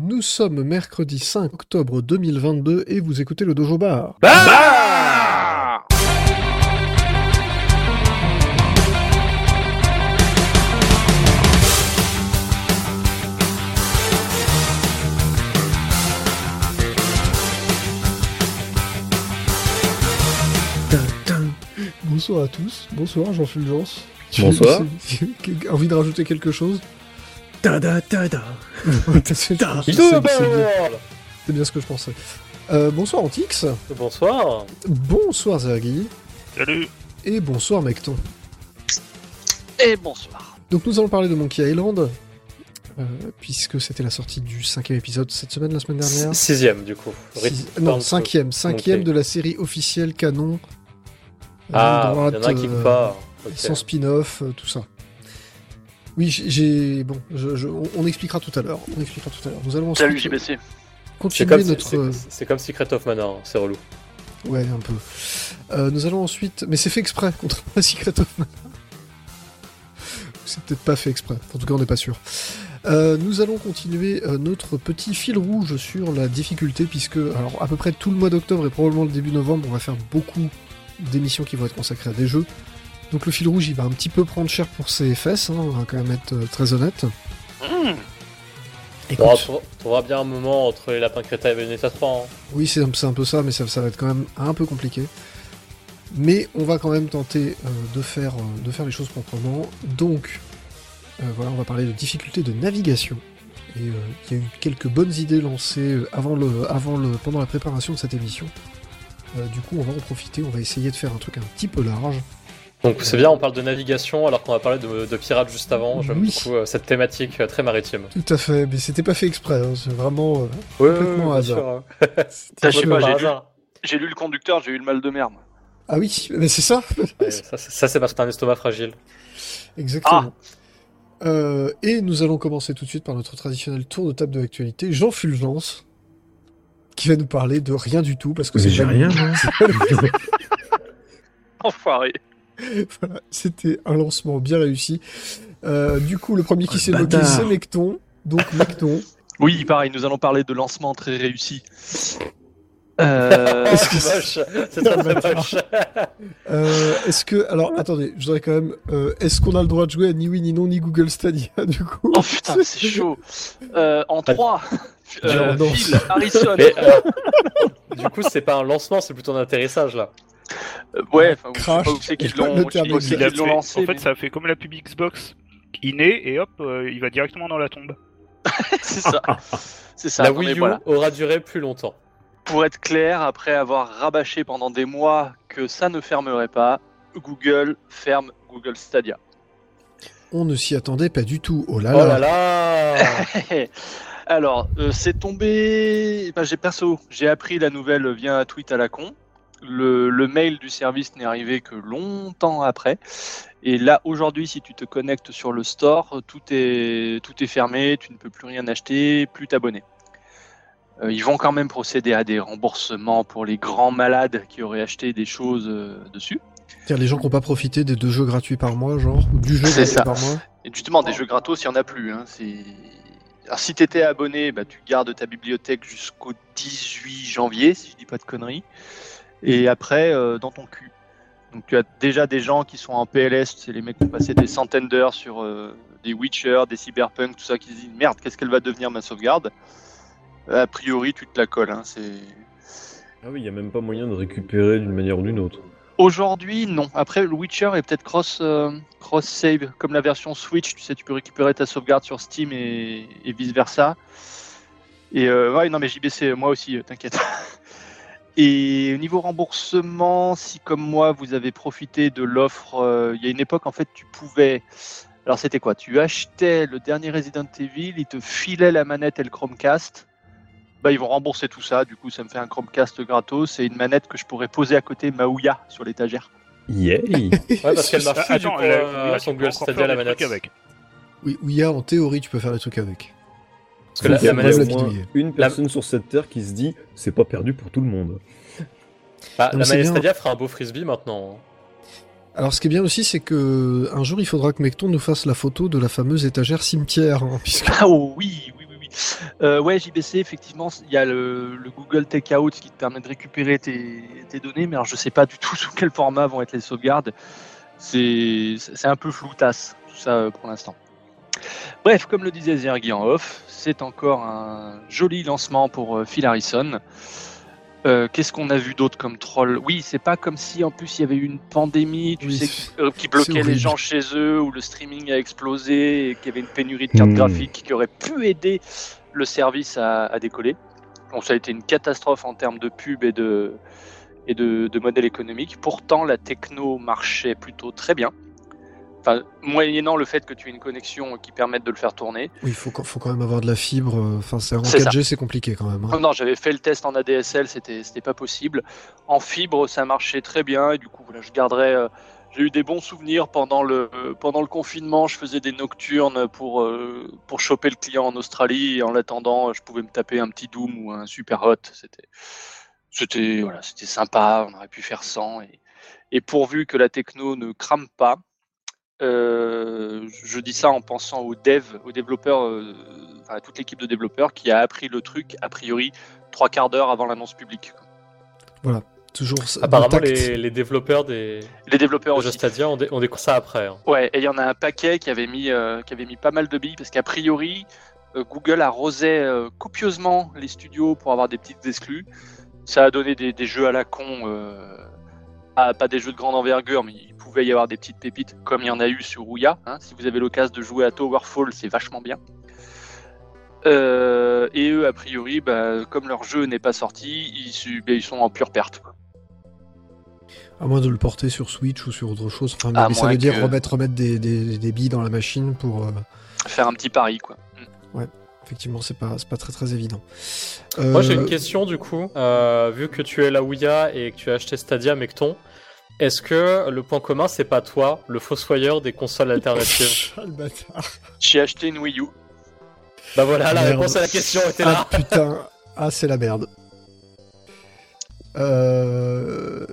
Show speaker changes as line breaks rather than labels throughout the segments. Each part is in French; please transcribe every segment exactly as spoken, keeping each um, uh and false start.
Nous sommes mercredi cinq octobre deux mille vingt-deux et vous écoutez le Dojo Bar.
Bah bah
Bonsoir à tous, bonsoir Jean-Fulgence.
Bonsoir.
Envie de rajouter quelque chose?
Tada tada.
C'est bien ce que je pensais. Euh, bonsoir Antix.
Bonsoir.
Bonsoir Zergi.
Salut.
Et bonsoir Mecton.
Et bonsoir.
Donc nous allons parler de Monkey Island, euh, puisque c'était la sortie du cinquième épisode cette semaine, la semaine dernière.
Sixième du coup.
Six... Non, cinquième, cinquième de la série officielle canon.
Ah,
droite,
il y en a qui
euh,
pas. Okay.
Sans spin-off, euh, tout ça. Oui, j'ai... Bon, je, je... on expliquera tout à l'heure. On expliquera tout à l'heure. Nous allons ensuite...
Salut J B C.
Continuer
c'est comme,
notre...
c'est, c'est comme Secret of Mana, hein. C'est relou.
Ouais, un peu. Euh, nous allons ensuite... Mais c'est fait exprès, contre la Secret of Mana. C'est peut-être pas fait exprès. En tout cas, on n'est pas sûr. Euh, nous allons continuer euh, notre petit fil rouge sur la difficulté, puisque alors à peu près tout le mois d'octobre et probablement le début novembre, on va faire beaucoup d'émissions qui vont être consacrées à des jeux. Donc le fil rouge, il va un petit peu prendre cher pour ses fesses, hein, on va quand même être euh, très honnête.
Mmh.
Écoute,
Bon, tu trouveras bien un moment entre les lapins crétins et Bayonetta trois. Hein.
oui, c'est un, c'est un peu ça, mais ça, ça va être quand même un peu compliqué. Mais on va quand même tenter euh, de, faire, euh, de faire les choses proprement. Donc, euh, voilà, on va parler de difficultés de navigation. Et il euh, y a eu quelques bonnes idées lancées avant le, avant le, pendant la préparation de cette émission. Euh, du coup, on va en profiter, on va essayer de faire un truc un petit peu large.
Donc c'est bien, on parle de navigation alors qu'on va parler de, de pirates juste avant. J'aime
Oui.
beaucoup euh, cette thématique euh, très maritime.
Tout à fait, mais c'était pas fait exprès, hein, c'est vraiment euh,
Ouais,
complètement
ouais,
hasard.
sûr, hein.
Ça, je sais pas,
Par
j'ai lu,
hasard.
j'ai lu le conducteur, j'ai eu le mal de mer. moi.
Ah oui, mais c'est ça.
Ouais, ça, c'est- ça c'est parce que t'as un estomac fragile.
Exactement. Euh, et nous allons commencer tout de suite par notre traditionnel tour de table de l'actualité. Jean Fulgence, qui va nous parler de rien du tout, parce que
Mais
c'est
j'ai
pas-
rien, moi.
Enfoiré.
Voilà, c'était un lancement bien réussi. Euh, du coup, le premier qui
Oh,
s'est
le
moqué,
bâtard.
c'est Mecton. Donc Mecton,
Oui, pareil, nous allons parler de lancement très réussi. Euh...
Est-ce que
c'est moche. C'est très très moche.
euh, est-ce que... Alors, attendez, je voudrais quand même... euh, est-ce qu'on a le droit de jouer à ni oui, ni non, ni Google Stadia, du coup?
Oh putain, c'est chaud. Euh, en trois, euh,
non.
Phil, Harrison.
Mais euh, du coup, c'est pas un lancement, c'est plutôt un atterrissage là.
Euh, ouais, enfin, je sais
Crash.
pas où c'est qu'ils
Le
l'ont,
terme
je sais pas où c'est
Il a
qu'ils l'ont
fait-
lancé.
en fait,
mais-
ça fait comme la pub Xbox. Il naît et hop, euh, il va directement dans la tombe.
c'est ça. C'est ça.
la
non, mais
Wii U
voilà.
aura duré plus longtemps.
Pour être clair, après avoir rabâché pendant des mois que ça ne fermerait pas, Google ferme Google Stadia.
On ne s'y attendait pas du tout. Oh là
Oh
là,
là là.
Alors, euh, c'est tombé. Enfin, j'ai perso, j'ai appris la nouvelle via un tweet à la con. Le, le mail du service n'est arrivé que longtemps après. Et là, aujourd'hui, si tu te connectes sur le store, tout est, tout est fermé, tu ne peux plus rien acheter, plus t'abonner. Euh, ils vont quand même procéder à des remboursements pour les grands malades qui auraient acheté des choses euh, dessus.
C'est-à-dire les gens qui n'ont pas profité des deux jeux gratuits par mois, genre, ou du jeu
C'est
gratuit
ça.
par mois.
Et justement, des jeux gratos, il n'y en a plus. Hein. C'est... Alors, si tu étais abonné, bah, tu gardes ta bibliothèque jusqu'au dix-huit janvier, si je dis pas de conneries. Et après, euh, dans ton cul. Donc, tu as déjà des gens qui sont en P L S, c'est les mecs qui ont passé des centaines d'heures sur euh, des Witcher, des Cyberpunk, tout ça, qui se disent merde, qu'est-ce qu'elle va devenir ma sauvegarde? A priori, tu te la colles. Hein. C'est...
Ah oui, il n'y a même pas moyen de récupérer d'une manière ou d'une autre.
Aujourd'hui, non. Après, le Witcher est peut-être cross, euh, cross save, comme la version Switch. Tu sais, tu peux récupérer ta sauvegarde sur Steam et, et vice versa. Et euh, ouais, non, mais J B C, moi aussi, euh, t'inquiète. Et au niveau remboursement, si comme moi, vous avez profité de l'offre, euh, il y a une époque, en fait, tu pouvais. Alors, c'était quoi? Tu achetais le dernier Resident Evil, ils te filaient la manette et le Chromecast. Bah, ils vont rembourser tout ça. Du coup, ça me fait un Chromecast gratos et une manette que je pourrais poser à côté de ma Ouya sur l'étagère.
Yay.
Ouais, parce qu'elle marche plus du
Attends,
coup,
euh,
euh,
là,
son
tu peux
Google
encore
Stadia
faire
la
des
manette.
trucs avec.
Oui, oui, en théorie, tu peux faire des trucs avec.
Parce que la,
Il y a
la
manette-
manette,
au moins
bidouiller.
une personne sur cette terre qui se dit c'est pas perdu pour tout le monde.
bah,
Non, mais
la
c'est
manette
bien.
Stadia fera un beau frisbee maintenant.
Alors, ce qui est bien aussi, c'est que un jour, il faudra que Mecton nous fasse la photo de la fameuse étagère cimetière, hein, puisque
Ah oh, oui, oui, oui, oui. Euh, ouais, J B C, effectivement, il y a le, le Google Takeout qui te permet de récupérer tes, tes données, mais alors je sais pas du tout sous quel format vont être les sauvegardes. C'est, c'est un peu floutasse, tout ça pour l'instant. Bref, comme le disait Zergi en off, c'est encore un joli lancement pour Phil Harrison. Euh, qu'est-ce qu'on a vu d'autre comme troll ? Oui, c'est pas comme si en plus il y avait eu une pandémie, tu
Oui,
sais,
c'est-
euh, qui bloquait les
horrible.
gens chez eux, où le streaming a explosé, et qu'il y avait une pénurie de cartes
Hmm.
graphiques qui aurait pu aider le service à, à décoller. Donc ça a été une catastrophe en termes de pub et de, et de, de modèle économique. Pourtant, la techno marchait plutôt très bien. Enfin, moyennant le fait que tu aies une connexion qui permette de le faire tourner.
Oui, il faut, quand- faut quand même avoir de la fibre. euh, Enfin, c'est en
C'est
quatre G, c'est compliqué quand même. hein.
Non, non, j'avais fait le test en A D S L, c'était c'était pas possible. En fibre, ça marchait très bien et du coup, voilà, je garderai. euh, J'ai eu des bons souvenirs pendant le euh, pendant le confinement. Je faisais des nocturnes pour euh, pour choper le client en Australie et en l'attendant, je pouvais me taper un petit Doom ou un Super Hot. C'était c'était voilà, c'était sympa. On aurait pu faire sans et et pourvu que la techno ne crame pas. Euh, je dis ça en pensant aux devs, aux développeurs, euh, enfin, à toute l'équipe de développeurs qui a appris le truc a priori trois quarts d'heure avant l'annonce publique.
Voilà, toujours ça- du
Apparemment,
tact.
les, les développeurs des
Les développeurs
de jeux
aussi.
Stadia ont, dé- ont découvert ça après. hein.
Ouais, et il y en a un paquet qui avait mis, euh, qui avait mis pas mal de billes parce qu'a priori, euh, Google arrosait euh, copieusement les studios pour avoir des petites exclus. Ça a donné des, des jeux à la con, euh, pas, pas des jeux de grande envergure, mais il pouvait y avoir des petites pépites comme il y en a eu sur Ouya. Hein. Si vous avez l'occasion de jouer à Towerfall, c'est vachement bien. Euh, et eux, a priori, bah, comme leur jeu n'est pas sorti, ils, su- bah, ils sont en pure perte. quoi.
À moins de le porter sur Switch ou sur autre chose. Enfin, mais,
À
mais ça
moins
veut dire
que-
remettre, remettre des, des, des billes dans la machine pour. euh,
Faire un petit pari, quoi.
Effectivement, c'est pas, c'est pas très très évident.
Moi, j'ai
Euh,
une question du coup. Euh, vu que tu es la Ouya et que tu as acheté Stadia, Mecton, est-ce que le point commun, c'est pas toi, le fossoyeur des consoles alternatives?
Ah, le bâtard.
J'ai acheté une Wii U.
Bah voilà, la
Merde.
réponse à la question était
Ah
là.
putain, ah c'est la merde. Euh...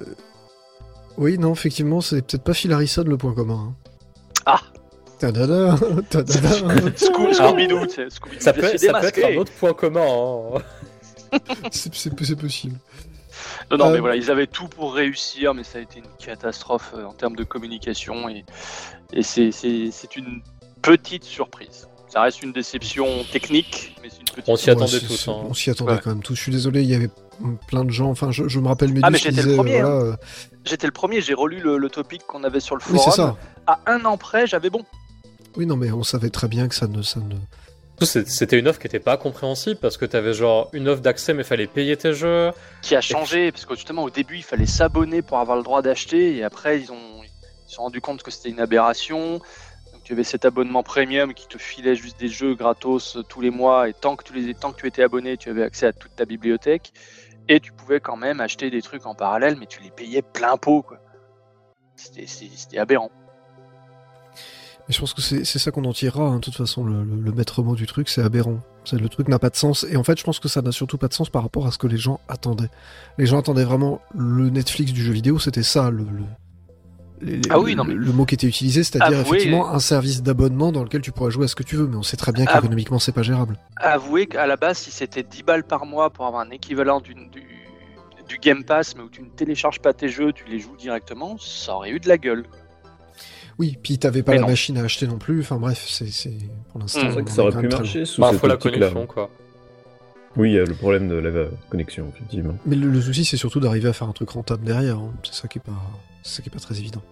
Oui, non, effectivement, c'est peut-être pas Phil Harrison le point commun. hein.
Ah.
Tadada, tadada.
Scoo- Scooby-Doo, tu sais, Scooby-Doo.
Ça
je
peut,
suis
ça peut être
démasqué.
un autre point commun. hein.
c'est, c'est- c'est possible.
Non, non,
Euh,
mais voilà, ils avaient tout pour réussir, mais ça a été une catastrophe euh, en termes de communication et, et c'est, c'est, c'est une petite surprise. Ça reste une déception technique, mais c'est une petite
On s'y
Ouais,
attendait
c'est-
tous.
c'est-
hein.
On s'y attendait
Ouais.
quand même tous. Je suis désolé, il y avait plein de gens. Enfin, je, je me rappelle Médus
Ah, mais
qui
j'étais le
disait,
premier,
voilà, euh,
J'étais le premier, j'ai relu le, le topic qu'on avait sur le
Oui,
forum.
c'est ça.
À un an près, j'avais bon.
Oui, non, mais on savait très bien que ça ne, ça ne.
C'est- C'était une offre qui était pas compréhensible parce que t'avais genre une offre d'accès mais fallait payer tes jeux.
Qui a changé, parce que justement au début il fallait s'abonner pour avoir le droit d'acheter, et après ils ont ils se sont rendus compte que c'était une aberration. Donc tu avais cet abonnement premium qui te filait juste des jeux gratos tous les mois, et tant que tu les tant que tu étais abonné, tu avais accès à toute ta bibliothèque, et tu pouvais quand même acheter des trucs en parallèle, mais tu les payais plein pot quoi. C'était c'est- c'était aberrant.
Mais je pense que c'est c'est ça qu'on en tirera. hein. De toute façon, le, le- le maître mot du truc, c'est aberrant. C'est, le truc n'a pas de sens. Et en fait, je pense que ça n'a surtout pas de sens par rapport à ce que les gens attendaient. Les gens attendaient vraiment le Netflix du jeu vidéo. C'était ça le, le, les-
Ah oui,
le-
non, mais-
le mot qui était utilisé, c'est-à-dire
Avouez-
effectivement un service d'abonnement dans lequel tu pourrais jouer à ce que tu veux. Mais on sait très bien
Ah-
qu'économiquement, c'est pas gérable.
Avouez qu'à la base, si c'était dix balles par mois pour avoir un équivalent d'une- du, du Game Pass, mais où tu ne télécharges pas tes jeux, tu les joues directement, ça aurait eu de la gueule.
Oui, puis t'avais pas
Mais
la
non.
machine à acheter non plus. Enfin bref, c'est, c'est pour l'instant.
Mm.
C'est vrai
on
que
en
ça
est
aurait
quand
pu
même très
marcher sous
Bah,
cette
faut la
optique-là.
connexion quoi.
Oui, il y a le problème de la connexion, effectivement.
Mais le, le souci, c'est surtout d'arriver à faire un truc rentable derrière. hein. C'est ça qui est pas, c'est ça qui est pas très évident.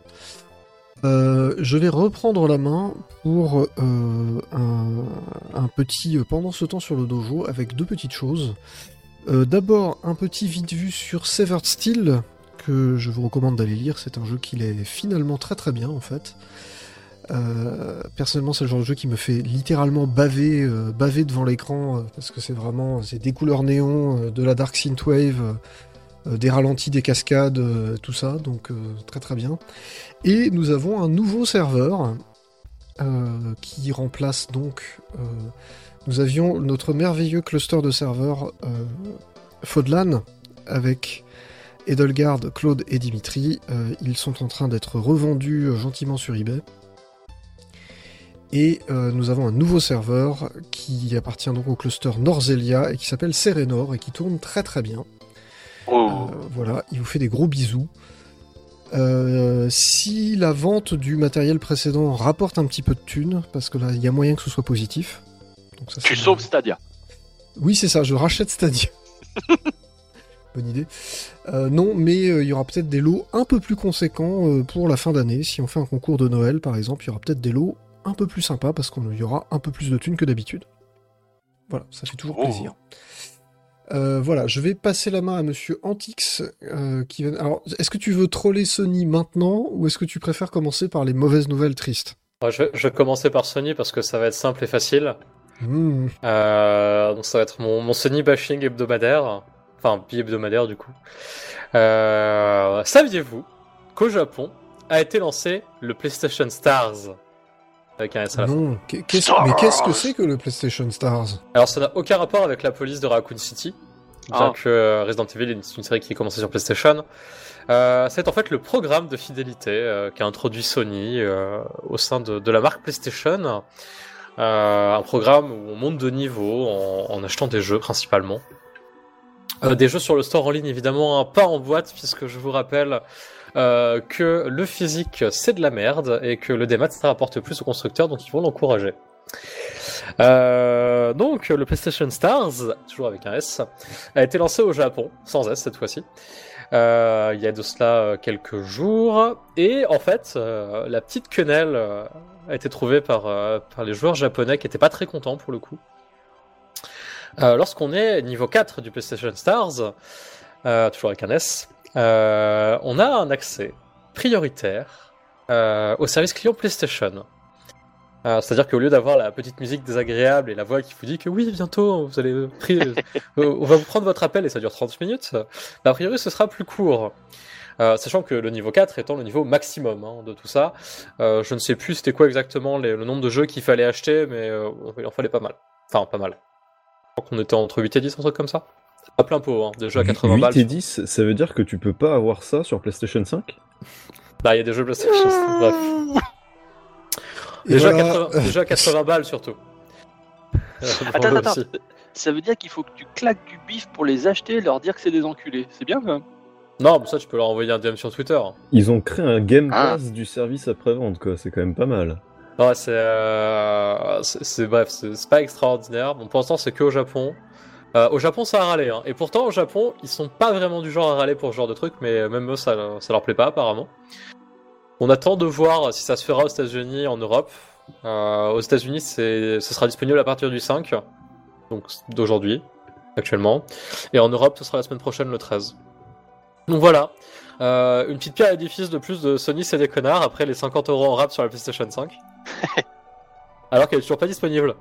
Euh, je vais reprendre la main pour euh, un, un petit euh, pendant ce temps sur le dojo avec deux petites choses. Euh, D'abord, un petit vite-vu sur Severed Steel que je vous recommande d'aller lire. C'est un jeu qui est finalement très très bien en fait. Euh, personnellement, c'est le genre de jeu qui me fait littéralement baver, euh, baver devant l'écran euh, parce que c'est vraiment c'est des couleurs néon, euh, de la dark synthwave, euh, des ralentis, des cascades, euh, tout ça, donc euh, très très bien. Et nous avons un nouveau serveur euh, qui remplace donc. Euh, nous avions notre merveilleux cluster de serveurs euh, Fodlan avec Edelgard, Claude et Dimitri. Euh, ils sont en train d'être revendus euh, gentiment sur eBay. Et euh, nous avons un nouveau serveur qui appartient donc au cluster Norzelia et qui s'appelle Serenor et qui tourne très très bien.
Oh.
Euh, voilà, il vous fait des gros bisous. Euh, si la vente du matériel précédent rapporte un petit peu de thunes, parce que là il y a moyen que ce soit positif. Donc ça,
Tu
c'est-
sauves Stadia.
Oui, c'est ça, je rachète Stadia. Bonne idée. Euh, non, mais euh, il y aura peut-être des lots un peu plus conséquents euh, pour la fin d'année. Si on fait un concours de Noël, par exemple, il y aura peut-être des lots un peu plus sympas parce qu'il y aura un peu plus de thunes que d'habitude. Voilà, ça fait toujours
Oh.
plaisir. Euh, voilà, je vais passer la main à Monsieur Antix. Euh, qui va... Alors, est-ce que tu veux troller Sony maintenant ou est-ce que tu préfères commencer par les mauvaises nouvelles tristes?
Ouais, je, vais, je vais commencer par Sony parce que ça va être simple et facile.
Mmh.
Euh, donc ça va être mon, mon Sony bashing hebdomadaire. Enfin, bi-hebdomadaire du coup. Euh, saviez-vous qu'au Japon a été lancé le PlayStation Stars? Avec un S à la fin.
Non, qu'est- qu'est-ce-
Stars.
mais qu'est-ce que c'est que le PlayStation Stars?
Alors ça n'a aucun rapport avec la police de Raccoon City, bien
Ah.
que euh, Resident Evil est une série qui est commencée sur PlayStation. Euh, c'est en fait le programme de fidélité euh, qu'a introduit Sony euh, au sein de, de la marque PlayStation. Euh, un programme où on monte de niveau en, en achetant des jeux principalement. Euh, des jeux sur le store en ligne évidemment, hein, pas en boîte puisque je vous rappelle euh, que le physique c'est de la merde et que le démat ça rapporte plus aux constructeurs donc ils vont l'encourager. Euh, donc le PlayStation Stars, toujours avec un S, a été lancé au Japon, sans S cette fois-ci. Euh, il y a de cela euh, quelques jours et en fait euh, la petite quenelle euh, a été trouvée par, euh, par les joueurs japonais qui étaient pas très contents pour le coup. Euh, lorsqu'on est niveau quatre du PlayStation Stars, euh, toujours avec un S, euh, on a un accès prioritaire euh, au service client PlayStation. Euh, c'est-à-dire qu'au lieu d'avoir la petite musique désagréable et la voix qui vous dit que oui, bientôt, vous allez pri- euh, on va vous prendre votre appel et ça dure trente minutes, bah, a priori ce sera plus court. Euh, sachant que le niveau quatre étant le niveau maximum hein, de tout ça, euh, je ne sais plus c'était quoi exactement les, le nombre de jeux qu'il fallait acheter, mais euh, il en fallait pas mal. Enfin, pas mal. Je crois qu'on était entre huit et dix, un truc comme ça. Pas plein pot, hein, des jeux à quatre-vingts balles.
huit et dix, ça veut dire que tu peux pas avoir ça sur PlayStation cinq?
Bah, il y a des jeux PlayStation, bref.
Et
Des jeux, à
voilà.
quatre-vingts, des jeux à quatre-vingts balles surtout. Euh,
Attends,
pour eux
attends,
aussi.
ça veut dire qu'il faut que tu claques du bif pour les acheter et leur dire que c'est des enculés. C'est bien quand même.
Non, mais ça, tu peux leur envoyer un D M sur Twitter.
Ils ont créé un Game
Ah.
Pass du service après-vente, quoi. C'est quand même pas mal.
Ouais, c'est, euh, c'est, c'est- bref, c'est, c'est pas extraordinaire. Bon, pour l'instant, c'est que au Japon. Euh, au Japon, ça a râlé, hein. Et pourtant, au Japon, ils sont pas vraiment du genre à râler pour ce genre de truc, mais même eux, ça, ça leur plaît pas, apparemment. On attend de voir si ça se fera aux États-Unis, en Europe. Euh, aux États-Unis, c'est, ce sera disponible à partir du cinq, donc d'aujourd'hui, actuellement. Et en Europe, ce sera la semaine prochaine, le treize. Donc voilà. Euh, une petite pierre à l'édifice de plus de Sony, c'est des connards, après les cinquante euros en rap sur la PlayStation cinq. Alors qu'elle est toujours pas disponible.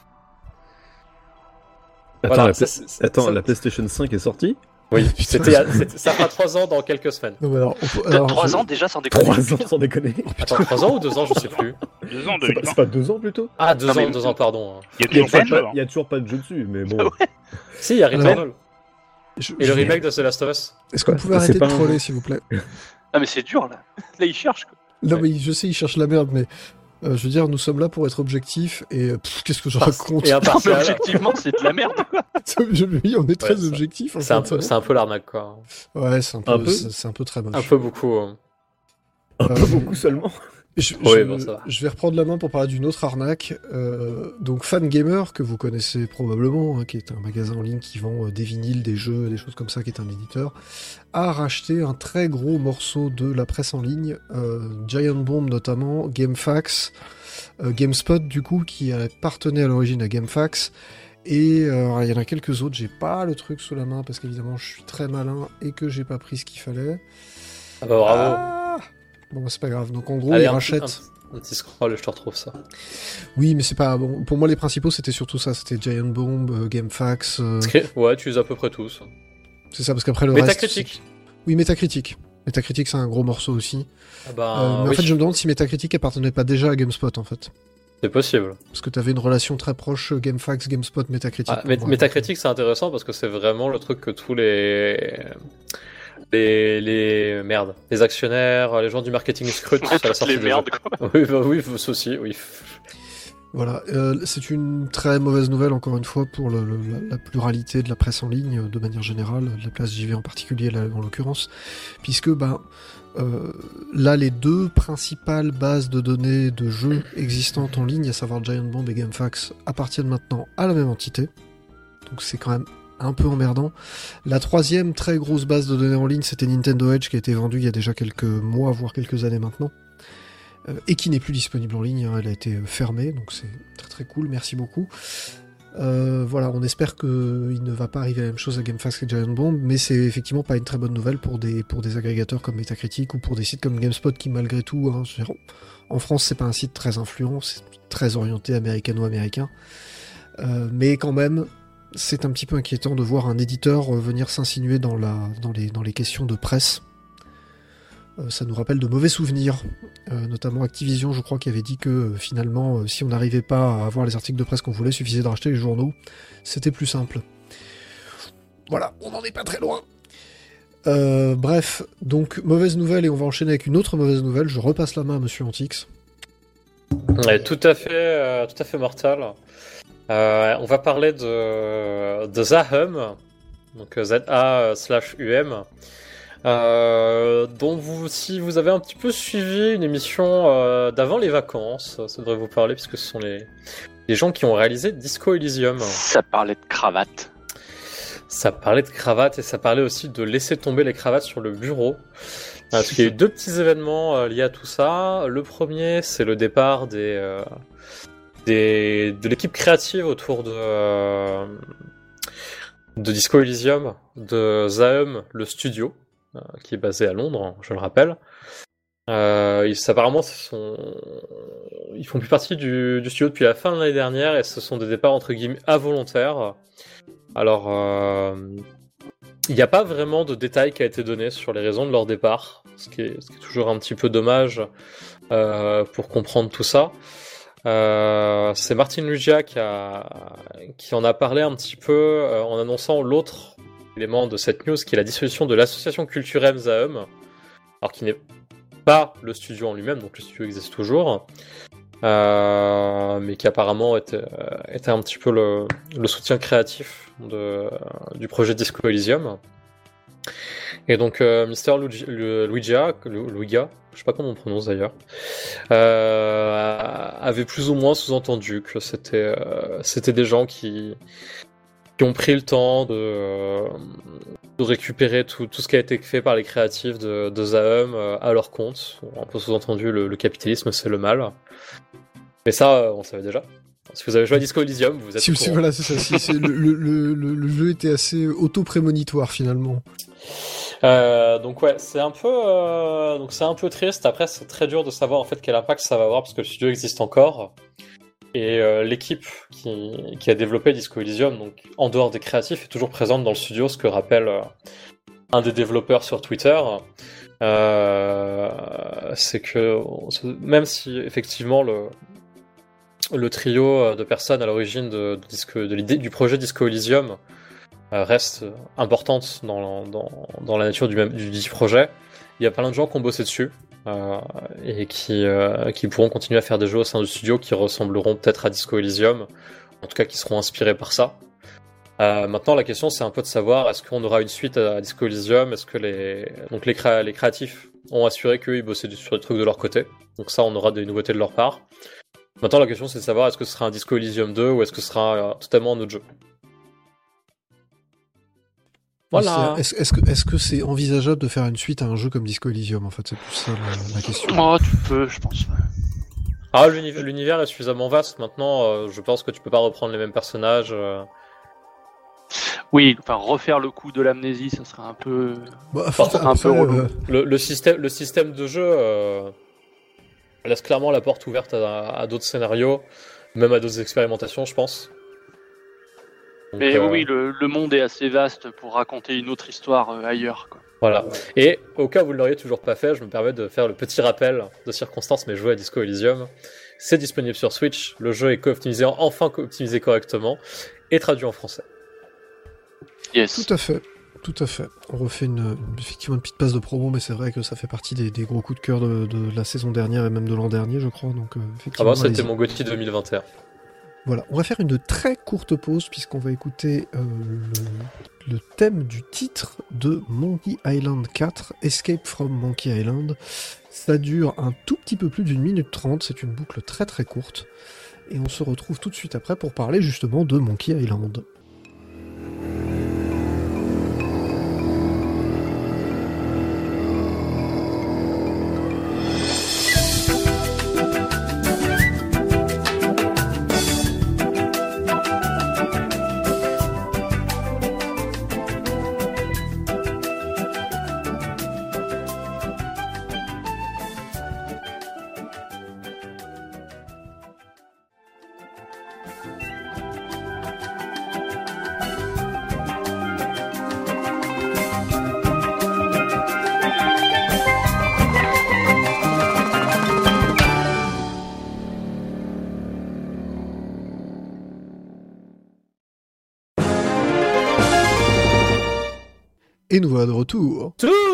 Attends,
Voilà,
la,
c'est-
Pla-
c'est-
Attends
ça-
la PlayStation cinq est sortie?
Oui, c'était, il y a- c'était- ça fera trois ans dans quelques semaines.
Non, mais alors, on peut-
T'as
alors,
trois
je-
ans déjà sans déconner.
trois ans sans déconner.
Attends, trois ans ou deux ans, je sais plus.
Deux ans,
C'est
deux
pas,
ans.
c'est pas deux ans plutôt?
Ah, deux
Non,
ans,
mais-
deux ans, pardon.
Il y a
Il y, a
toujours pas de
toujours
jeu.
pas,
hein.
il y a toujours pas de jeu dessus, mais bon.
Si, il y a Returnal.
je-
Et
je-
le remake de The Last of Us.
Est-ce qu'on
Ouais,
pouvait
c'est
arrêter de
pas un
troller,
jeu.
s'il vous plaît?
Ah mais c'est dur là. Là ils cherchent quoi.
Non,
Ouais.
mais je sais, ils cherchent la merde, mais euh, je veux dire, nous sommes là pour être objectifs et euh, pff, qu'est-ce que je raconte?
Et
Non, mais
impartial.
objectivement c'est de la merde.
Je- Oui, on est très
Ouais, ça-
objectifs. en
C'est un
fait.
peu, c'est un peu l'arnaque, quoi.
Ouais, c'est un peu,
Un peu
c'est c'est un peu très moche.
Un peu beaucoup. hein.
Un peu
Euh,
beaucoup seulement.
Je,
Oui,
je-
bon, ça va.
je vais reprendre la main pour parler d'une autre arnaque. Euh, donc Fangamer, que vous connaissez probablement, hein, qui est un magasin en ligne qui vend euh, des vinyles, des jeux, des choses comme ça, qui est un éditeur, a racheté un très gros morceau de la presse en ligne, euh, Giant Bomb notamment, GameFAQs, euh, GameSpot du coup, qui appartenait à l'origine à GameFAQs. Et euh, il y en a quelques autres, j'ai pas le truc sous la main parce qu'évidemment je suis très malin et que j'ai pas pris ce qu'il fallait.
Ah bah bravo.
Ah bon, bah, c'est pas grave. Donc en gros,
Allez,
ils
un,
rachètent.
un- un petit scroll, je te retrouve ça.
Oui, mais c'est pas bon. Pour moi, les principaux, c'était surtout ça. C'était Giant Bomb, euh, GameFAQs. euh,
Scri- Ouais, tu les as à peu près tous.
c'est ça, parce qu'après le reste.
Métacritique.
c'est- Oui, Métacritique. Métacritique, c'est un gros morceau aussi.
Ah bah,
Euh, mais
oui,
en fait, je me demande si Métacritique appartenait pas déjà à GameSpot, en fait.
c'est possible.
Parce que t'avais une relation très proche euh, GameFAQs, GameSpot, Métacritique.
Ah,
pour
Mét-
moi.
Métacritique, c'est intéressant parce que c'est vraiment le truc que tous les. Les, les merde, les actionnaires, les gens du marketing scrutent à la
Toutes
sortie
les
des
merdes
jeux.
quoi.
Oui, bah oui, vous aussi, oui.
Voilà, euh, c'est une très mauvaise nouvelle encore une fois pour le, le, la, la pluralité de la presse en ligne euh, de manière générale, de la place J V en particulier là, en l'occurrence, puisque ben, euh, là les deux principales bases de données de jeux existantes en ligne, à savoir Giant Bomb et GameFAQs, appartiennent maintenant à la même entité, donc c'est quand même un peu emmerdant. La troisième très grosse base de données en ligne, c'était Nintendo Edge qui a été vendue il y a déjà quelques mois, voire quelques années maintenant. Et qui n'est plus disponible en ligne, hein, elle a été fermée, donc c'est très très cool, merci beaucoup. Euh, voilà, on espère qu'il ne va pas arriver la même chose à GameFAQs et Giant Bomb, mais c'est effectivement pas une très bonne nouvelle pour des, pour des agrégateurs comme Metacritic ou pour des sites comme GameSpot qui malgré tout, hein, en France c'est pas un site très influent, c'est très orienté américano-américain, euh, mais quand même c'est un petit peu inquiétant de voir un éditeur venir s'insinuer dans, la, dans, les, dans les questions de presse. Ça nous rappelle de mauvais souvenirs, euh, notamment Activision, je crois, qui avait dit que euh, finalement, euh, si on n'arrivait pas à avoir les articles de presse qu'on voulait, il suffisait de racheter les journaux, c'était plus simple. Voilà, on n'en est pas très loin. Euh, bref, donc mauvaise nouvelle, et on va enchaîner avec une autre mauvaise nouvelle. Je repasse la main à Monsieur Antix.
Ouais, tout à fait, euh, tout à fait mortel. Euh, on va parler de, de Zahum, donc Z A slash U M. Euh, dont vous, si vous avez un petit peu suivi une émission euh, d'avant les vacances, ça devrait vous parler puisque ce sont les, les gens qui ont réalisé Disco Elysium.
Ça parlait de cravate.
Ça parlait de cravate et ça parlait aussi de laisser tomber les cravates sur le bureau. Parce qu'il y a eu deux petits événements euh, liés à tout ça. Le premier, c'est le départ des, euh, des de l'équipe créative autour de euh, de Disco Elysium, de Zahum, le studio. Euh, qui est basé à Londres, je le rappelle. Euh, ils, apparemment, ce sont... ils font plus partie du, du studio depuis la fin de l'année dernière et ce sont des départs entre guillemets involontaires. Alors, euh... il n'y a pas vraiment de détails qui a été donné sur les raisons de leur départ, ce qui est, ce qui est toujours un petit peu dommage euh, pour comprendre tout ça. Euh, c'est Martin Lugia qui, a... qui en a parlé un petit peu euh, en annonçant l'autre élément de cette news, qui est la dissolution de l'association culturelle Zahum, alors qui n'est pas le studio en lui-même, donc le studio existe toujours, euh, mais qui apparemment était, était un petit peu le, le soutien créatif de, du projet Disco Elysium. Et donc euh, Mister Luigi, Luigia, Luigia, je sais pas comment on prononce d'ailleurs, euh, avait plus ou moins sous-entendu que c'était, euh, c'était des gens qui qui ont pris le temps de, euh, de récupérer tout, tout ce qui a été fait par les créatifs de, de Zahum euh, à leur compte. Un peu sous-entendu, le, le capitalisme, c'est le mal. Mais ça, euh, on le savait déjà. Si vous avez joué à Disco Elysium, vous êtes
si, si, voilà, c'est ça. Si, c'est le, le, le, le jeu était assez auto-prémonitoire, finalement.
Euh, donc ouais, c'est un peu, euh, donc c'est un peu triste. Après, c'est très dur de savoir en fait quel impact ça va avoir parce que le studio existe encore. Et euh, l'équipe qui, qui a développé Disco Elysium, donc en dehors des créatifs, est toujours présente dans le studio, ce que rappelle euh, un des développeurs sur Twitter. Euh, c'est que même si effectivement le, le trio de personnes à l'origine de, de, Disco, de l'idée du projet Disco Elysium euh, reste importante dans, dans, dans la nature du, même, du dit projet, il y a plein de gens qui ont bossé dessus. Euh, et qui, euh, qui pourront continuer à faire des jeux au sein du studio qui ressembleront peut-être à Disco Elysium, en tout cas qui seront inspirés par ça. Euh, maintenant, la question c'est un peu de savoir est-ce qu'on aura une suite à Disco Elysium, est-ce que les, donc les, cré... les créatifs ont assuré qu'ils bossaient sur des trucs de leur côté, donc ça on aura des nouveautés de leur part. Maintenant la question c'est de savoir est-ce que ce sera un Disco Elysium deux ou est-ce que ce sera euh, totalement un autre jeu. Voilà.
Est-ce, est-ce, que, est-ce que c'est envisageable de faire une suite à un jeu comme Disco Elysium, en fait? C'est plus ça la, la question.
Oh, tu peux, je pense.
Ah, l'univers, l'univers est suffisamment vaste maintenant, euh, je pense que tu peux pas reprendre les mêmes personnages. Euh...
Oui, enfin, refaire le coup de l'amnésie, ça serait un peu...
Bah, enfin,
un peu relou.
euh...
le, le, système, le système de jeu euh, laisse clairement la porte ouverte à, à d'autres scénarios, même à d'autres expérimentations, je pense. Donc,
Mais
euh...
oui, le, le monde est assez vaste pour raconter une autre histoire euh, ailleurs, quoi.
Voilà. Et au cas où vous ne l'auriez toujours pas fait, je me permets de faire le petit rappel de circonstance, mais jouer à Disco Elysium. C'est disponible sur Switch, le jeu est co-optimisé, enfin co-optimisé correctement, et traduit en français.
Yes.
Tout à fait. Tout à fait. On refait une, une- effectivement une petite passe de promo, mais c'est vrai que ça fait partie des, des gros coups de cœur de, de la saison dernière et même de l'an dernier, je crois. Donc, euh,
Ah
effectivement,
bah, c'était
allez-y.
mon Gotti deux mille vingt et un.
Voilà, on va faire une très courte pause puisqu'on va écouter euh, le, le thème du titre de Monkey Island quatre, Escape from Monkey Island. Ça dure un tout petit peu plus d'une minute trente, c'est une boucle très très courte. Et on se retrouve tout de suite après pour parler justement de Monkey Island. Et nous voilà de retour.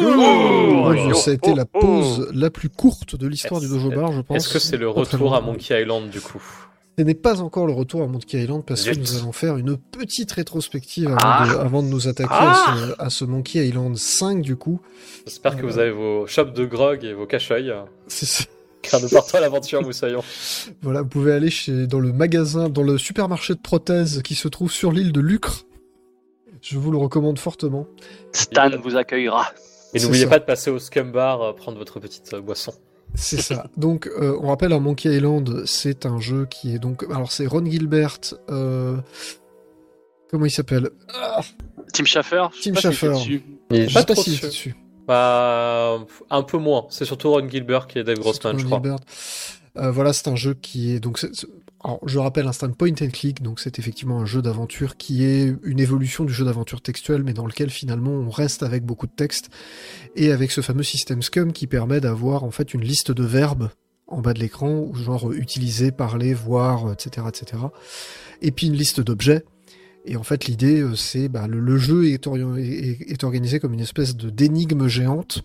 Oh,
Oh, ça a été la pause la plus courte de l'histoire du Dojo Bar, je pense.
Est-ce que c'est le
Pas très
retour
loin.
à Monkey Island du coup?
Ce n'est pas encore le retour à Monkey Island parce que
Zut.
nous allons faire une petite rétrospective avant,
Ah.
de, avant de nous attaquer
Ah.
à, ce, à ce Monkey Island cinq du coup.
J'espère que vous avez vos shops de grog et vos cache-œil,
C'est ça.
car nous partons à l'aventure, moussaillon.
Voilà, vous pouvez aller chez, dans le magasin, dans le supermarché de prothèses qui se trouve sur l'île de Lucre. Je vous le recommande fortement.
Stan vous accueillera.
Et
C'est
n'oubliez
ça.
pas de passer au Scum Bar, euh, prendre votre petite euh, boisson.
C'est ça. Donc, euh, on rappelle, un Monkey Island, c'est un jeu qui est donc... Alors, c'est Ron Gilbert... Euh... Comment il s'appelle? Ah,
Tim Schafer. je sais
Tim
pas s'il était
Schafer.
dessus.
Il est
Je
pas
sais pas
trop
s'il est
dessus.
dessus.
Bah, un peu moins. C'est surtout Ron Gilbert qui est Dave Grossman,
Ron
je crois.
Gilbert. Euh, voilà, c'est un jeu qui est... donc c'est- c'est- Alors, je rappelle, un stand point and click, donc c'est effectivement un jeu d'aventure qui est une évolution du jeu d'aventure textuel, mais dans lequel finalement on reste avec beaucoup de texte, et avec ce fameux système Scum qui permet d'avoir en fait une liste de verbes en bas de l'écran, ou genre euh, utiliser, parler, voir, et cetera, et cetera. Et puis une liste d'objets. Et en fait, l'idée, euh, c'est bah, le, le jeu est, ori- est- est organisé comme une espèce de d'énigme géante,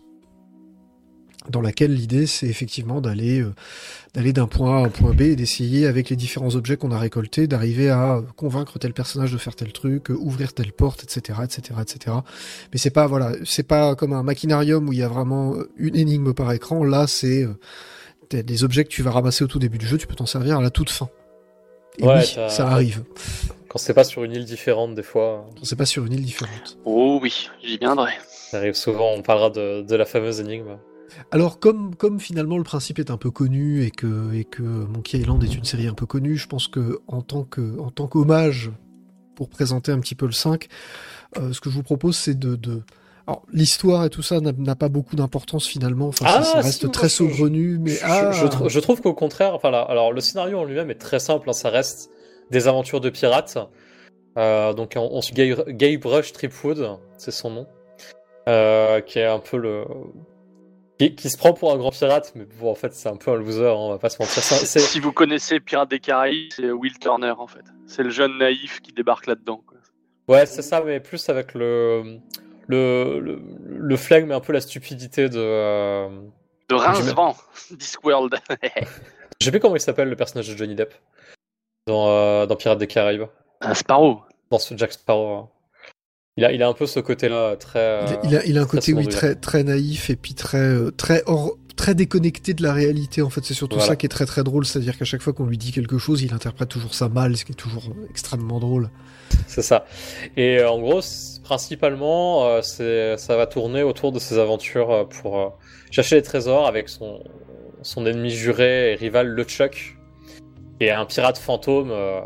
dans laquelle l'idée, c'est effectivement d'aller euh, d'aller d'un point A à un point B et d'essayer, avec les différents objets qu'on a récoltés, d'arriver à euh, convaincre tel personnage de faire tel truc, euh, ouvrir telle porte, et cetera, et cetera, et cetera. Mais c'est pas, voilà, c'est pas comme un machinarium où il y a vraiment euh, une énigme par écran. Là, c'est euh, t'as des objets que tu vas ramasser au tout début du jeu, tu peux t'en servir à la toute fin. Et
Ouais,
oui,
t'as-
ça arrive.
Quand c'est pas sur une île différente, des fois,
C'est pas sur une île différente.
Oh oui, j'y viendrai.
ça arrive souvent. On parlera de, de la fameuse énigme.
Alors, comme, comme finalement le principe est un peu connu et que, et que Monkey Island est une série un peu connue, je pense que en tant que, en tant qu'hommage pour présenter un petit peu le cinq, euh, ce que je vous propose, c'est de, de... Alors, l'histoire et tout ça n'a, n'a pas beaucoup d'importance finalement. Enfin,
Ah,
ça, ça
si,
reste
moi,
très
je-
saugrenu, mais
je,
ah,
je, trou- je trouve qu'au contraire, enfin là, alors le scénario en lui-même est très simple. Hein, ça reste des aventures de pirates. Euh, donc on, on suit Guy, Guy Brush Tripwood, c'est son nom, euh, qui est un peu le qui, qui se prend pour un grand pirate, mais bon en fait c'est un peu un loser, hein, on va pas se mentir. C'est- c'est-
Si vous connaissez Pirates des Caraïbes, c'est Will Turner en fait. C'est le jeune naïf qui débarque là-dedans. quoi.
Ouais, c'est ça, mais plus avec le le le, le flegme, mais un peu la stupidité de. Euh...
De Rincevent, Discworld.
Je sais plus comment il s'appelle le personnage de Johnny Depp dans euh, dans Pirates des Caraïbes,
Un Sparrow.
dans ce Jack Sparrow. hein. Il a il a un peu ce côté-là très. euh,
il, a- il a, il a un
très
côté oui,
second degré.
très, très naïf et puis très, euh, très hors, très déconnecté de la réalité. En fait, c'est surtout
Voilà.
ça qui est très très drôle, c'est-à-dire qu'à chaque fois qu'on lui dit quelque chose, il interprète toujours ça mal, ce qui est toujours euh, extrêmement drôle.
C'est ça. Et euh, en gros, c'est- principalement, euh, c'est, ça va tourner autour de ses aventures euh, pour euh, chercher les trésors avec son, son ennemi juré et rival LeChuck, qui est un pirate fantôme euh,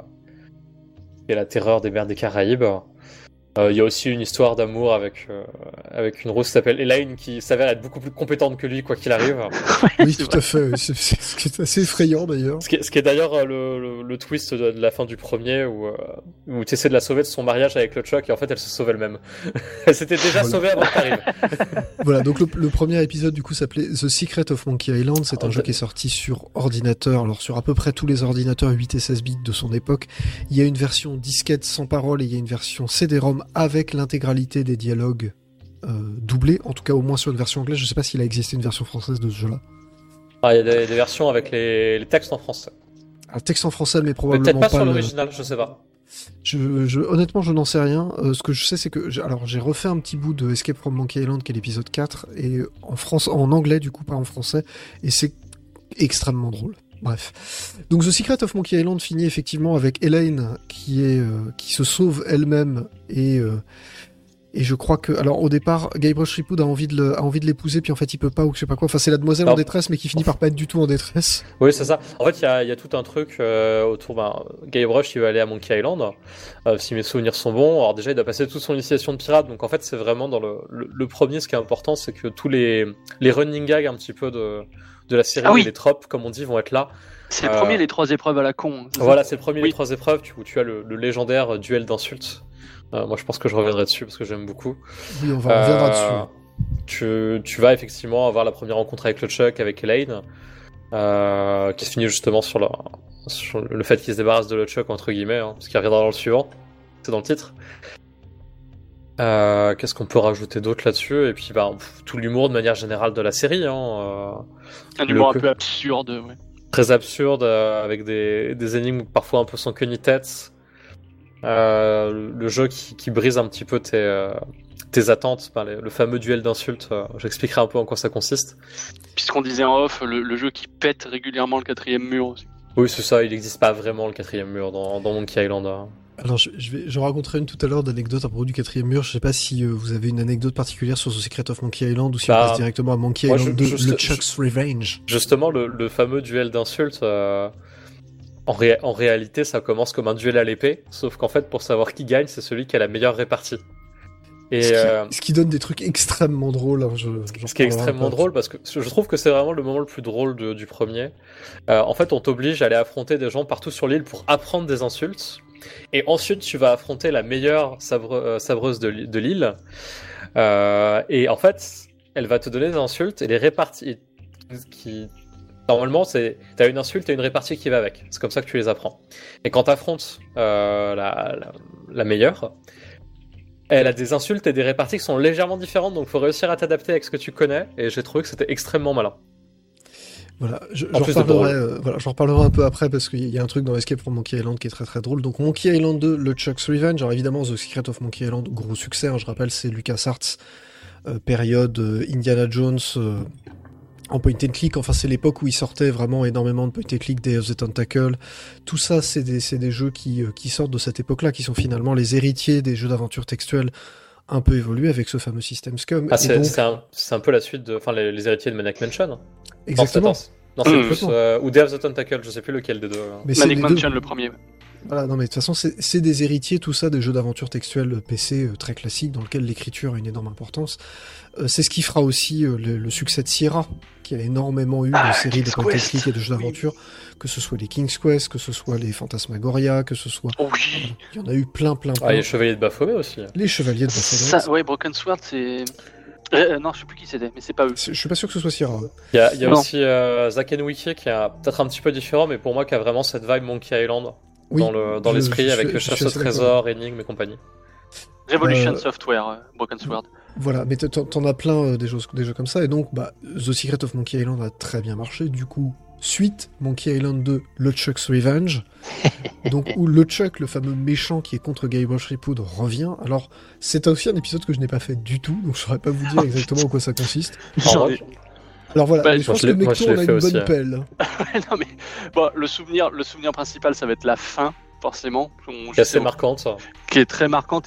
qui est la terreur des mers des Caraïbes. Euh, Il y a aussi une histoire d'amour avec, euh, avec une rose qui s'appelle Elaine qui s'avère être beaucoup plus compétente que lui, quoi qu'il arrive.
Oui,
c'est
tout à fait. oui, C'est, c'est- ce qui est assez effrayant d'ailleurs.
Ce qui est, ce qui est d'ailleurs euh, le, le, le twist de, de la fin du premier où, euh, où tu essaies de la sauver de son mariage avec LeChuck et en fait elle se sauve elle-même. Elle s'était déjà
Voilà.
sauvée avant que t'arrives.
Voilà, donc le, le premier épisode du coup s'appelait The Secret of Monkey Island. C'est un
Oh,
jeu
t'as-
qui est sorti sur ordinateur, alors sur à peu près tous les ordinateurs huit et seize bits de son époque. Il y a une version disquette sans parole et il y a une version C D-ROM avec l'intégralité des dialogues euh, doublés, en tout cas au moins sur une version anglaise. Je sais pas s'il a existé une version française de ce jeu-là.
Ah, il y a des, des versions avec les, les textes en français.
Un texte en français, mais
Mais
probablement
peut-être pas,
pas
sur
le-
l'original, je sais pas.
Je, je, honnêtement, je n'en sais rien. Euh, ce que je sais, c'est que j'ai- alors j'ai refait un petit bout de Escape from Monkey Island, qui est l'épisode quatre, et en France, en anglais du coup, pas en français, et c'est extrêmement drôle. Bref. Donc The Secret of Monkey Island finit effectivement avec Elaine qui est euh, qui se sauve elle-même et euh, et je crois que alors au départ Guybrush Threepwood a envie de le, a envie de l'épouser puis en fait il peut pas ou je sais pas quoi. Enfin c'est la demoiselle en
Non.
détresse mais qui finit par pas être du tout en détresse.
Oui, c'est ça. En fait, il y a, il y a tout un truc euh, autour. Ben, Guybrush, il va aller à Monkey Island. Euh, si mes souvenirs sont bons, alors déjà, il doit passer toute son initiation de pirate. Donc, en fait, c'est vraiment dans le, le, le premier, ce qui est important, c'est que tous les, les running gags un petit peu de, de la série,
Ah oui.
les tropes, comme on dit, vont être là.
C'est le
Euh,
premier, les trois épreuves à la con. c'est ça
Voilà, c'est le premier
Oui.
des trois épreuves tu- où tu as le, le légendaire duel d'insultes. Euh, moi, je pense que je reviendrai dessus parce que j'aime beaucoup.
Oui on va on reviendra
Euh,
dessus.
Tu, tu vas effectivement avoir la première rencontre avec le Chuck, avec Elaine, euh, qui se finit justement sur, la- sur le fait qu'il se débarrasse de le Chuck, entre guillemets, hein, parce qu'il reviendra dans le suivant. C'est dans le titre. Euh, Qu'est-ce qu'on peut rajouter d'autre là-dessus? Et puis bah, pff, tout l'humour de manière générale de la série. Hein, euh,
Un humour
le-
un peu absurde. Ouais.
très absurde, euh, avec des, des énigmes parfois un peu sans queue ni tête. Euh, le jeu qui, qui brise un petit peu tes, euh, tes attentes, enfin, les- le fameux duel d'insultes. euh, J'expliquerai un peu en quoi ça consiste.
Puisqu'on disait en off, le, le jeu qui pète régulièrement le quatrième mur aussi.
Oui, c'est ça, il n'existe pas vraiment le quatrième mur dans, dans Monkey Island. hein.
Alors je, je vais j'en raconterai une tout à l'heure d'anecdote à propos du quatrième mur. Je sais pas si euh, vous avez une anecdote particulière sur The Secret of Monkey Island ou si
Bah,
on passe directement à Monkey
moi,
Island
je-
deux,
je-
le
je-
Chuck's Revenge.
Justement, le, le fameux duel d'insultes, euh, en, ré- en réalité, ça commence comme un duel à l'épée, sauf qu'en fait, pour savoir qui gagne, c'est celui qui a la meilleure répartie. Et
Ce qui,
euh,
ce qui donne des trucs extrêmement drôles. hein, je, j'en
ce qui est
reparlerai
extrêmement
un peu.
drôle, parce que je trouve que c'est vraiment le moment le plus drôle de- du premier. Euh, en fait, on t'oblige à aller affronter des gens partout sur l'île pour apprendre des insultes. Et ensuite, tu vas affronter la meilleure sabre- euh, sabreuse de l'île- de l'île. Euh, et en fait, elle va te donner des insultes et les réparties qui... Normalement, c'est t'as une insulte et une répartie qui va avec. C'est comme ça que tu les apprends. Et quand t'affrontes euh, la, la, la meilleure, elle a des insultes et des réparties qui sont légèrement différentes, donc faut réussir à t'adapter avec ce que tu connais. Et j'ai trouvé que c'était extrêmement malin.
Voilà, je,
En
j'en
plus de
reparlerai,
drôle.
euh, voilà, j'en reparlerai un peu après parce qu'il y a un truc dans Escape from Monkey Island qui est très très drôle. Donc Monkey Island deux, le Chuck's Revenge. Alors évidemment, The Secret of Monkey Island, gros succès. hein, je rappelle, c'est LucasArts, euh, période euh, Indiana Jones euh, en point and click. Enfin, c'est l'époque où il sortait vraiment énormément de point and click, Day of the Tentacle. Tout ça, c'est des, c'est des jeux qui, euh, qui sortent de cette époque-là, qui sont finalement les héritiers des jeux d'aventure textuels un peu évolués avec ce fameux système Scum.
Ah,
Et
c'est
donc-
c'est un, c'est un peu la suite de, enfin les, les héritiers de Maniac Mansion.
exactement.
Non, c'est, non, c'est
Mmh.
plus euh, ou Day of the Tentacle, je sais plus lequel des deux. hein.
Mais c'est les
Manic
deux.
Mansion, le premier.
Voilà, non mais de toute façon, c'est c'est des héritiers, tout ça, des jeux d'aventure textuels P C euh, très classiques, dans lesquels l'écriture a une énorme importance. Euh, c'est ce qui fera aussi euh, le, le succès de Sierra, qui a énormément eu
Ah,
de séries de
King's
point and
Quest.
click et de jeux d'aventure, que ce soit les King's Quest, que ce soit les Phantasmagoria, que ce soit...
Oh oui.
Il y en a eu plein, plein, plein.
Ah, il y a Chevalier de Baphomet aussi.
Les Chevaliers de Baphomet.
Ça, ouais, Broken Sword, c'est. Euh, non, je sais plus qui c'était, mais c'est pas eux.
C'est- Je suis pas sûr que ce soit Sierra.
Il y a, il y a
Non.
aussi euh, Zack and Wiki qui est un- peut-être un petit peu différent, mais pour moi qui a vraiment cette vibe Monkey Island
Oui,
dans le dans
je-
l'esprit
je
avec
suis-
le
je suis
chasse au
assez d'accord.
trésor, énigmes et compagnie.
Revolution
Euh,
Software, euh, Broken Sword.
Voilà, mais t'en t'en as plein euh, des, jeux, des jeux comme ça, et donc bah, The Secret of Monkey Island a très bien marché, du coup, suite, Monkey Island deux, le Chuck's Revenge, donc où le Chuck, le fameux méchant qui est contre Guybrush Threepwood, revient. Alors, c'est aussi un épisode que je n'ai pas fait du tout, donc je saurais pas vous dire exactement en quoi ça consiste.
En
J'en
vrai,
ai-
Alors voilà,
Bah,
mais je
moi,
pense
je
que
l'ai- moi,
Mecto,
je l'ai
on a
fait
une
aussi,
bonne
hein.
pelle.
non mais bon, le souvenir, le souvenir principal, ça va être la fin, forcément, On-
qui est
je
assez
sais-
marquante.
qui est très marquante.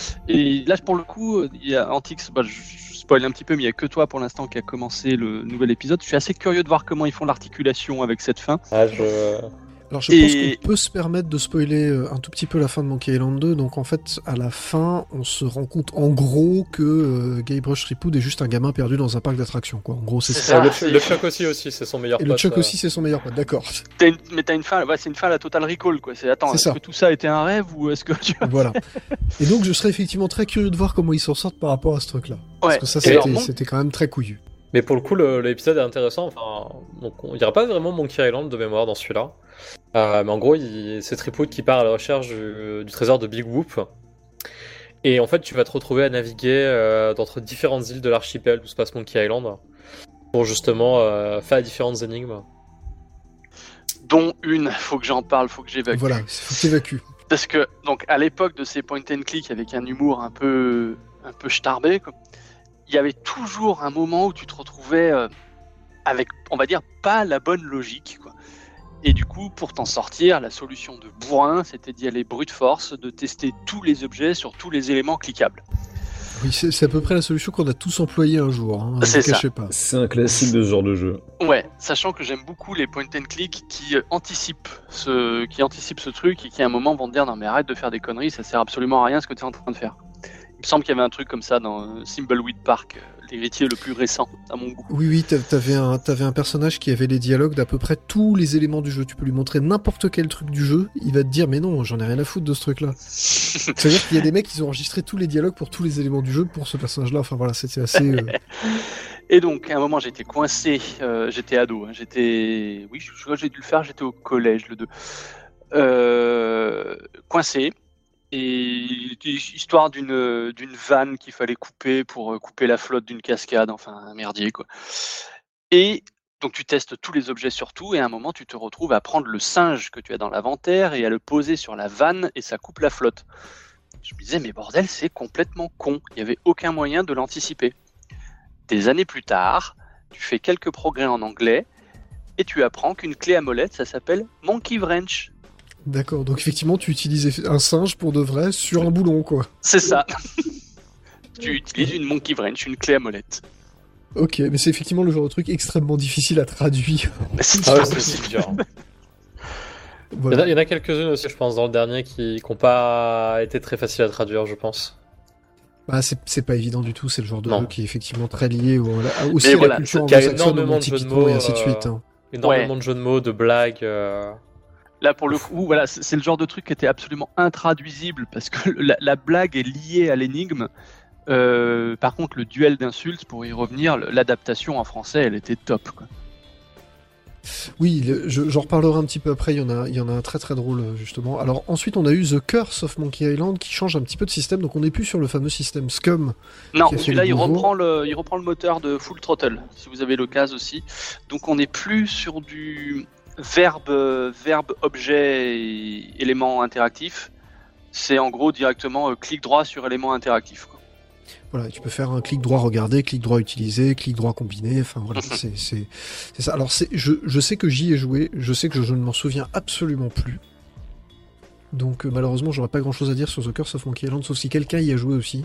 Et là, pour le coup, il y a Antix, bah, je, je spoil un petit peu, mais il n'y a que toi pour l'instant qui a commencé le nouvel épisode. Je suis assez curieux de voir comment ils font l'articulation avec cette fin.
Ah, je...
Alors je
Et-
pense qu'on peut se permettre de spoiler euh, un tout petit peu la fin de Monkey Island deux, donc en fait, à la fin, on se rend compte en gros que euh, Guybrush Threepwood est juste un gamin perdu dans un parc d'attractions, quoi. En gros, c'est
C'est
ça.
ça.
Euh, le,
c'est-
le Chuck aussi, aussi c'est son meilleur
Et
pote.
le Chuck
euh.
aussi, c'est son meilleur pote, d'accord.
T'as une- mais t'as une fin, ouais, c'est une fin à la Total Recall, quoi. C'est attends,
C'est
est-ce
ça.
que tout ça a été un rêve ou est-ce que tu
Voilà. Et donc, je serais effectivement très curieux de voir comment ils s'en sortent par rapport à ce truc-là. Parce
Ouais.
que ça,
Et alors,
c'était
mon-
c'était quand même très couillu.
Mais pour le coup, le- l'épisode est intéressant. Enfin, donc, il n'y aura pas vraiment Monkey Island de mémoire dans celui-là. Euh, mais en gros, il- c'est Threepwood qui part à la recherche du, du trésor de Big Whoop. Et en fait, tu vas te retrouver à naviguer euh, d'entre différentes îles de l'archipel où se passe Monkey Island pour justement euh, faire différentes énigmes.
Dont une, faut que j'en parle, faut que j'évacue.
Voilà, faut que t'évacues.
Parce que, donc, à l'époque de ces point and click avec un humour un peu, un peu starbé, quoi, il y avait toujours un moment où tu te retrouvais euh, avec, on va dire, pas la bonne logique, quoi. Et du coup, pour t'en sortir, la solution de bourrin, c'était d'y aller brute force, de tester tous les objets sur tous les éléments cliquables.
Oui, c'est, c'est à peu près la solution qu'on a tous employée un jour, hein,
C'est
ne
ça.
cachez pas.
C'est un classique de ce genre de jeu.
Ouais, sachant que j'aime beaucoup les point and click qui euh, anticipent ce, qui anticipent ce truc et qui à un moment vont te dire non mais arrête de faire des conneries, ça sert absolument à rien ce que tu es en train de faire. Il me semble qu'il y avait un truc comme ça dans euh, Thimbleweed Park, euh, l'héritier le plus récent à mon goût.
Oui, oui, t'a- t'avais un, t'avais un personnage qui avait les dialogues d'à peu près tous les éléments du jeu. Tu peux lui montrer n'importe quel truc du jeu, il va te dire mais non, j'en ai rien à foutre de ce truc-là. C'est-à-dire qu'il y a des mecs qui ont enregistré tous les dialogues pour tous les éléments du jeu pour ce personnage-là. Enfin voilà, c'était assez. euh,
Et donc à un moment j'étais coincé, euh, j'étais ado, hein, j'étais, oui je, je crois que j'ai dû le faire, j'étais au collège le deux, euh, coincé. Et histoire d'une d'une vanne qu'il fallait couper pour euh, couper la flotte d'une cascade, enfin un merdier quoi. Et donc tu testes tous les objets sur tout et à un moment tu te retrouves à prendre le singe que tu as dans l'inventaire et à le poser sur la vanne et ça coupe la flotte. Je me disais mais bordel c'est complètement con, il n'y avait aucun moyen de l'anticiper. Des années plus tard, tu fais quelques progrès en anglais et tu apprends qu'une clé à molette ça s'appelle Monkey Wrench.
D'accord, donc effectivement, tu utilisais un singe pour de vrai sur un boulon, quoi.
C'est ça. Tu utilises une Monkey Wrench, une clé à molette.
Ok, mais c'est effectivement le genre de truc extrêmement difficile à traduire.
C'est
Ah ouais,
pas
c'est
possible.
c'est dur. Il y en
Voilà.
a, il y en a quelques-unes aussi, je pense, dans le dernier qui n'ont pas été très faciles à traduire, je pense.
Bah, c'est, c'est pas évident du tout, c'est le genre de
Non.
jeu qui est effectivement très lié au, à- aussi
Mais
à
voilà,
la culture
il y a
anglo-saxonne, au
énormément de
Monty
jeux de
Python
mots,
et ainsi de
euh,
suite. hein.
Énormément
Ouais.
de jeux de mots, de blagues. euh,
Là, pour le coup, voilà, c'est c'est le genre de truc qui était absolument intraduisible parce que la, la blague est liée à l'énigme. Euh, par contre, le duel d'insultes, pour y revenir, le- l'adaptation en français, elle était top. Quoi.
Oui, le- je- j'en reparlerai un petit peu après, il y en a, il y en a un très très drôle, euh, justement. Alors ensuite, on a eu The Curse of Monkey Island qui change un petit peu de système, donc on n'est plus sur le fameux système Scum.
Non,
Qui a fait
celui-là,
le
il
nouveau.
reprend, le, il reprend le moteur de Full Throttle, si vous avez l'occasion aussi. Donc, on n'est plus sur du verbe, euh, verbe objet, et élément interactif. C'est en gros directement euh, clic droit sur élément interactif. Quoi.
Voilà, tu peux faire un clic droit regarder, clic droit utiliser, clic droit combiné, enfin voilà, c'est, c'est, c'est ça. Alors c'est, je, je sais que j'y ai joué, je sais que je, je ne m'en souviens absolument plus. Donc euh, malheureusement, j'aurais pas grand chose à dire sur The Curse of Monkey Island, sauf si quelqu'un y a joué aussi.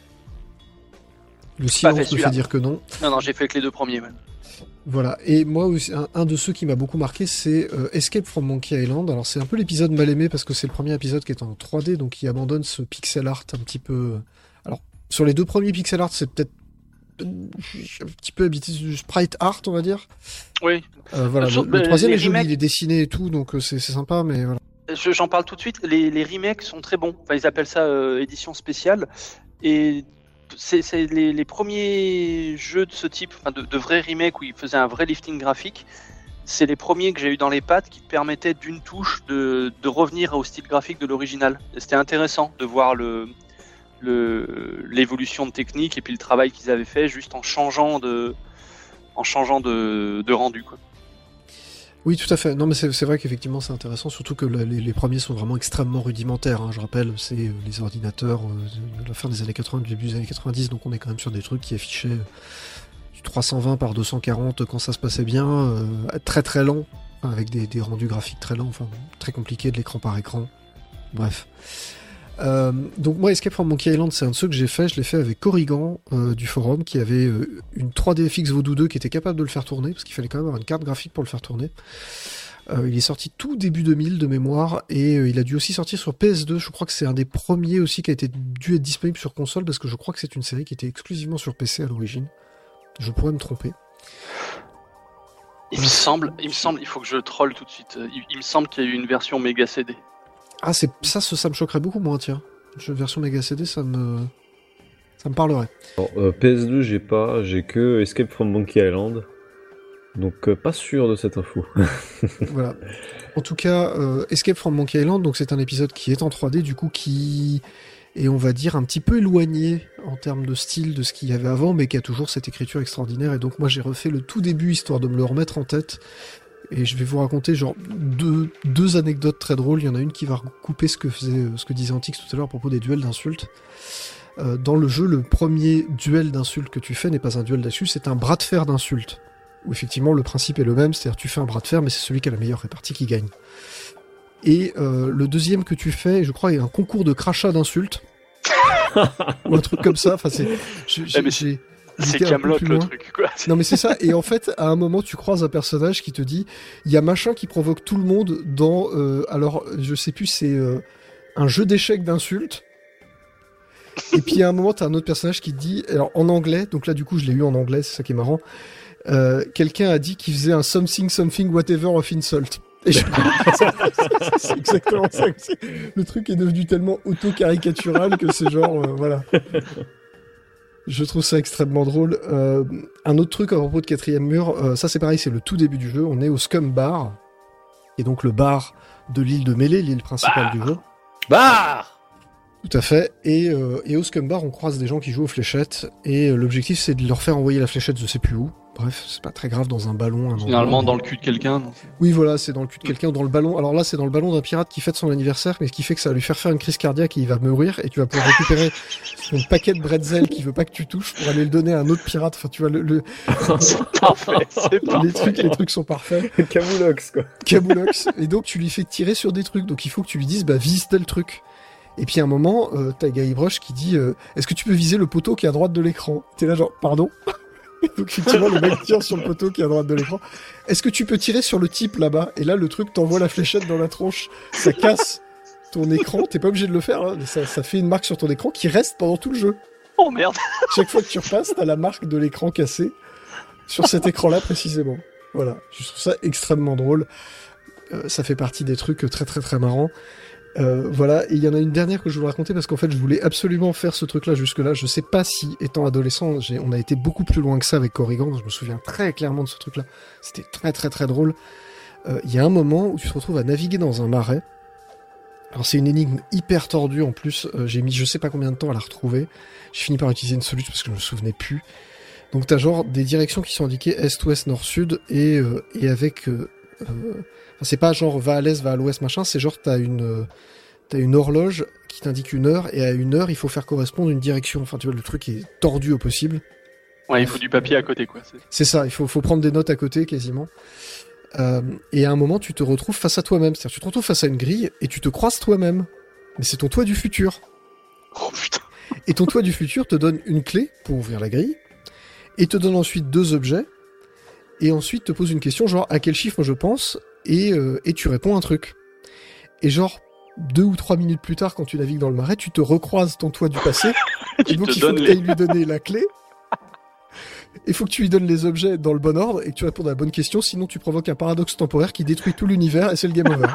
Le silence me
celui-là.
fait dire que non.
Non, non, j'ai fait que les deux premiers. Ouais.
Voilà, et moi aussi, un, un de ceux qui m'a beaucoup marqué, c'est euh, Escape from Monkey Island. Alors c'est un peu l'épisode mal aimé parce que c'est le premier épisode qui est en trois D, donc il abandonne ce pixel art un petit peu... Alors, sur les deux premiers pixel art, c'est peut-être un petit peu habité du sprite art, on va dire.
Oui,
Euh, voilà,
Sur-
le, le
euh,
troisième
les
est joli,
remakes-
il est dessiné et tout, donc euh, c'est, c'est sympa, mais voilà.
Je- j'en parle tout de suite. Les, les remakes sont très bons. Enfin, ils appellent ça euh, édition spéciale. Et c'est c'est les, les premiers jeux de ce type, enfin, de, de vrais remakes où ils faisaient un vrai lifting graphique. C'est les premiers que j'ai eu dans les pattes qui te permettaient d'une touche de, de revenir au style graphique de l'original. Et c'était intéressant de voir le, le, l'évolution de technique et puis le travail qu'ils avaient fait juste en changeant de, en changeant de, de rendu. Quoi.
Oui, tout à fait. Non, mais c'est, c'est vrai qu'effectivement, c'est intéressant, surtout que la- les, les premiers sont vraiment extrêmement rudimentaires. hein. Je rappelle, c'est euh, les ordinateurs euh, de la fin des années quatre-vingts, du début des années quatre-vingt-dix, donc on est quand même sur des trucs qui affichaient euh, du trois cent vingt par deux cent quarante quand ça se passait bien, euh, très très lent, enfin, avec des, des rendus graphiques très lents, enfin très compliqués, de l'écran par écran. Bref. Euh, donc moi, Escape from Monkey Island, c'est un de ceux que j'ai fait. Je l'ai fait avec Corrigan euh, du forum, qui avait euh, une trois D F X Voodoo deux qui était capable de le faire tourner, parce qu'il fallait quand même avoir une carte graphique pour le faire tourner. Euh, il est sorti tout début deux mille de mémoire, et euh, il a dû aussi sortir sur P S deux. Je crois que c'est un des premiers aussi qui a été dû être disponible sur console, parce que je crois que c'est une série qui était exclusivement sur P C à l'origine. Je pourrais me tromper.
Il me semble, il me semble, il faut que je troll tout de suite. Il, il me semble qu'il y a eu une version méga C D.
Ah, c'est ça, ça, ça me choquerait beaucoup moins, tiens. Une version Mega C D, ça me, ça me parlerait.
Alors, euh, P S deux, j'ai pas, j'ai que Escape from Monkey Island. Donc, euh, pas sûr de cette info.
Voilà. En tout cas, euh, Escape from Monkey Island, donc c'est un épisode qui est en trois D, du coup, qui et on va dire un petit peu éloigné en termes de style de ce qu'il y avait avant, mais qui a toujours cette écriture extraordinaire. Et donc moi j'ai refait le tout début histoire de me le remettre en tête. Et je vais vous raconter genre deux, deux anecdotes très drôles. Il y en a une qui va recouper ce que faisait, ce que disait Antix tout à l'heure à propos des duels d'insultes. Euh, dans le jeu, le premier duel d'insultes que tu fais n'est pas un duel d'insultes, c'est un bras de fer d'insultes. Où effectivement le principe est le même, c'est-à-dire tu fais un bras de fer, mais c'est celui qui a la meilleure répartie qui gagne. Et euh, le deuxième que tu fais, je crois, est un concours de crachat d'insultes. Ou un truc comme ça. Enfin, c'est. J'ai, j'ai, j'ai...
C'est Kaamelott le truc, quoi.
Non mais c'est ça, et en fait, à un moment, tu croises un personnage qui te dit, il y a machin qui provoque tout le monde dans, euh, alors, je sais plus, c'est euh, un jeu d'échecs d'insultes, et puis à un moment, t'as un autre personnage qui te dit, alors en anglais, donc là du coup, je l'ai eu en anglais, c'est ça qui est marrant, euh, quelqu'un a dit qu'il faisait un something, something, whatever of insult. Et je... c'est exactement ça. Le truc est devenu tellement auto-caricatural que c'est genre, euh, voilà. Je trouve ça extrêmement drôle. Euh, un autre truc à propos de Quatrième Mur, euh, ça c'est pareil, c'est le tout début du jeu. On est au Scum Bar, et donc le bar de l'île de Melee, l'île principale bah. du jeu.
Bar
Tout à fait. Et, euh, et au Scum Bar, on croise des gens qui jouent aux fléchettes, et euh, l'objectif c'est de leur faire envoyer la fléchette je sais plus où. Bref, c'est pas très grave, dans un ballon. Un
Généralement
endroit,
dans le cul de quelqu'un. Non
oui, voilà, c'est dans le cul de quelqu'un ou dans le ballon. Alors là, c'est dans le ballon d'un pirate qui fête son anniversaire, mais ce qui fait que ça va lui faire faire une crise cardiaque et il va mourir, et tu vas pouvoir récupérer son paquet de bretzel qu'il veut pas que tu touches pour aller le donner à un autre pirate. Enfin, tu vois, le... le...
c'est parfait, c'est parfait.
Les trucs, les trucs sont parfaits.
Camoulox, quoi.
Camoulox. Et donc, tu lui fais tirer sur des trucs. Donc, il faut que tu lui dises, bah, vise tel truc. Et puis, à un moment, euh, t'as Guybrush qui dit, euh, est-ce que tu peux viser le poteau qui est à droite de l'écran? T'es là genre, pardon? Donc effectivement le mec tire sur le poteau qui est à droite de l'écran. Est-ce que tu peux tirer sur le type là-bas? Et là le truc t'envoie la fléchette dans la tronche, ça casse ton écran, t'es pas obligé de le faire, hein, mais ça, ça fait une marque sur ton écran qui reste pendant tout le jeu.
Oh merde.
Chaque fois que tu repasses, t'as la marque de l'écran cassé sur cet écran-là précisément. Voilà, je trouve ça extrêmement drôle. Euh, ça fait partie des trucs très très très marrants. Euh, voilà, et il y en a une dernière que je voulais raconter parce qu'en fait je voulais absolument faire ce truc-là jusque-là. Je sais pas si, étant adolescent, j'ai... on a été beaucoup plus loin que ça avec Corrigan. Je me souviens très clairement de ce truc-là. C'était très très très drôle. Euh, il y a un moment où tu te retrouves à naviguer dans un marais. Alors c'est une énigme hyper tordue en plus. Euh, j'ai mis je sais pas combien de temps à la retrouver. J'ai fini par utiliser une solution parce que je me souvenais plus. Donc t'as genre des directions qui sont indiquées est, ouest, nord, sud et, euh, et avec... Euh, euh, Enfin, c'est pas genre va à l'est, va à l'ouest, machin, c'est genre t'as une, euh, t'as une horloge qui t'indique une heure, et à une heure, il faut faire correspondre une direction. Enfin, tu vois, le truc est tordu au possible.
Ouais, il faut du papier à côté, quoi. C'est,
c'est ça, il faut, faut prendre des notes à côté, quasiment. Euh, et à un moment, tu te retrouves face à toi-même. C'est-à-dire, tu te retrouves face à une grille, et tu te croises toi-même. Mais c'est ton toi du futur.
Oh putain.
Et ton toi du futur te donne une clé pour ouvrir la grille, et te donne ensuite deux objets, et ensuite te pose une question, genre, à quel chiffre je pense? Et, euh, et tu réponds un truc. Et genre, deux ou trois minutes plus tard, quand tu navigues dans le marais, tu te recroises ton toi du passé. Et donc, il faut que tu ailles lui donner la clé. Il faut que tu lui donnes les objets dans le bon ordre et que tu répondes à la bonne question, sinon tu provoques un paradoxe temporaire qui détruit tout l'univers et c'est le game over.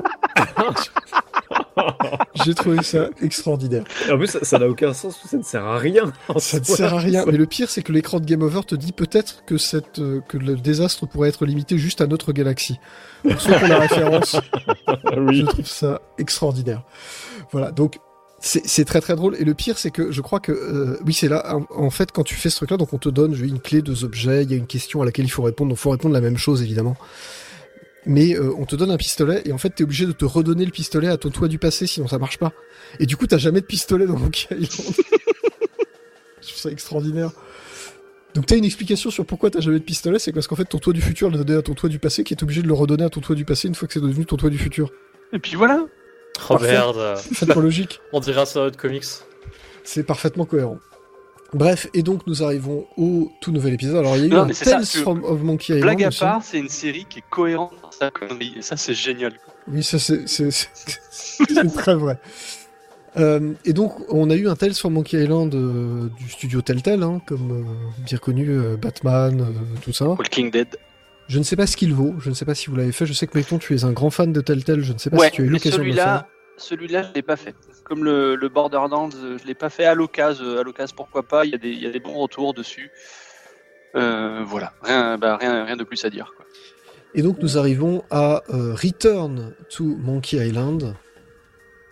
J'ai trouvé ça extraordinaire.
Et en plus, ça, ça n'a aucun sens, ça ne sert à rien.
Ça ne sert à rien. Mais le pire, c'est que l'écran de Game Over te dit peut-être que, cette, euh, que le désastre pourrait être limité juste à notre galaxie. Pour ceux qui ont la référence, oui. Je trouve ça extraordinaire. Voilà, donc c'est, c'est très très drôle. Et le pire, c'est que je crois que... Euh, oui, c'est là, en, en fait, quand tu fais ce truc-là, donc on te donne une clé, deux objets, il y a une question à laquelle il faut répondre, donc il faut répondre la même chose, évidemment. Mais euh, on te donne un pistolet et en fait t'es obligé de te redonner le pistolet à ton toi du passé sinon ça marche pas. Et du coup t'as jamais de pistolet dans Monkey Island. Je trouve ça extraordinaire. Donc t'as une explication sur pourquoi t'as jamais de pistolet, c'est parce qu'en fait ton toi du futur l'a donné à ton toi du passé qui est obligé de le redonner à ton toi du passé une fois que c'est devenu ton toi du futur.
Et puis voilà.
Oh parfait. Merde.
C'est pas logique.
On dirait ça de comics.
C'est parfaitement cohérent. Bref, et donc nous arrivons au tout nouvel épisode. Alors il y a eu non, un Tales ça, from of Monkey Island.
Blague à
aussi.
part, c'est une série qui est cohérente dans sa connerie, et ça c'est génial. Quoi.
Oui, ça c'est, c'est, c'est, c'est très vrai. Euh, et donc on a eu un Tales from Monkey Island euh, du studio Telltale, hein, comme euh, bien connu euh, Batman, euh, tout ça.
Walking Dead.
Je ne sais pas ce qu'il vaut, je ne sais pas si vous l'avez fait. Je sais que Mecton, tu es un grand fan de Telltale, je ne sais pas
ouais,
si tu as eu l'occasion de le faire.
Celui-là, je l'ai pas fait. Comme le, le Borderlands, je l'ai pas fait à l'occasion. À l'occasion, pourquoi pas. Il y a des, il y a des bons retours dessus. Euh, voilà, rien, bah, rien, rien de plus à dire. Quoi.
Et donc nous arrivons à euh, Return to Monkey Island.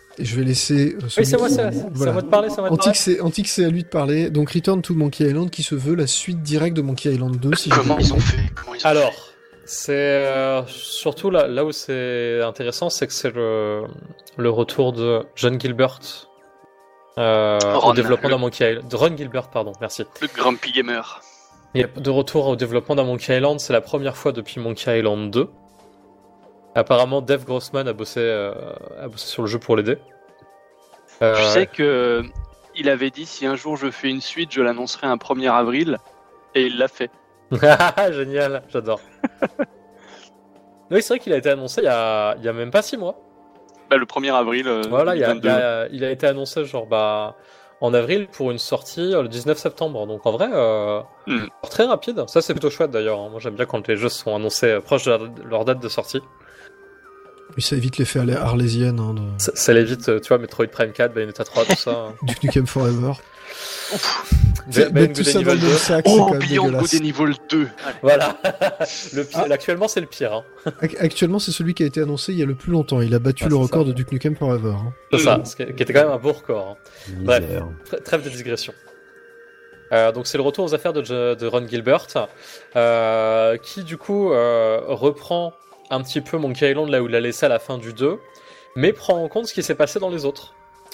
Et je vais laisser. Euh,
Oui, c'est moi, c'est, c'est
voilà.
à moi de parler, c'est à moi de
Antique,
parler.
c'est, Antique, c'est à lui de parler. Donc Return to Monkey Island qui se veut la suite directe de Monkey Island deux. Si
Comment
j'ai
ils ont fait Comment ils ont
Alors, c'est euh, surtout là, là où c'est intéressant, c'est que c'est le, le retour de John Gilbert euh,
Ron,
au développement
le-
d'un Monkey Island. De Ron Gilbert, pardon, merci.
fait le Grumpy Gamer.
Et de retour au développement d'un Monkey Island, c'est la première fois depuis Monkey Island deux. Apparemment, Dave Grossman a bossé, euh, a bossé sur le jeu pour l'aider. Euh,
Je sais que il avait dit si un jour je fais une suite, je l'annoncerai un premier avril, et il l'a fait.
Génial, j'adore. Oui, c'est vrai qu'il a été annoncé il y a, il y a même pas six mois.
Bah, le premier avril. euh,
Voilà, il, y a, il,
deux mille vingt-deux.
y a- il a été annoncé genre bah en avril pour une sortie euh, le dix-neuf septembre. Donc en vrai, euh,
Hmm.
très rapide. Ça c'est plutôt chouette d'ailleurs. Moi j'aime bien quand les jeux sont annoncés euh, proches de leur, de leur date de sortie.
Oui, ça évite l'effet arlé- arlésienne hein, de
Ça, ça l'évite, euh, tu vois, Metroid Prime quatre, Bayonetta trois, tout ça. hein.
Duke Nukem Forever.
Ba-
Mettre
Beyond
tout
Good
ça
and
dans le
Evil
même
deux.
sac, c'est
Oh,
quand même
Beyond Good
dégueulasse.
and Evil deux. Allez.
Voilà. le pire,
Ah.
Actuellement c'est le pire. Hein.
Ac- Actuellement, c'est celui qui a été annoncé il y a le plus longtemps. Il a battu
Ah,
le
c'est
record
ça.
de Duke Nukem Forever. hein.
C'est ça, ce qui qui était quand même un beau record. Hein. Bref.
Misère.
Tr- Trêve de digression. Euh, donc c'est le retour aux affaires de, Jo- de Ron Gilbert, euh, qui du coup euh, reprend un petit peu Monkey Island là où il l'a laissé à la fin du deux, mais prend en compte ce qui s'est passé dans les autres.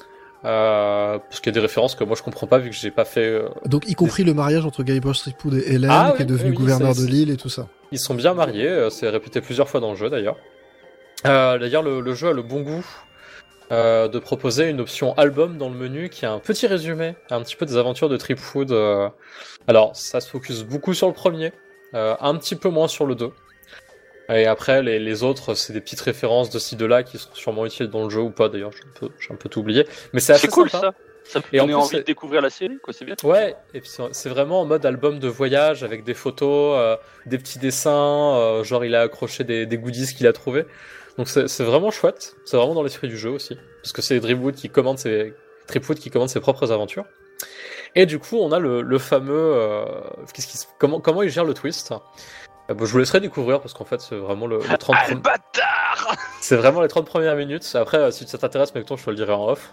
Euh, parce qu'il y a des références que moi je comprends pas vu que j'ai pas fait... euh,
Donc, y compris le mariage entre Guybrush Threepwood et Helen,
Ah
qui est
oui,
devenu
oui,
gouverneur
c'est-
de l'île et tout ça.
Ils sont bien mariés, euh, c'est répété plusieurs fois dans le jeu d'ailleurs. Euh, d'ailleurs le, le jeu a le bon goût euh, de proposer une option album dans le menu qui a un petit résumé, un petit peu des aventures de Tripwood. Euh... Alors ça se focus beaucoup sur le premier, euh, un petit peu moins sur le deux. Et après les, les autres c'est des petites références de ci de là qui seront sûrement utiles dans le jeu ou pas d'ailleurs, j'ai un peu, j'ai un peu tout oublié. Mais c'est assez
C'est cool
sympa.
ça. Ça me
Et en
donne
plus,
envie
c'est-
de découvrir la série, quoi. C'est bien.
Ouais, et puis c'est- c'est vraiment en mode album de voyage avec des photos, euh, des petits dessins, euh, genre il a accroché des, des goodies qu'il a trouvé. Donc c'est c'est vraiment chouette, c'est vraiment dans l'esprit du jeu aussi, parce que c'est Tripwood qui commande ses Tripwood qui commande ses propres aventures. Et du coup, on a le, le fameux euh, qu'est-ce qui se- comment comment il gère le twist. Euh, bon, je vous laisserai découvrir parce qu'en fait c'est vraiment le, le trente
Ah, le bâtard.
c'est vraiment les trente premières minutes. Après, euh, si ça t'intéresse, mec, je te le dirai en off.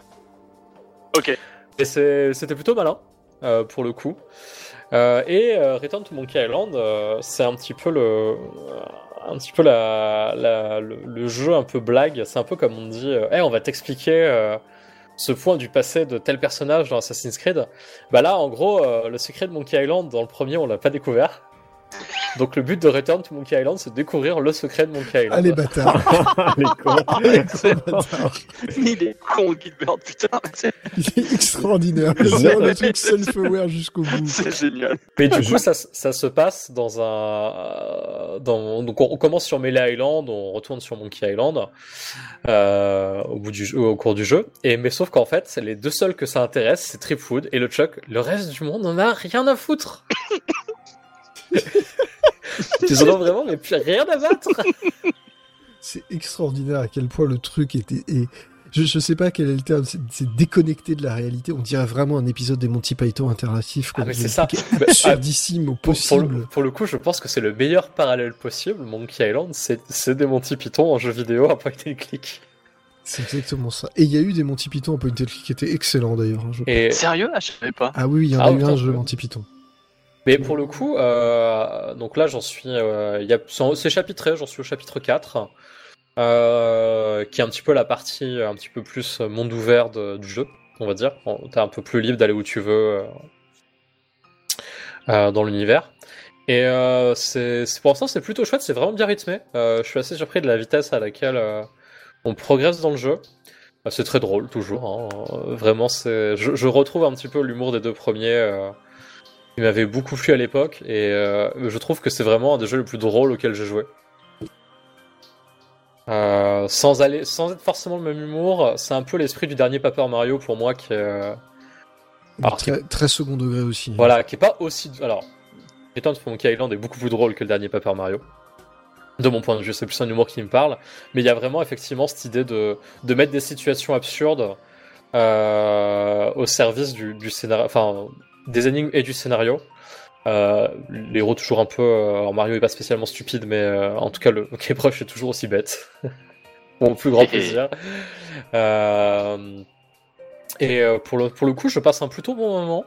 Ok.
Et c'est- c'était plutôt malin, euh, pour le coup. Euh, et euh, Return to Monkey Island, euh, c'est un petit peu le, un petit peu la, la- le, le jeu un peu blague. C'est un peu comme on dit, euh, hey, on va t'expliquer euh, ce point du passé de tel personnage dans Assassin's Creed. Bah là, en gros, euh, le secret de Monkey Island, dans le premier, on l'a pas découvert. Donc le but de Return to Monkey Island, c'est de découvrir le secret de Monkey Island.
Allez, bâtard.
Les cons.
Bâtard.
Il est con, Gilbert, putain. C'est
Il est extraordinaire. C'est vraiment le truc self-aware jusqu'au bout.
c'est génial.
Mais du coup, ça, ça se passe dans un, euh, dans, donc on, on commence sur Melee Island, on retourne sur Monkey Island euh, au bout du jeu, au cours du jeu. Et mais sauf qu'en fait, les deux seuls que ça intéresse, c'est Tripwood et le Chuck. Le reste du monde n'en a rien à foutre. Ils en ont vraiment mais plus rien à battre.
C'est extraordinaire à quel point le truc était. Et je, je sais pas quel est le terme, c'est c'est déconnecté de la réalité. On dirait vraiment un épisode des Monty Python interactifs.
Ah
comme
mais
le
c'est ça.
truc
Mais,
est
ah,
absurdissime au
Pour, pour le,
possible.
pour le coup, je pense que c'est le meilleur parallèle possible. Monkey Island, c'est c'est des Monty Python en jeu vidéo à point and click.
C'est exactement ça. Et il y a eu des Monty Python un point and click qui étaient excellents d'ailleurs. hein, je-
Et
Sérieux? Ah, je savais pas.
Ah oui, il y en
Ah,
a eu
putain,
un jeu
je-
Monty Python.
Mais pour le coup, euh, donc là j'en suis, euh, il y a, c'est c'est chapitré, j'en suis au chapitre quatre, euh, qui est un petit peu la partie un petit peu plus monde ouvert de- du jeu, on va dire. Bon, t'es un peu plus libre d'aller où tu veux euh, euh, dans l'univers. Et euh, c'est, c'est- pour l'instant c'est plutôt chouette, c'est vraiment bien rythmé. Euh, je suis assez surpris de la vitesse à laquelle euh, on progresse dans le jeu. Euh, C'est très drôle toujours, hein. Euh, Vraiment, c'est, je, je retrouve un petit peu l'humour des deux premiers. Euh, qui m'avait beaucoup plu à l'époque et euh, je trouve que c'est vraiment un des jeux les plus drôles auxquels j'ai joué. Euh, sans aller, sans être forcément le même humour, c'est un peu l'esprit du dernier Paper Mario pour moi qui est, euh, Alors,
très, très second degré aussi.
voilà, qui est pas aussi. Alors, Return to Monkey Island est beaucoup plus drôle que le dernier Paper Mario. De mon point de vue, c'est plus un humour qui me parle, mais il y a vraiment effectivement cette idée de de mettre des situations absurdes euh, au service du, du scénario, enfin des énigmes et du scénario. Euh, les héros toujours un peu... Euh, alors Mario est pas spécialement stupide, mais euh, en tout cas le Guybrush est toujours aussi bête. mon plus grand plaisir. Euh... Et euh, pour le, pour le coup, je passe un plutôt bon moment.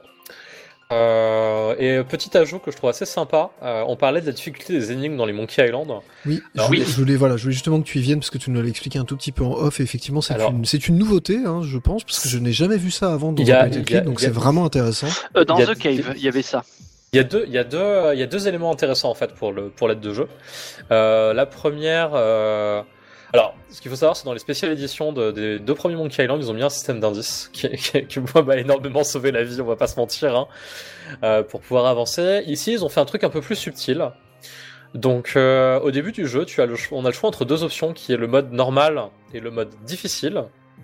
Euh, et petit ajout que je trouve assez sympa, euh, on parlait de la difficulté des énigmes dans les Monkey Island.
Oui,
Alors,
je, voulais,
oui.
je voulais voilà, je voulais justement que tu y viennes parce que tu nous l'as expliqué un tout petit peu en off. Et effectivement, c'est
Alors,
une, c'est une nouveauté, hein, je pense, parce que je n'ai jamais vu ça avant dans
il y a-
un point and
il y a-
click, donc
il y a-
c'est vraiment intéressant.
Euh, dans
Il y a-
The Cave, il y avait ça.
Il y a deux, il y a deux, il y a deux éléments intéressants en fait pour le pour l'aide de jeu. Euh, la première, euh... alors ce qu'il faut savoir, c'est dans les spéciales éditions de, des deux premiers Monkey Island, ils ont mis un système d'indices qui, qui, qui moi m'a énormément sauvé la vie, on va pas se mentir, hein, euh, pour pouvoir avancer. Ici, ils ont fait un truc un peu plus subtil. Donc, euh, au début du jeu, tu as le, cho- on a le choix entre deux options, qui est le mode normal et le mode difficile.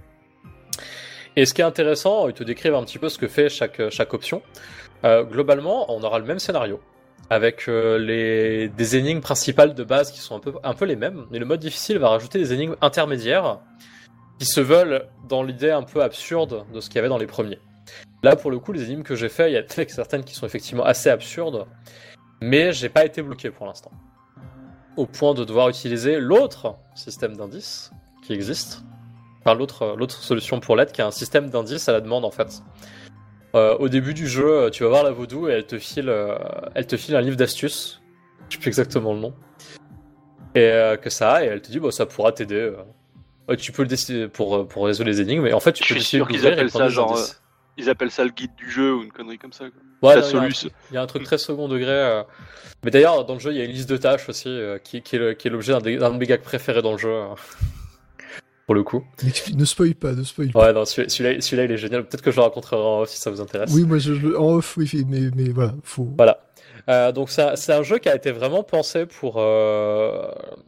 Et ce qui est intéressant, ils te décrivent un petit peu ce que fait chaque chaque option. Euh, globalement, on aura le même scénario, avec euh, les, des énigmes principales de base qui sont un peu, un peu les mêmes, mais le mode difficile va rajouter des énigmes intermédiaires qui se veulent dans l'idée un peu absurde de ce qu'il y avait dans les premiers. Là, pour le coup, les énigmes que j'ai fait, il y a certaines qui sont effectivement assez absurdes, mais j'ai pas été bloqué pour l'instant. Au point de devoir utiliser l'autre système d'indices qui existe, enfin l'autre, l'autre solution pour l'aide, qui est un système d'indices à la demande en fait. Euh, au début du jeu, tu vas voir la vaudou et elle te file, euh, elle te file un livre d'astuces. Je sais plus exactement le nom. Et euh, que ça, et elle te dit, bah, ça pourra t'aider. Euh. Ouais, tu peux le décider pour, pour résoudre les énigmes, mais en fait, tu
Je
peux
suis
décider
sûr
de
qu'ils
l'ouvrir et
appellent
prendre
ça
des
genre,
indices.
Ils appellent ça le guide du jeu ou une connerie comme ça. Quoi.
Ouais,
la
non, il y a un
soluce.
truc- il y a un truc très second degré. euh. Mais d'ailleurs, dans le jeu, il y a une liste de tâches aussi, euh, qui, qui est le- qui est l'objet d'un, des- d'un de mes gags préférés dans le jeu. euh. Pour le coup.
N'explique- Ne spoil pas, ne spoil pas.
Ouais, non, celui- celui-là, celui-là, il est génial. Peut-être que je le raconterai en off si ça vous intéresse.
Oui, moi, je, je- en off, oui, mais, mais voilà, faut.
Voilà. Euh, donc c'est un, c'est un jeu qui a été vraiment pensé pour euh,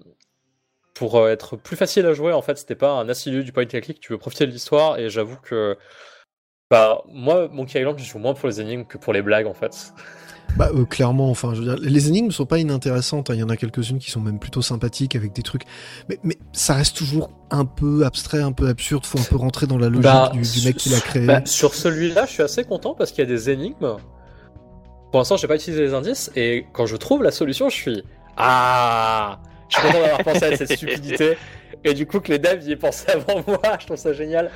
pour euh, être plus facile à jouer. En fait, c'était pas un assidu du point and click. Tu veux profiter de l'histoire et j'avoue que bah moi, Monkey Island, je joue moins pour les énigmes que pour les blagues en fait.
Bah, euh, clairement, enfin, je veux dire, les énigmes sont pas inintéressantes, hein. Il y en a quelques-unes qui sont même plutôt sympathiques avec des trucs, mais, mais ça reste toujours un peu abstrait, un peu absurde, faut un peu rentrer dans la logique
Bah,
du, du mec qui l'a créé.
Bah, sur celui-là, je suis assez content parce qu'il y a des énigmes. Pour l'instant, j'ai pas utilisé les indices et quand je trouve la solution, je suis ah, je suis content d'avoir pensé à cette stupidité et du coup que les devs y aient pensé avant moi. Je trouve ça génial.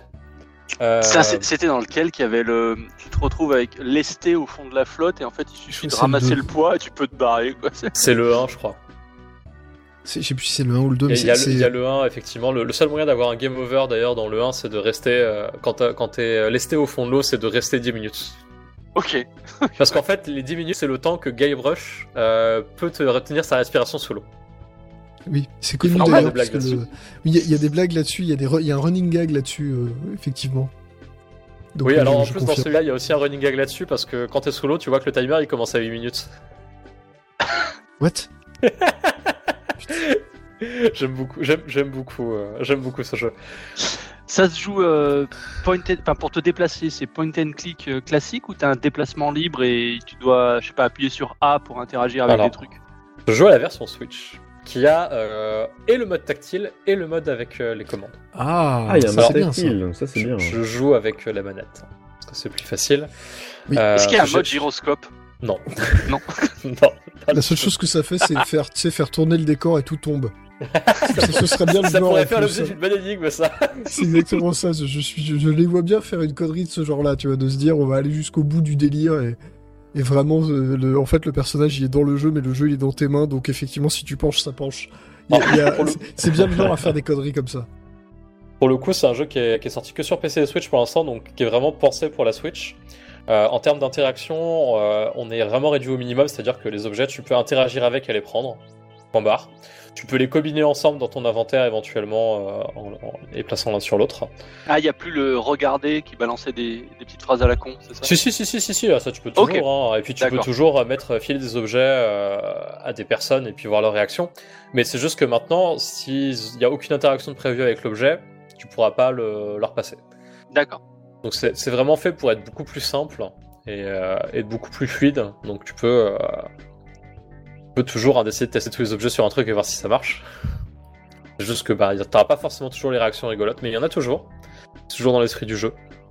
Euh,
Ça, c'est- c'était dans lequel qu'il y avait le. Tu te retrouves avec lesté au fond de la flotte et en fait il suffit
trouve
de
que c'est
ramasser
le
le
deux.
poids et tu peux te barrer. Quoi. C'est-
C'est le un, je crois.
C'est- Je sais plus si c'est le un ou le deux,
Et
mais
Il y, a
c'est.
le- il y
c'est-
a le un, effectivement. Le, le seul moyen d'avoir un game over, d'ailleurs, dans le un, c'est de rester. Euh, quand t'as- quand t'es euh, lesté au fond de l'eau, c'est de rester dix minutes.
Ok.
Parce qu'en fait, les dix minutes, c'est le temps que Guybrush euh, peut te retenir sa respiration sous l'eau.
Oui, c'est
Il
connu
faut en faire
d'ailleurs.
des blagues
parce que le-
là-dessus.
Oui, il y, a- il y a des blagues là-dessus, il y, a des re- il y a un running gag là-dessus, euh, effectivement. Donc,
Oui,
euh,
alors
je-
en
je
plus, dans
confirme.
celui-là, il y a aussi un running gag là-dessus, parce que quand t'es sous l'eau, tu vois que le timer, il commence à huit minutes.
What?
J'aime beaucoup, j'aime, j'aime beaucoup, euh, j'aime beaucoup ce jeu.
Ça se joue euh, point and... enfin, pour te déplacer, c'est point and click euh, classique ou t'as un déplacement libre et tu dois, je sais pas, appuyer sur A pour interagir avec
Alors.
des trucs.
Je joue à la version Switch, qui a euh, et le mode tactile et le mode avec euh, les commandes.
Ah,
Ah, il y a un
ça,
mode
c'est bien ça.
tactile, donc ça c'est
Je,
bien.
je joue avec euh, la manette, parce que c'est plus facile.
Oui.
Euh,
Est-ce qu'il y a un
j'ai-
mode gyroscope?
Non.
Non.
non.
La seule chose que ça fait, c'est faire, tu sais, faire tourner le décor et tout tombe. ça, ce serait bien le
Ça
genre,
pourrait
en
faire
plus,
l'objet
hein.
d'une bonne énigme, ça.
C'est exactement ça. Je, suis, je, je les vois bien faire une connerie de ce genre-là, tu vois, de se dire on va aller jusqu'au bout du délire et, et vraiment, euh, le, en fait, le personnage il est dans le jeu, mais le jeu il est dans tes mains, donc effectivement, si tu penches, ça penche. Il y a- il y a-
Pour le-
c'est- c'est bien le genre à faire des conneries comme ça.
Pour le coup, c'est un jeu qui est, qui est sorti que sur P C et Switch pour l'instant, donc qui est vraiment pensé pour la Switch. Euh, en termes d'interaction, euh, on est vraiment réduit au minimum, c'est-à-dire que les objets, tu peux interagir avec et les prendre. Point barre. Tu peux les combiner ensemble dans ton inventaire éventuellement euh, en, en les plaçant l'un sur l'autre.
Ah, il n'y a plus le regarder qui balançait des, des petites phrases à la con, c'est ça?
Si, si, si, si, si, si, ça tu peux toujours.
Ok.
Hein. Et puis tu peux
D'accord.
toujours euh, mettre filer des objets euh, à des personnes et puis voir leur réaction. Mais c'est juste que maintenant, s'il n'y a aucune interaction de prévue avec l'objet, tu pourras pas le, leur passer.
D'accord.
Donc c'est c'est vraiment fait pour être beaucoup plus simple et, euh, et beaucoup plus fluide. Donc tu peux, euh, tu peux toujours hein, essayer de tester tous les objets sur un truc et voir si ça marche. C'est juste que bah, t'auras pas forcément toujours les réactions rigolotes, mais il y en a toujours. C'est toujours dans l'esprit du jeu.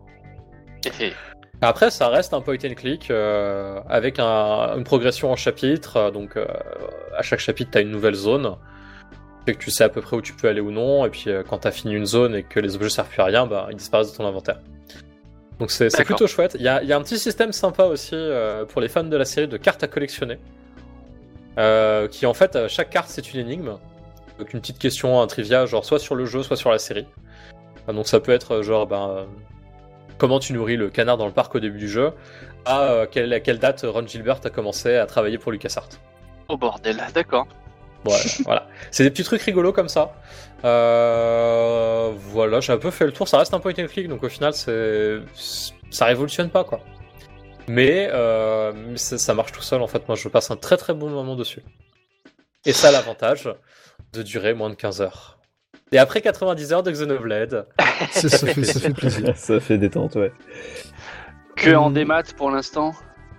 Après, ça reste un point and click euh, avec un, une progression en chapitre. Donc, euh, à chaque chapitre, t'as une nouvelle zone. Fait que tu sais à peu près où tu peux aller ou non, et puis euh, quand t'as fini une zone et que les objets servent plus à rien, bah ils disparaissent de ton inventaire. Donc c'est, c'est plutôt chouette. Il y a, il y a un petit système sympa aussi euh, pour les fans de la série de cartes à collectionner. Euh, qui en fait, chaque carte c'est une énigme. Donc une petite question, un trivia, genre soit sur le jeu, soit sur la série. Donc ça peut être genre, ben, euh, comment tu nourris le canard dans le parc au début du jeu, à, euh, quelle, à quelle date Ron Gilbert a commencé à travailler pour LucasArts.
Oh bordel, d'accord.
Ouais, voilà. C'est des petits trucs rigolos comme ça. Euh, voilà, j'ai un peu fait le tour. Ça reste un point and click, donc au final, c'est, ça révolutionne pas, quoi. Mais, euh, mais ça, ça marche tout seul, en fait. Moi, je passe un très très bon moment dessus. Et ça a l'avantage de durer moins de quinze heures. Et après quatre-vingt-dix heures de Xenoblade,
C'est- ça, fait, ça fait plaisir.
Ça fait détente, ouais.
Que en
Hum.
démat pour l'instant.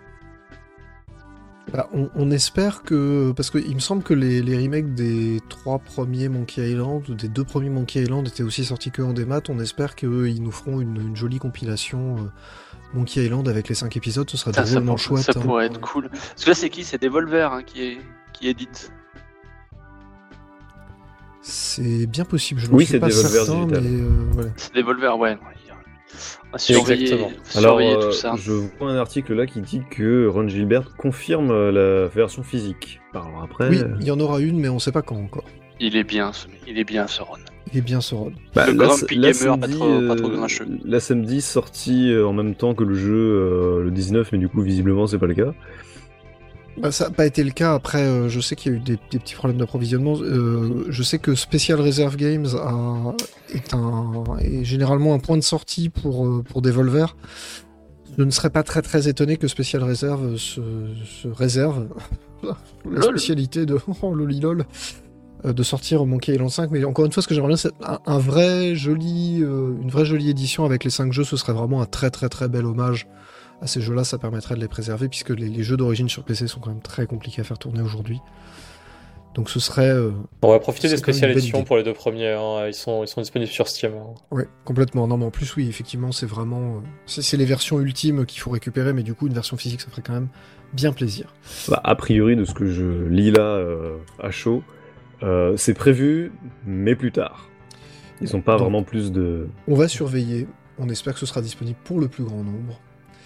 Bah, on, on espère que... Parce qu'il me semble que les, les remakes des trois premiers Monkey Island, ou des deux premiers Monkey Island, étaient aussi sortis que en démat. On espère qu'ils nous feront une, une jolie compilation euh, Monkey Island avec les cinq épisodes. Ce serait
Putain, ça,
drôlement
pour-
chouette.
ça
hein.
pourrait être cool. Parce que là, c'est qui? C'est Devolver hein, qui, est... qui édite.
C'est bien possible, je ne
Oui,
suis
c'est
pas
Devolver
certain, mais
Digital.
euh, voilà.
C'est Devolver, ouais. On va surveiller,
Exactement.
surveiller
Alors,
tout
euh,
ça.
je vois un article là qui dit que Ron Gilbert confirme euh, la version physique. Alors après,
Oui,
euh,
il y en aura une, mais on ne sait pas quand encore.
Il est bien, ce... il est bien ce Ron.
Il est bien ce rôle.
bah,
le
là,
grumpy
là,
gamer, pas
samedi,
trop- pas trop
euh,
grincheux.
là, samedi, sorti euh, en même temps que le jeu euh, le dix-neuf, mais du coup, visiblement, c'est pas le cas.
Bah, ça n'a pas été le cas. Après, euh, je sais qu'il y a eu des, des petits problèmes d'approvisionnement. Euh, je sais que Special Reserve Games a, est, un, est généralement un point de sortie pour, euh, pour Devolver. Je ne serais pas très très étonné que Special Reserve se, se réserve la
Lol.
spécialité de oh, lolilol, euh, de sortir Monkey Island cinq. Mais encore une fois, ce que j'aimerais bien, c'est un, un vrai joli, euh, une vraie jolie édition avec les cinq jeux. Ce serait vraiment un très très très bel hommage à ces jeux-là. Ça permettrait de les préserver puisque les, les jeux d'origine sur P C sont quand même très compliqués à faire tourner aujourd'hui. Donc ce serait... euh,
on va profiter des
C'est quand même
spéciales
une belle
éditions
idée.
pour les deux premiers. Hein. Ils sont, ils sont disponibles sur Steam. Hein.
Ouais, complètement. Non, mais en plus, oui, effectivement, c'est vraiment... euh, C'est, c'est les versions ultimes qu'il faut récupérer, mais du coup, une version physique, ça ferait quand même bien plaisir.
Bah, a priori, de ce que je lis là euh, à chaud, euh, c'est prévu, mais plus tard. Ils ont pas
Donc,
vraiment plus de.
On va surveiller. On espère que ce sera disponible pour le plus grand nombre.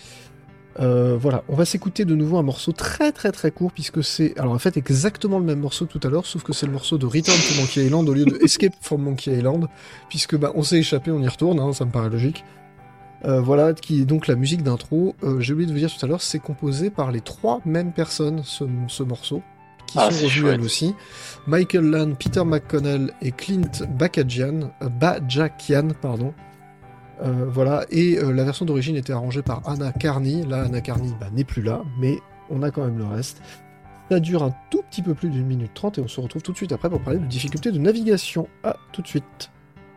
Euh, voilà, on va s'écouter de nouveau un morceau très très très court, puisque c'est, alors en fait, exactement le même morceau que tout à l'heure, sauf que c'est le morceau de Return to Monkey Island au lieu de Escape from Monkey Island, puisque bah, on s'est échappé, on y retourne, hein, ça me paraît logique. Euh, voilà, qui est donc la musique d'intro. Euh, j'ai oublié de vous dire tout à l'heure, c'est composé par les trois mêmes personnes, ce, ce morceau, qui
Ah,
sont
c'est
revenus
chouette.
elles aussi. Michael Land, Peter McConnell et Clint Bakajian, euh, Bajakian, pardon. Euh, voilà, et euh, la version d'origine était arrangée par Anna Carney. Là, Anna Carney bah, n'est plus là, mais on a quand même le reste. Ça dure un tout petit peu plus d'une minute trente et on se retrouve tout de suite après pour parler de difficultés de navigation. À tout de suite.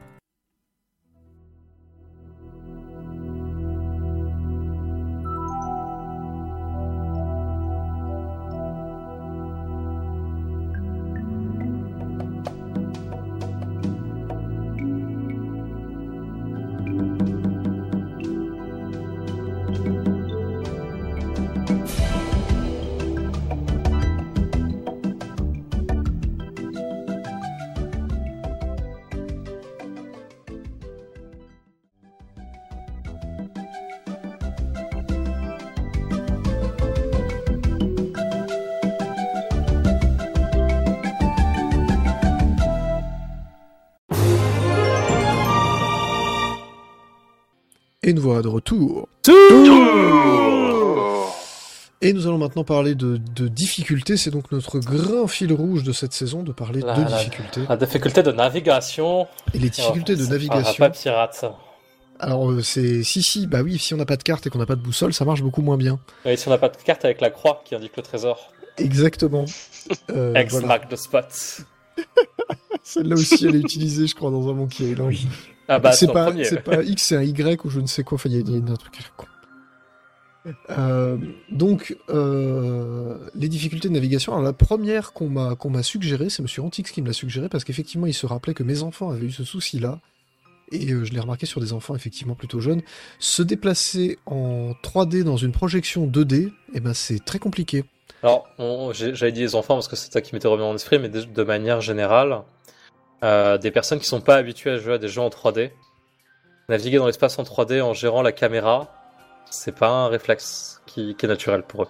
Et nous voilà de retour. Et nous allons maintenant parler de, de difficultés. C'est donc notre grand fil rouge de cette saison de parler
La-
de
la-
difficultés.
La difficulté de navigation.
Et les difficultés de
Ça
navigation.
parlera pas pirate.
Alors euh, c'est si si bah oui, si on n'a pas de carte et qu'on n'a pas de boussole, ça marche beaucoup moins bien.
Et si on n'a pas de carte avec la croix qui indique le trésor.
Exactement. Euh,
X
voilà.
marque de spot.
Celle-là aussi elle est utilisée, je crois, dans un Monkey Island.
Ah bah
c'est
c'est
pas
le premier.
c'est pas X, c'est un Y ou je ne sais quoi. Enfin il y a, il y a un truc. Euh, donc euh, les difficultés de navigation. Alors la première qu'on m'a qu'on m'a suggérée, c'est Monsieur Antix qui me l'a suggéré parce qu'effectivement il se rappelait que mes enfants avaient eu ce souci-là. Et euh, je l'ai remarqué sur des enfants effectivement plutôt jeunes, se déplacer en trois D dans une projection deux D, eh ben c'est très compliqué.
Alors, on- j'ai- j'avais dit les enfants parce que c'est ça qui m'était revenu en esprit, mais de, de manière générale, Euh, des personnes qui sont pas habituées à jouer à des jeux en trois D, naviguer dans l'espace en trois D en gérant la caméra, c'est pas un réflexe qui, qui est naturel pour eux.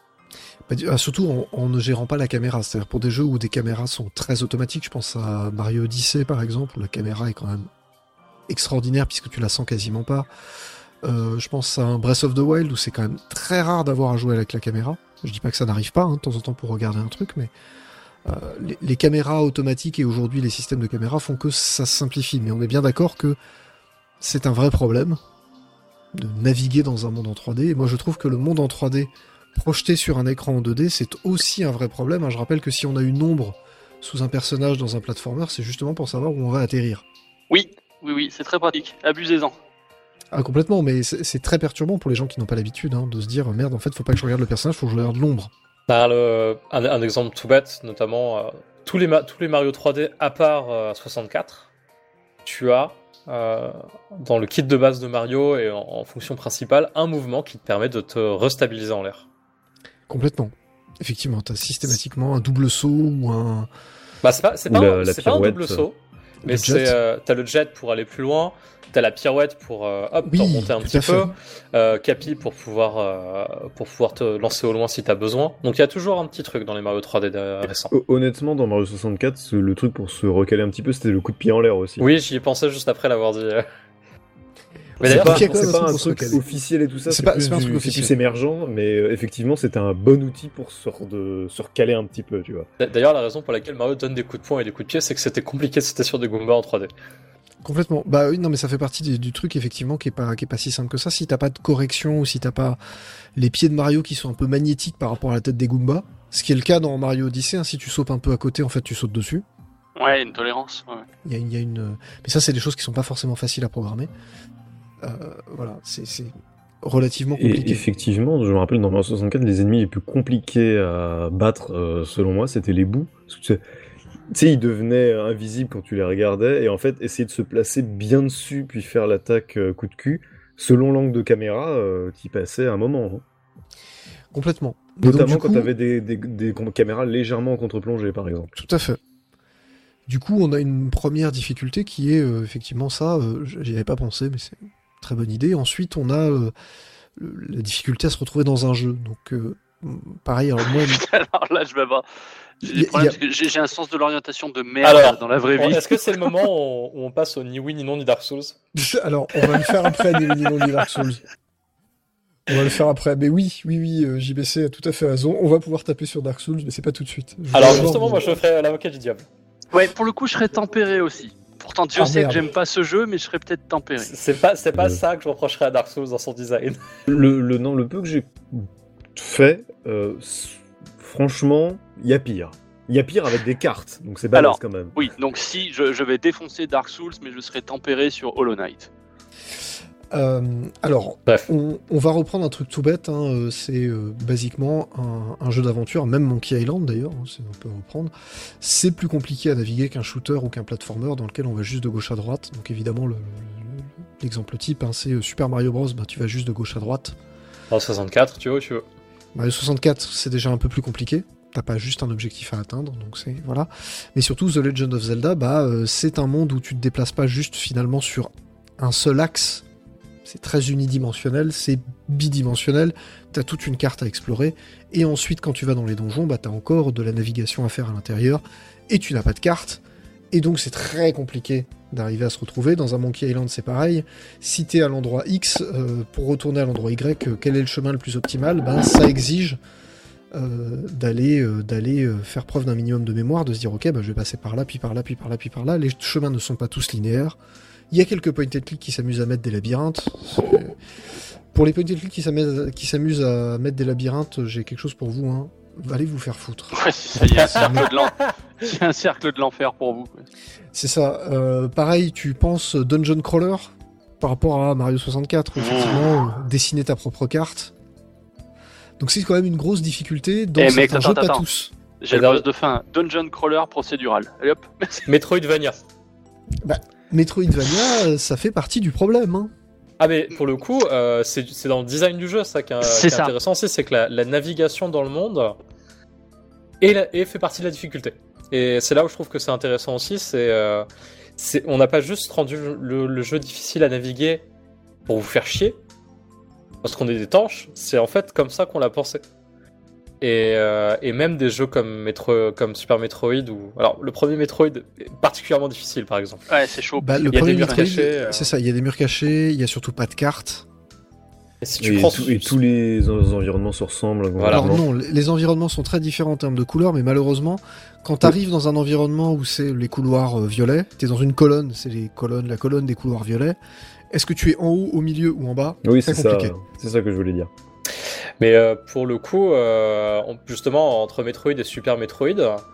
Bah, surtout en, en ne gérant pas la caméra, c'est-à-dire pour des jeux où des caméras sont très automatiques, je pense à Mario Odyssey par exemple, où la caméra est quand même extraordinaire puisque tu la sens quasiment pas. Euh, je pense à un Breath of the Wild où c'est quand même très rare d'avoir à jouer avec la caméra. Je dis pas que ça n'arrive pas, hein, de temps en temps pour regarder un truc, mais euh, les, les caméras automatiques et aujourd'hui les systèmes de caméra font que ça se simplifie. Mais on est bien d'accord que c'est un vrai problème de naviguer dans un monde en trois D. Et moi je trouve que le monde en trois D projeté sur un écran en deux D, c'est aussi un vrai problème. Hein. Je rappelle que si on a une ombre sous un personnage dans un platformer, c'est justement pour savoir où on va atterrir.
Oui, oui, oui, c'est très pratique. Abusez-en.
Ah, complètement, mais c'est, c'est très perturbant pour les gens qui n'ont pas l'habitude hein, de se dire merde, en fait, faut pas que je regarde le personnage, faut que je regarde l'ombre.
Bah, le, un, un exemple tout bête, notamment euh, tous, les, tous les Mario trois D à part euh, soixante-quatre, tu as euh, dans le kit de base de Mario et en, en fonction principale un mouvement qui te permet de te restabiliser en l'air.
Complètement. Effectivement, t'as systématiquement un double saut ou un.
Bah, c'est pas, c'est pas,
la,
un,
la
c'est pas un double
euh...
saut, mais c'est, euh, t'as le jet pour aller plus loin. T'as la pirouette pour euh, hop,
oui,
remonter un petit peu, euh, Capi pour pouvoir euh, pour pouvoir te lancer au loin si t'as besoin. Donc il y a toujours un petit truc dans les Mario trois D récents.
Honnêtement, dans Mario soixante-quatre, le truc pour se recaler un petit peu, c'était le coup de pied en l'air aussi.
Oui, j'y ai pensé juste après l'avoir dit.
Mais c'est pas, c'est
c'est
pas un truc officiel et tout ça,
c'est,
c'est,
pas,
plus,
c'est, pas un truc
du,
officiel.
c'est plus émergent, mais euh, effectivement c'était un bon outil pour se, de, se recaler un petit peu, tu vois.
D'ailleurs, la raison pour laquelle Mario donne des coups de poing et des coups de pied, c'est que c'était compliqué de sauter sur des Goombas en trois D.
Complètement. Bah oui, non, mais ça fait partie du, du truc effectivement qui est pas qui est pas si simple que ça. Si t'as pas de correction ou si t'as pas les pieds de Mario qui sont un peu magnétiques par rapport à la tête des Goombas, ce qui est le cas dans Mario Odyssey, hein, si tu sautes un peu à côté, en fait, tu sautes dessus.
Ouais, une tolérance. Ouais.
Il y a, il y a une, mais ça, c'est des choses qui sont pas forcément faciles à programmer. Euh, voilà, c'est, c'est relativement compliqué.
Et effectivement, je me rappelle dans Mario soixante-quatre, les ennemis les plus compliqués à battre, euh, selon moi, c'était les bouts. Parce que, tu sais, ils devenaient invisibles quand tu les regardais, et en fait, essayer de se placer bien dessus, puis faire l'attaque euh, coup de cul, selon l'angle de caméra, euh, qui passait à un moment. Hein.
Complètement. Mais
Notamment
donc,
quand
coup,
t'avais des, des, des caméras légèrement en contre-plongée, par exemple.
Tout à fait. Du coup, on a une première difficulté qui est euh, effectivement ça, euh, j'y avais pas pensé, mais c'est une très bonne idée. Ensuite, on a euh, la difficulté à se retrouver dans un jeu. Donc, euh, pareil, alors moi...
alors là, je vais avoir... J'ai, des
Y a-
problèmes
y a-
parce que j'ai, j'ai un sens de l'orientation de merde
Alors,
dans la vraie
Bon,
vie.
est-ce que c'est le moment où on, où on passe au ni oui ni non ni Dark Souls?
Alors, on va le faire après, ni ni non, ni Dark Souls. On va le faire après. Mais oui, oui, oui, euh, J B C a tout à fait raison. On va pouvoir taper sur Dark Souls, mais c'est pas tout de suite. Je
Alors
vais
justement,
d'abord-
moi je ferai l'avocat du diable.
Ouais, pour le coup, je serais tempéré aussi. Pourtant, Dieu
Ah,
sait
merde.
que j'aime pas ce jeu, mais je serais peut-être tempéré.
C'est pas, c'est pas
Euh.
ça que je reprocherais à Dark Souls dans son design.
Le, le, non, le peu que j'ai fait, euh, s- franchement, il y a pire. Il y a pire avec des cartes, donc c'est balèze
Alors,
quand même.
Oui, donc si, je, je vais défoncer Dark Souls, mais je serai tempéré sur Hollow Knight.
Euh, alors,
Bref.
on, on va reprendre un truc tout bête. Hein, euh, c'est euh, basiquement un, un jeu d'aventure, même Monkey Island d'ailleurs, hein, c'est- on peut reprendre. C'est plus compliqué à naviguer qu'un shooter ou qu'un platformer dans lequel on va juste de gauche à droite. Donc évidemment, le, le- l'exemple type, hein, c'est euh, Super Mario Bros. Bah, tu vas juste de gauche à droite.
En soixante-quatre, tu vois où tu veux.
Mario soixante-quatre, c'est déjà un peu plus compliqué. T'as pas juste un objectif à atteindre, donc c'est voilà. Mais surtout, The Legend of Zelda, bah, euh, c'est un monde où tu te déplaces pas juste finalement sur un seul axe. C'est très unidimensionnel, c'est bidimensionnel. T'as toute une carte à explorer, et ensuite, quand tu vas dans les donjons, bah, t'as encore de la navigation à faire à l'intérieur, et tu n'as pas de carte. Et donc, c'est très compliqué d'arriver à se retrouver. Dans un Monkey Island, c'est pareil. Si t'es à l'endroit X, euh, pour retourner à l'endroit Y, euh, quel est le chemin le plus optimal? Ben, ça exige euh, d'aller euh, d'aller euh, faire preuve d'un minimum de mémoire, de se dire ok, bah, je vais passer par là, puis par là, puis par là, puis par là. Les chemins ne sont pas tous linéaires. Il y a quelques point and click qui s'amusent à mettre des labyrinthes. C'est- Pour les point and click qui s'amusent qui s'amusent à mettre des labyrinthes, j'ai quelque chose pour vous. Hein. Allez vous faire foutre.
Ouais, c'est ça, il y a un cercle de l'en- il y a un cercle de l'enfer pour vous. quoi.
C'est ça. Euh, pareil, tu penses dungeon crawler par rapport à Mario soixante-quatre, où effectivement, euh, dessiner ta propre carte. Donc c'est quand même une grosse difficulté dans
Eh,
certains
mec, attends,
jeux, pas
attends.
tous.
J'ai le
Alors-
boss de fin, Dungeon Crawler procédural. Allez hop, merci.
Metroidvania.
Metroidvania, euh, ça fait partie du problème. Hein.
Ah mais pour le coup, euh, c'est c'est dans le design du jeu ça qui est,
C'est
qui est
ça.
intéressant aussi, c'est que la, la navigation dans le monde est, la- est fait partie de la difficulté. Et c'est là où je trouve que c'est intéressant aussi, c'est, euh, c'est on n'a pas juste rendu le, le jeu difficile à naviguer pour vous faire chier, parce qu'on est des tanches, c'est en fait comme ça qu'on l'a pensé. Et, euh, et même des jeux comme, Metro, comme Super Metroid, ou alors le premier Metroid est particulièrement difficile par exemple.
Ouais, c'est chaud.
Bah, le
Il y a
premier
des murs
Metroid,
cachés, euh.
c'est ça, il y a des murs cachés, il y a surtout pas de cartes.
Et si tu
Et,
prends
tout- et tous les en- environnements se ressemblent.
Voilà.
Alors
complètement.
non, les les environnements sont très différents en termes de couleurs, mais malheureusement, quand tu arrives dans un environnement où c'est les couloirs euh, violets, tu es dans une colonne, c'est les colonnes, la colonne des couloirs violets. Est-ce que tu es en haut, au milieu ou en bas?
Oui, c'est
Très
ça.
compliqué.
C'est ça que je voulais dire.
Mais euh, pour le coup, euh, on- justement, entre Metroid et Super Metroid,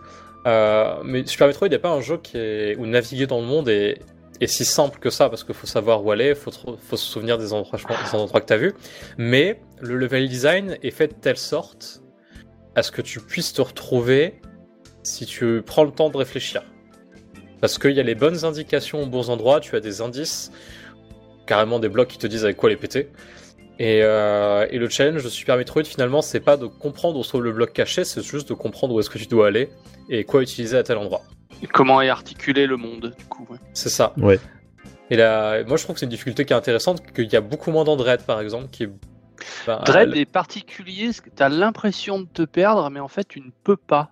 euh, mais Super Metroid n'est pas un jeu qui est, où naviguer dans le monde est, est si simple que ça, parce qu'il faut savoir où aller, il faut, tr- faut se souvenir des endroits, des endroits que tu as vus. Mais le level design est fait de telle sorte à ce que tu puisses te retrouver si tu prends le temps de réfléchir. Parce qu'il y a les bonnes indications aux bons endroits, tu as des indices, carrément des blocs qui te disent avec quoi les péter. Et, euh, et le challenge de Super Metroid, finalement, c'est pas de comprendre où se trouve le bloc caché, c'est juste de comprendre où est-ce que tu dois aller et quoi utiliser à tel endroit.
Et comment est articulé le monde, du coup. Ouais.
C'est ça.
Ouais.
Et là, moi, je trouve que c'est une difficulté qui est intéressante, qu'il y a beaucoup moins d'Andred, par exemple, qui est... ben,
Dread
elle-
est particulier, parce que t'as l'impression de te perdre, mais en fait, tu ne peux pas.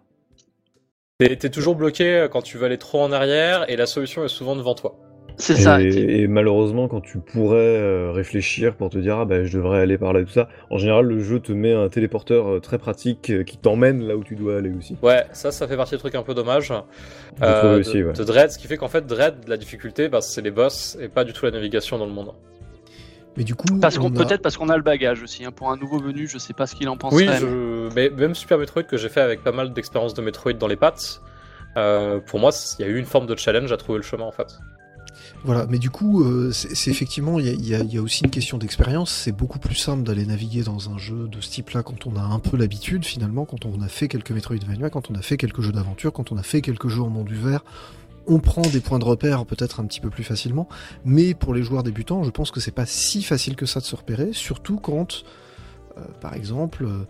T'es, t'es toujours bloqué quand tu veux aller trop en arrière, et la solution est souvent devant toi.
C'est ça.
Et,
t'es-
et malheureusement, quand tu pourrais euh, réfléchir pour te dire ah bah je devrais aller par là et tout ça, en général le jeu te met un téléporteur euh, très pratique euh, qui t'emmène là où tu dois aller aussi.
Ouais, ça, ça fait partie des trucs un peu dommages.
Je trouve
de,
aussi, ouais.
de Dread, ce qui fait qu'en fait, Dread, la difficulté, bah, c'est les boss, et pas du tout la navigation dans le monde.
Mais du coup,
Parce qu'on,
on a-
peut-être parce qu'on a le bagage aussi. Hein. Pour un nouveau venu, je sais pas ce qu'il en penserait.
Oui,
mais-
je... mais même Super Metroid que j'ai fait avec pas mal d'expériences de Metroid dans les pattes, euh, pour moi, il y a eu une forme de challenge à trouver le chemin en fait.
Voilà, mais du coup, euh, c'est c'est effectivement, il y a, il y a- il y a aussi une question d'expérience. C'est beaucoup plus simple d'aller naviguer dans un jeu de ce type-là quand on a un peu l'habitude, finalement, quand on a fait quelques Metroidvania, quand on a fait quelques jeux d'aventure, quand on a fait quelques jeux en monde ouvert. On prend des points de repère peut-être un petit peu plus facilement, mais pour les joueurs débutants, je pense que c'est pas si facile que ça de se repérer, surtout quand, euh, par exemple, euh,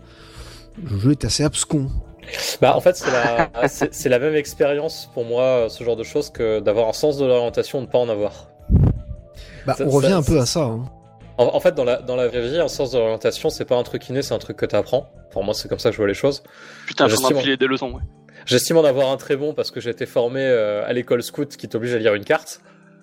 le jeu est assez abscon.
Bah, en fait, c'est la... c'est, c'est la même expérience pour moi, ce genre de choses, que d'avoir un sens de l'orientation ou de ne pas en avoir.
Bah,
Ça-
on revient
ça-
un peu
ça-
à ça. Hein.
En, en fait, dans la, dans la vraie vie, un sens de l'orientation, c'est pas un truc inné, c'est un truc que tu apprends. Pour moi, c'est comme ça que je vois les choses.
Putain, faut
J'estime-
m'enfiler des leçons. Ouais.
J'estime en avoir un très bon parce que j'ai été formé euh, à l'école scout qui t'oblige à lire une carte.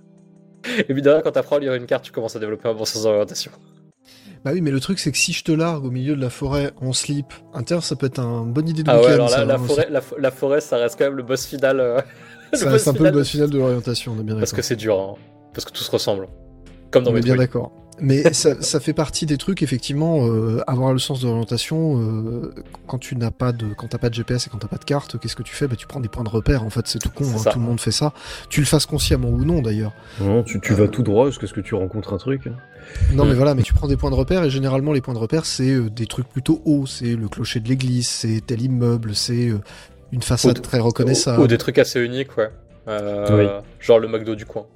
Et puis derrière, quand t'apprends à lire une carte, tu commences à développer un bon sens d'orientation.
Bah oui, mais le truc c'est que si je te largue au milieu de la forêt en slip, inter, ça peut être une bonne idée de
Ah
week-end.
ouais, alors
ça,
la, la,
hein,
forêt, la, fo- la forêt, ça reste quand même le boss final. euh, le
ça
boss
reste un peu
final
le boss final de l'orientation, on est bien
Parce
d'accord.
que c'est dur, hein. Parce que tout se ressemble. Comme dans
On est bien
Metroid.
d'accord. Mais ça, ça fait partie des trucs, effectivement, euh, avoir le sens de l'orientation, euh, quand tu n'as pas de, quand t'as pas de G P S et quand t'as pas de carte, qu'est-ce que tu fais? Bah, tu prends des points de repère, en fait, c'est tout con,
C'est
hein,
ça.
tout le monde fait ça. Tu le fasses consciemment ou non, d'ailleurs.
Non, tu, tu vas tout droit jusqu'à ce que tu rencontres un truc. hein.
Non,
Mm.
mais voilà, mais tu prends des points de repère, et généralement, les points de repère, c'est euh, des trucs plutôt hauts, c'est le clocher de l'église, c'est tel immeuble, c'est euh, une façade
Ou-
très reconnaissable.
Ou, ou des trucs assez uniques, ouais. Euh, Genre le McDo du coin.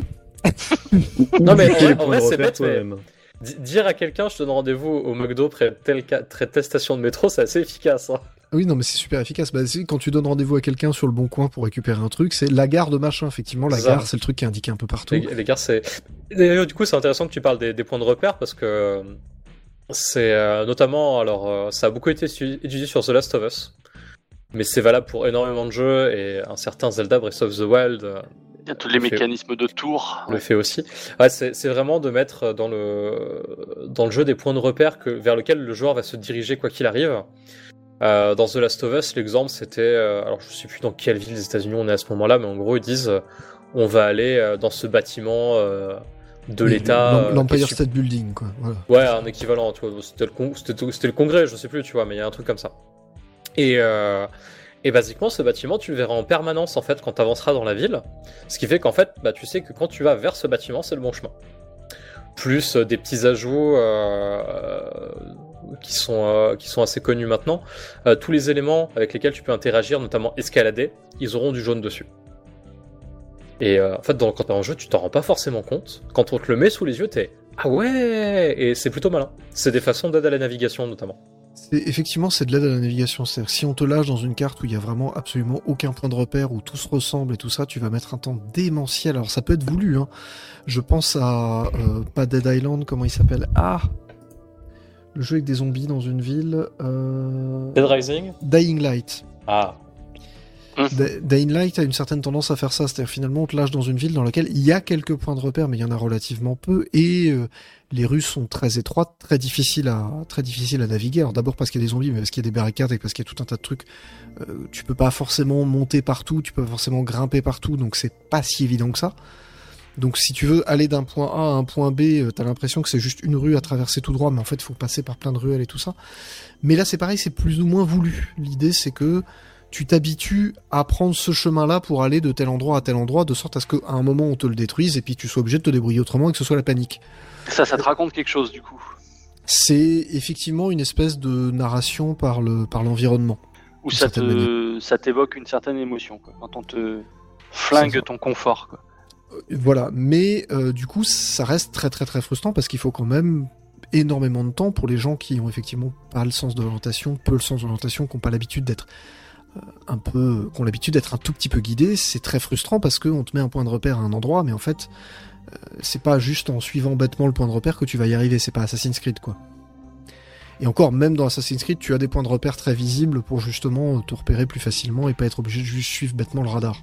Non, mais en
Fais
vrai-
les
en
points
vrai,
de
c'est
repère
bête, mais-
toi-même.
D- dire à quelqu'un, je te donne rendez-vous au McDo près de telle, ca- près de telle station de métro, c'est assez efficace. Hein.
Oui, non, mais c'est super efficace. Bah, c'est quand tu donnes rendez-vous à quelqu'un sur le bon coin pour récupérer un truc, c'est la gare de machin, effectivement. La
C'est ça.
gare, c'est le truc qui est indiqué un peu partout.
Les, les gars, c'est. D'ailleurs, du coup, c'est intéressant que tu parles des, des points de repère parce que euh, c'est euh, notamment. Alors, euh, ça a beaucoup été étu- étudié sur The Last of Us, mais c'est valable pour énormément de jeux et un certain Zelda Breath of the Wild euh,
Il y a tous les
Fait-
mécanismes de tour.
le fait aussi. Ouais, c'est c'est vraiment de mettre dans le, dans le jeu des points de repère que, vers lesquels le joueur va se diriger quoi qu'il arrive. Euh, dans The Last of Us, l'exemple c'était. euh, alors, je sais plus dans quelle ville des États-Unis on est à ce moment-là, mais en gros, ils disent euh, on va aller euh, dans ce bâtiment euh, de
Oui,
l'État.
l'Em-
euh, qui
L'Empire
est su-
State Building, quoi. Voilà.
Ouais, un équivalent, tu vois. C'était le, con- c'était, c'était le congrès, je sais plus, tu vois, mais il y a un truc comme ça. Et, euh, et basiquement, ce bâtiment, tu le verras en permanence, en fait, quand tu avanceras dans la ville. Ce qui fait qu'en fait, bah, tu sais que quand tu vas vers ce bâtiment, c'est le bon chemin. Plus euh, des petits ajouts euh, euh, qui, sont, euh, qui sont assez connus maintenant. Euh, tous les éléments avec lesquels tu peux interagir, notamment escalader, ils auront du jaune dessus. Et euh, en fait, dans, quand t'es en jeu, tu t'en rends pas forcément compte. Quand on te le met sous les yeux, t'es ah ouais, et c'est plutôt malin. C'est des façons d'aide à la navigation, notamment.
C'est, effectivement, c'est de l'aide à la navigation. C'est-à-dire que si on te lâche dans une carte où il y a vraiment absolument aucun point de repère, où tout se ressemble et tout ça, tu vas mettre un temps démentiel. Alors ça peut être voulu, hein. Je pense à euh, pas Dead Island, comment il s'appelle? Ah, le jeu avec des zombies dans une ville. Euh...
Dead Rising.
Dying Light.
Ah.
D- Dying Light a une certaine tendance à faire ça, c'est-à-dire finalement on te lâche dans une ville dans laquelle il y a quelques points de repère, mais il y en a relativement peu, et euh, les rues sont très étroites, très difficiles à très difficiles à naviguer. Alors d'abord parce qu'il y a des zombies, mais parce qu'il y a des barricades et parce qu'il y a tout un tas de trucs. Euh, tu peux pas forcément monter partout, tu peux pas forcément grimper partout, donc c'est pas si évident que ça. Donc si tu veux aller d'un point A à un point B, euh, t'as l'impression que c'est juste une rue à traverser tout droit, mais en fait faut passer par plein de ruelles et tout ça. Mais là c'est pareil, c'est plus ou moins voulu. L'idée c'est que tu t'habitues à prendre ce chemin-là pour aller de tel endroit à tel endroit, de sorte à ce qu'à un moment on te le détruise et puis tu sois obligé de te débrouiller autrement et que ce soit la panique.
Ça, ça te raconte quelque chose du coup.
C'est effectivement une espèce de narration par le par l'environnement.
Ou
d'une
ça
certaine
te ça t'évoque une certaine émotion, quoi, quand on te flingue ton confort, quoi.
Euh, Voilà, mais euh, du coup ça reste très très très frustrant parce qu'il faut quand même énormément de temps pour les gens qui ont effectivement pas le sens de l'orientation, peu le sens de l'orientation, qui n'ont pas l'habitude d'être un peu, qui ont l'habitude d'être un tout petit peu guidés. C'est très frustrant parce qu'on te met un point de repère à un endroit, mais en fait, euh, c'est pas juste en suivant bêtement le point de repère que tu vas y arriver. C'est pas Assassin's Creed, quoi. Et encore, même dans Assassin's Creed, tu as des points de repère très visibles pour justement te repérer plus facilement et pas être obligé de juste suivre bêtement le radar.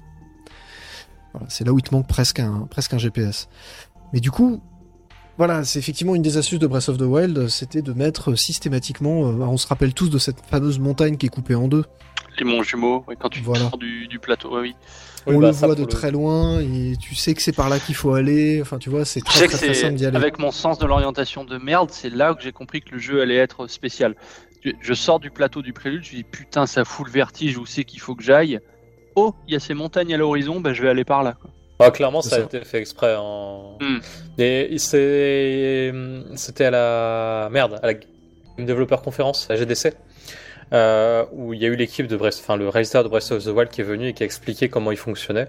Voilà, c'est là où il te manque presque un, presque un G P S. Mais du coup, voilà, c'est effectivement une des astuces de Breath of the Wild, c'était de mettre systématiquement, euh, on se rappelle tous de cette fameuse montagne qui est coupée en deux.
Les monts jumeaux, ouais, quand tu
Voilà.
sors du, du plateau, ouais, oui.
Oui,
On
bah,
le
ça,
voit de
pour le-
très loin et tu sais que c'est par là qu'il faut aller. Enfin, tu vois, c'est
Je
très
sais
très,
que
très simple d'y
c'est
aller.
avec mon sens de l'orientation de merde, c'est là que j'ai compris que le jeu allait être spécial. Je- Je sors du plateau du prélude, je dis putain, ça fout le vertige, où c'est qu'il faut que j'aille. Oh, il y a ces montagnes à l'horizon, bah je vais aller par là, quoi.
Ah, clairement,
C'est
ça a
ça.
été fait exprès. Hein.
Hmm.
Et c'est... C'était à la... Merde, à la Game Developer Conference, à G D C, euh, où il y a eu l'équipe de Breath... Enfin, le réalisateur de Breath of the Wild qui est venu et qui a expliqué comment il fonctionnait.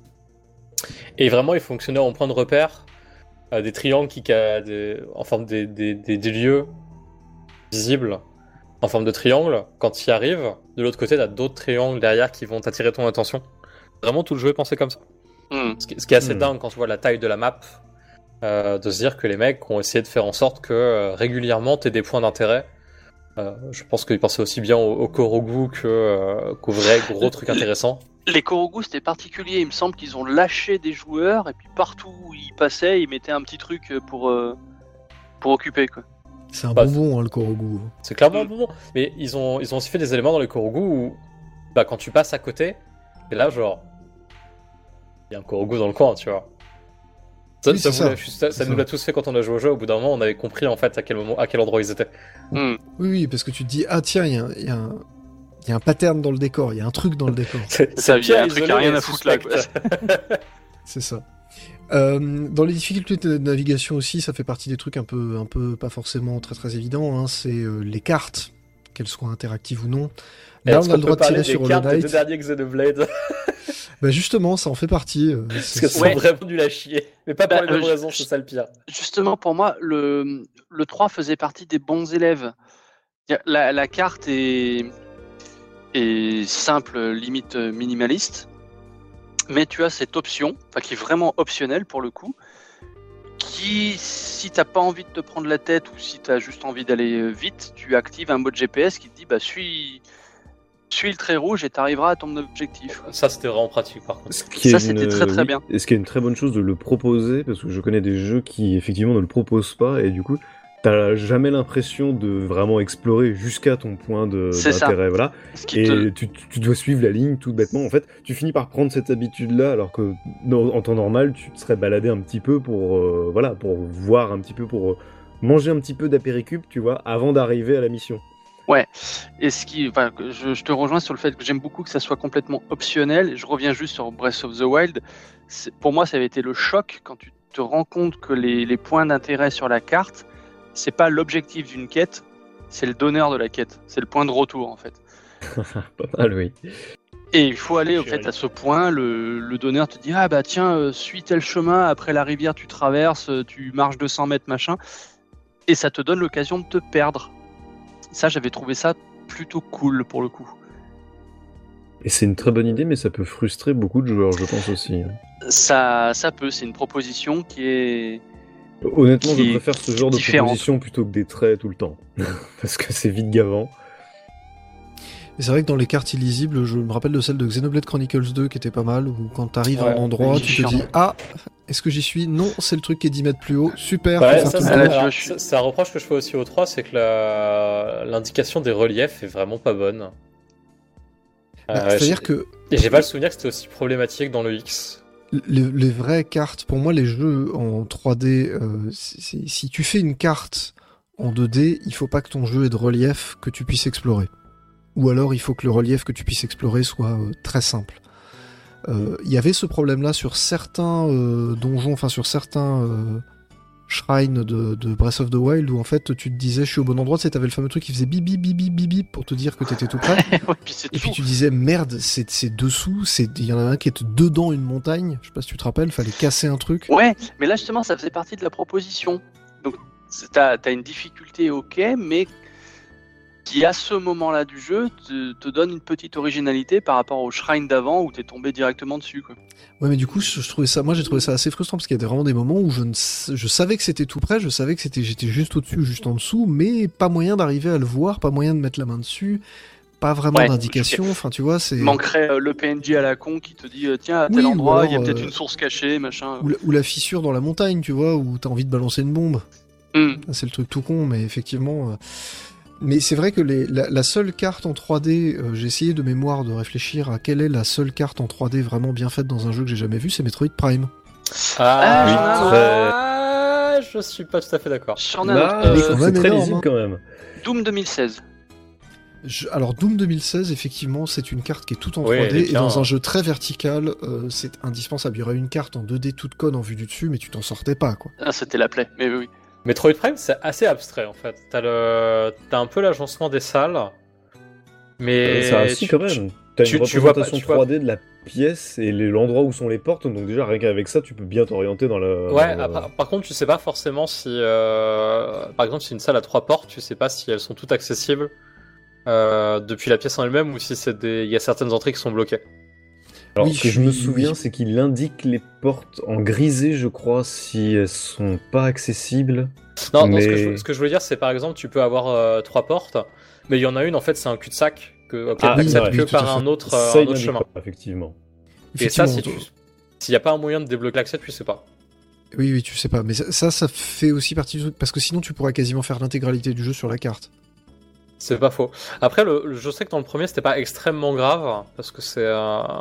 Et vraiment, il fonctionnait en point de repère, euh, des triangles qui... ca- Des... en forme des... Des... Des... des lieux visibles en forme de triangle. Quand tu y arrives, de l'autre côté, t'as d'autres triangles derrière qui vont t'attirer ton attention. Vraiment, tout le jeu est pensé comme ça.
Hmm.
Ce qui, ce qui est assez
Hmm.
dingue quand tu vois la taille de la map, euh, de se dire que les mecs ont essayé de faire en sorte que euh, régulièrement t'aies des points d'intérêt. Euh, je pense qu'ils pensaient aussi bien au, au Korogu que, euh, qu'aux vrais gros trucs intéressants.
Les Korogu, c'était particulier. Il me semble qu'ils ont lâché des joueurs et puis partout où ils passaient, ils mettaient un petit truc pour, euh, pour occuper, quoi.
C'est un
Bah,
bonbon, hein, le Korogu.
C'est clairement bon. Mais ils ont, ils ont aussi fait des éléments dans les Korogu où, bah, quand tu passes à côté, et là, genre, il y a un Korogu dans le coin, tu vois. Ça,
Oui,
ça,
c'est
vous
ça.
l'a- ça- ça
C'est
nous
ça.
l'a tous fait quand on a joué au jeu. Au bout d'un moment, on avait compris en fait à quel moment, à quel endroit ils étaient.
Hmm.
Oui, oui, parce que tu te dis, ah tiens, il y a, un- il y a un... il y a un pattern dans le décor, il y a un truc dans le décor.
C'est
Ça, il y a
bien
un truc
isolé
à rien
et
à foutre là, quoi.
suspect.
C'est ça. Euh, dans les difficultés de navigation aussi, ça fait partie des trucs un peu, un peu pas forcément très très évidents. Hein, c'est euh, les cartes, qu'elles soient interactives ou non.
Et
Là,
est-ce
on a
qu'on
le droit
peut
de tirer
parler
sur
des
Hollow
cartes des deux
Knight.
derniers Xenoblade
Bah justement, ça en fait partie. euh,
parce
c'est-
que c'est
Ouais.
vraiment nul à chier. Mais pas pour
Bah,
les mêmes
euh,
raisons,
je-
c'est ça le pire.
Justement, pour moi, le, le trois faisait partie des bons élèves. La, la carte est, est simple, limite minimaliste, mais tu as cette option, enfin qui est vraiment optionnelle pour le coup, qui, si t'as pas envie de te prendre la tête ou si t'as juste envie d'aller vite, tu actives un mode G P S qui te dit bah suis, suis le trait rouge et t'arriveras à ton objectif.
Ça, c'était vraiment pratique par contre.
Ce qui
Ça,
est
c'était
une-
très, très
oui,
bien.
Et ce qui est une très bonne chose de le proposer, parce que je connais des jeux qui effectivement ne le proposent pas, et du coup, t'as jamais l'impression de vraiment explorer jusqu'à ton point de-
C'est ça.
d'intérêt. Voilà.
Ce qui
Et
te-
tu, tu dois suivre la ligne tout bêtement. En fait, tu finis par prendre cette habitude-là, alors que dans- en temps normal, tu te serais baladé un petit peu pour, euh, voilà, pour voir un petit peu, pour euh, manger un petit peu d'apéricup, tu vois, avant d'arriver à la mission.
Et ce qui, enfin, que je, je te rejoins sur le fait que j'aime beaucoup que ça soit complètement optionnel. Je reviens juste sur Breath of the Wild. C'est- Pour moi, ça avait été le choc quand tu te rends compte que les, les points d'intérêt sur la carte, c'est pas l'objectif d'une quête, c'est le donneur de la quête, c'est le point de retour en fait.
Pas mal, oui.
Et il faut aller au
Chérie.
fait à ce point. Le, le donneur te dit ah bah tiens, euh, suis tel chemin. Après la rivière, tu traverses, euh, tu marches deux cents mètres machin, et ça te donne l'occasion de te perdre. Ça, j'avais trouvé ça plutôt cool pour le coup.
Et c'est une très bonne idée, mais ça peut frustrer beaucoup de joueurs, je pense aussi.
Ça, ça peut, c'est une proposition qui est...
Honnêtement,
Qui
je
est
préfère ce genre de
différente.
proposition plutôt que des traits tout le temps. Parce que c'est vite gavant.
Et c'est vrai que dans les cartes illisibles, je me rappelle de celle de Xenoblade Chronicles deux qui était pas mal, où quand t'arrives
Ouais,
à un endroit,
oui,
tu te
chiant.
dis « Ah, est-ce que j'y suis ? Non, c'est le truc qui est dix mètres plus haut. Super,
Ouais,
faut faire
ça,
tout
c'est
le
là,
tour.
tu vois,
alors,
je suis-
c'est- c'est un reproche que je fais aussi au trois, c'est que la- l'indication des reliefs est vraiment pas bonne.
Bah,
Euh,
C'est-à-dire
j'ai-
que
Et j'ai pas le souvenir que c'était aussi problématique dans le X.
les, les vraies cartes, pour moi, les jeux en trois D, euh, c'est- c'est- si tu fais une carte en deux D, il faut pas que ton jeu ait de relief que tu puisses explorer. Ou alors, il faut que le relief que tu puisses explorer soit euh, très simple. Euh, Il y avait ce problème-là sur certains euh, donjons, enfin sur certains euh, shrines de, de Breath of the Wild, où en fait, tu te disais, je suis au bon endroit, tu sais, t'avais le fameux truc qui faisait bip bip bip bip bip bip pour te dire que t'étais tout près.
ouais, puis c'est
Et puis
tout.
tu disais merde, c'est c'est dessous, c'est il y en a un qui est dedans une montagne. Je sais pas si tu te rappelles, fallait casser un truc.
Ouais, mais là justement, ça faisait partie de la proposition. Donc, c'est- t'as as une difficulté, ok, mais qui à ce moment-là du jeu te, te donne une petite originalité par rapport au shrine d'avant où t'es tombé directement dessus, quoi.
Ouais, mais du coup, je, je trouvais ça, moi j'ai trouvé ça assez frustrant parce qu'il y avait vraiment des moments où je ne, s- je savais que c'était tout près, je savais que c'était, j'étais juste au-dessus, juste en dessous, mais pas moyen d'arriver à le voir, pas moyen de mettre la main dessus, pas vraiment
Ouais,
d'indication. Enfin, tu vois, c'est
Il manquerait euh, le P N J à la con qui te dit euh, tiens à tel
Oui, ou
endroit il y a
alors,
peut-être
euh,
une source cachée, machin.
ou la, ou la fissure dans la montagne, tu vois, où t'as envie de balancer une bombe.
Hmm.
C'est le truc tout con, mais effectivement. euh, Mais c'est vrai que les, la, la seule carte en trois D, euh, j'ai essayé de mémoire de réfléchir à quelle est la seule carte en trois D vraiment bien faite dans un jeu que j'ai jamais vu, c'est Metroid Prime.
Ah,
oui,
j'en ai un.
très-
Ah, je suis pas tout à fait d'accord.
J'en ai un
Là,
autre.
mais
euh,
quand
c'est
même
très
énorme,
lisible
hein.
quand même.
Doom deux mille seize.
Je- alors Doom deux mille seize, effectivement, c'est une carte qui est toute en
Oui,
trois
elle
D
est
et
bien,
dans
hein.
un jeu très vertical, euh, c'est indispensable. Il y aurait une carte en deux D toute conne en vue du dessus, mais tu t'en sortais pas, quoi.
Ah, c'était la plaie, mais oui, oui.
Metroid Prime, c'est assez abstrait en fait. T'as le... T'as un peu l'agencement des salles, mais.
ça a si
tu-
quand
tu-
même. T'as
tu-
une
tu vois pas-
représentation
tu vois-
trois D de la pièce et les- l'endroit où sont les portes, donc déjà rien qu'avec ça, tu peux bien t'orienter dans la.
Ouais,
dans la-
par, par contre, tu sais pas forcément si. euh, Par exemple, si une salle a trois portes, tu sais pas si elles sont toutes accessibles euh, depuis la pièce en elle-même ou si c'est des... il y a certaines entrées qui sont bloquées.
Alors,
Oui,
ce que
je
je me
suis-
souviens,
oui.
c'est qu'il indique les portes en grisé, je crois, si elles sont pas accessibles.
Non, non, ce, que
Mais-
je, ce que je voulais dire, c'est par exemple, tu peux avoir euh, trois portes, mais il y en a une, en fait, c'est un cul-de-sac que auquel
Ah,
t'accèdes
oui,
que
tout à
par
fait.
un autre, euh,
ça,
un
il
autre
l'indique
chemin.
pas, effectivement.
Et ça, si
Effectivement,
tu... s'il n'y a pas un moyen de débloquer l'accès, tu sais pas.
Oui, oui, tu sais pas. Mais ça, ça, ça fait aussi partie du truc, parce que sinon tu pourrais quasiment faire l'intégralité du jeu sur la carte.
C'est pas faux. Après, le, le- je sais que dans le premier, c'était pas extrêmement grave, parce que c'est... euh,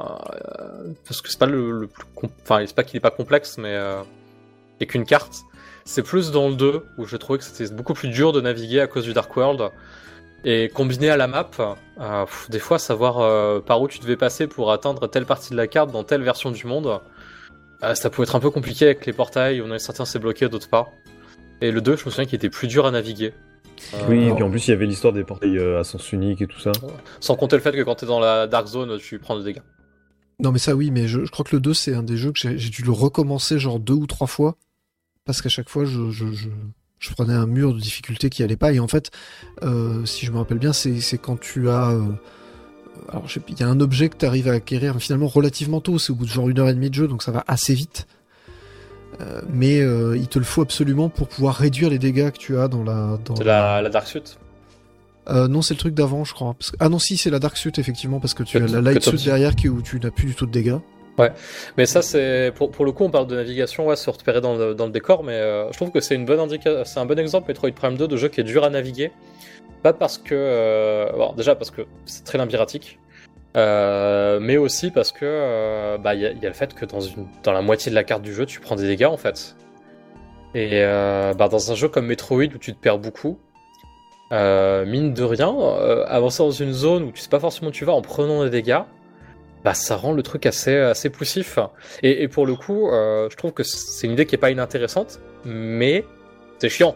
euh, parce que c'est pas le, le plus... com- Enfin, c'est pas qu'il est pas complexe, mais... Euh, il y a qu'une carte. C'est plus dans le deux, où je trouvais que c'était beaucoup plus dur de naviguer à cause du Dark World. Et combiné à la map, euh, pff, des fois, savoir euh, par où tu devais passer pour atteindre telle partie de la carte dans telle version du monde, euh, ça pouvait être un peu compliqué avec les portails, où on avait certains c'est bloqué, d'autres pas. Et le deux, je me souviens qu'il était plus dur à naviguer. Euh,
Oui, et
alors-
puis en plus, il y avait l'histoire des portails euh, à sens unique et tout ça.
Sans compter le fait que quand t'es dans la Dark Zone, tu prends des dégâts.
Non, mais ça, oui, mais je, je crois que le deux, c'est un des jeux que j'ai j'ai dû le recommencer genre deux ou trois fois, parce qu'à chaque fois, je, je, je, je prenais un mur de difficulté qui allait pas. Et en fait, euh, si je me rappelle bien, c'est c'est quand tu as... euh, alors, je sais- il y a un objet que tu arrives à acquérir mais finalement relativement tôt, c'est au bout de genre une heure et demie de jeu, donc ça va assez vite. Euh, mais euh, il te le faut absolument pour pouvoir réduire les dégâts que tu as dans la... Dans
C'est la, la Dark Suit.
Euh, non, c'est le truc d'avant, je crois. Parce que- Ah non, si, c'est la Dark Suit, effectivement, parce que tu
Que-
as la
que
Light
toi
Suit
aussi.
derrière qui, où tu n'as plus du tout de dégâts.
Mais ça, c'est pour, pour le coup, on parle de navigation, ouais, se repérer dans le, dans le décor, mais euh, je trouve que c'est une bonne indica... c'est un bon exemple, Metroid Prime deux, de jeu qui est dur à naviguer. Pas parce que. Euh... Bon, déjà parce que c'est très labyrinthique, euh, mais aussi parce que euh, bah, y, a, y a le fait que dans, une... dans la moitié de la carte du jeu, tu prends des dégâts en fait. Et euh, bah, dans un jeu comme Metroid où tu te perds beaucoup, euh, mine de rien, euh, avancer dans une zone où tu sais pas forcément où tu vas en prenant des dégâts, bah ça rend le truc assez, assez poussif. Et, et pour le coup, euh, je trouve que c'est une idée qui est pas inintéressante, mais c'est chiant.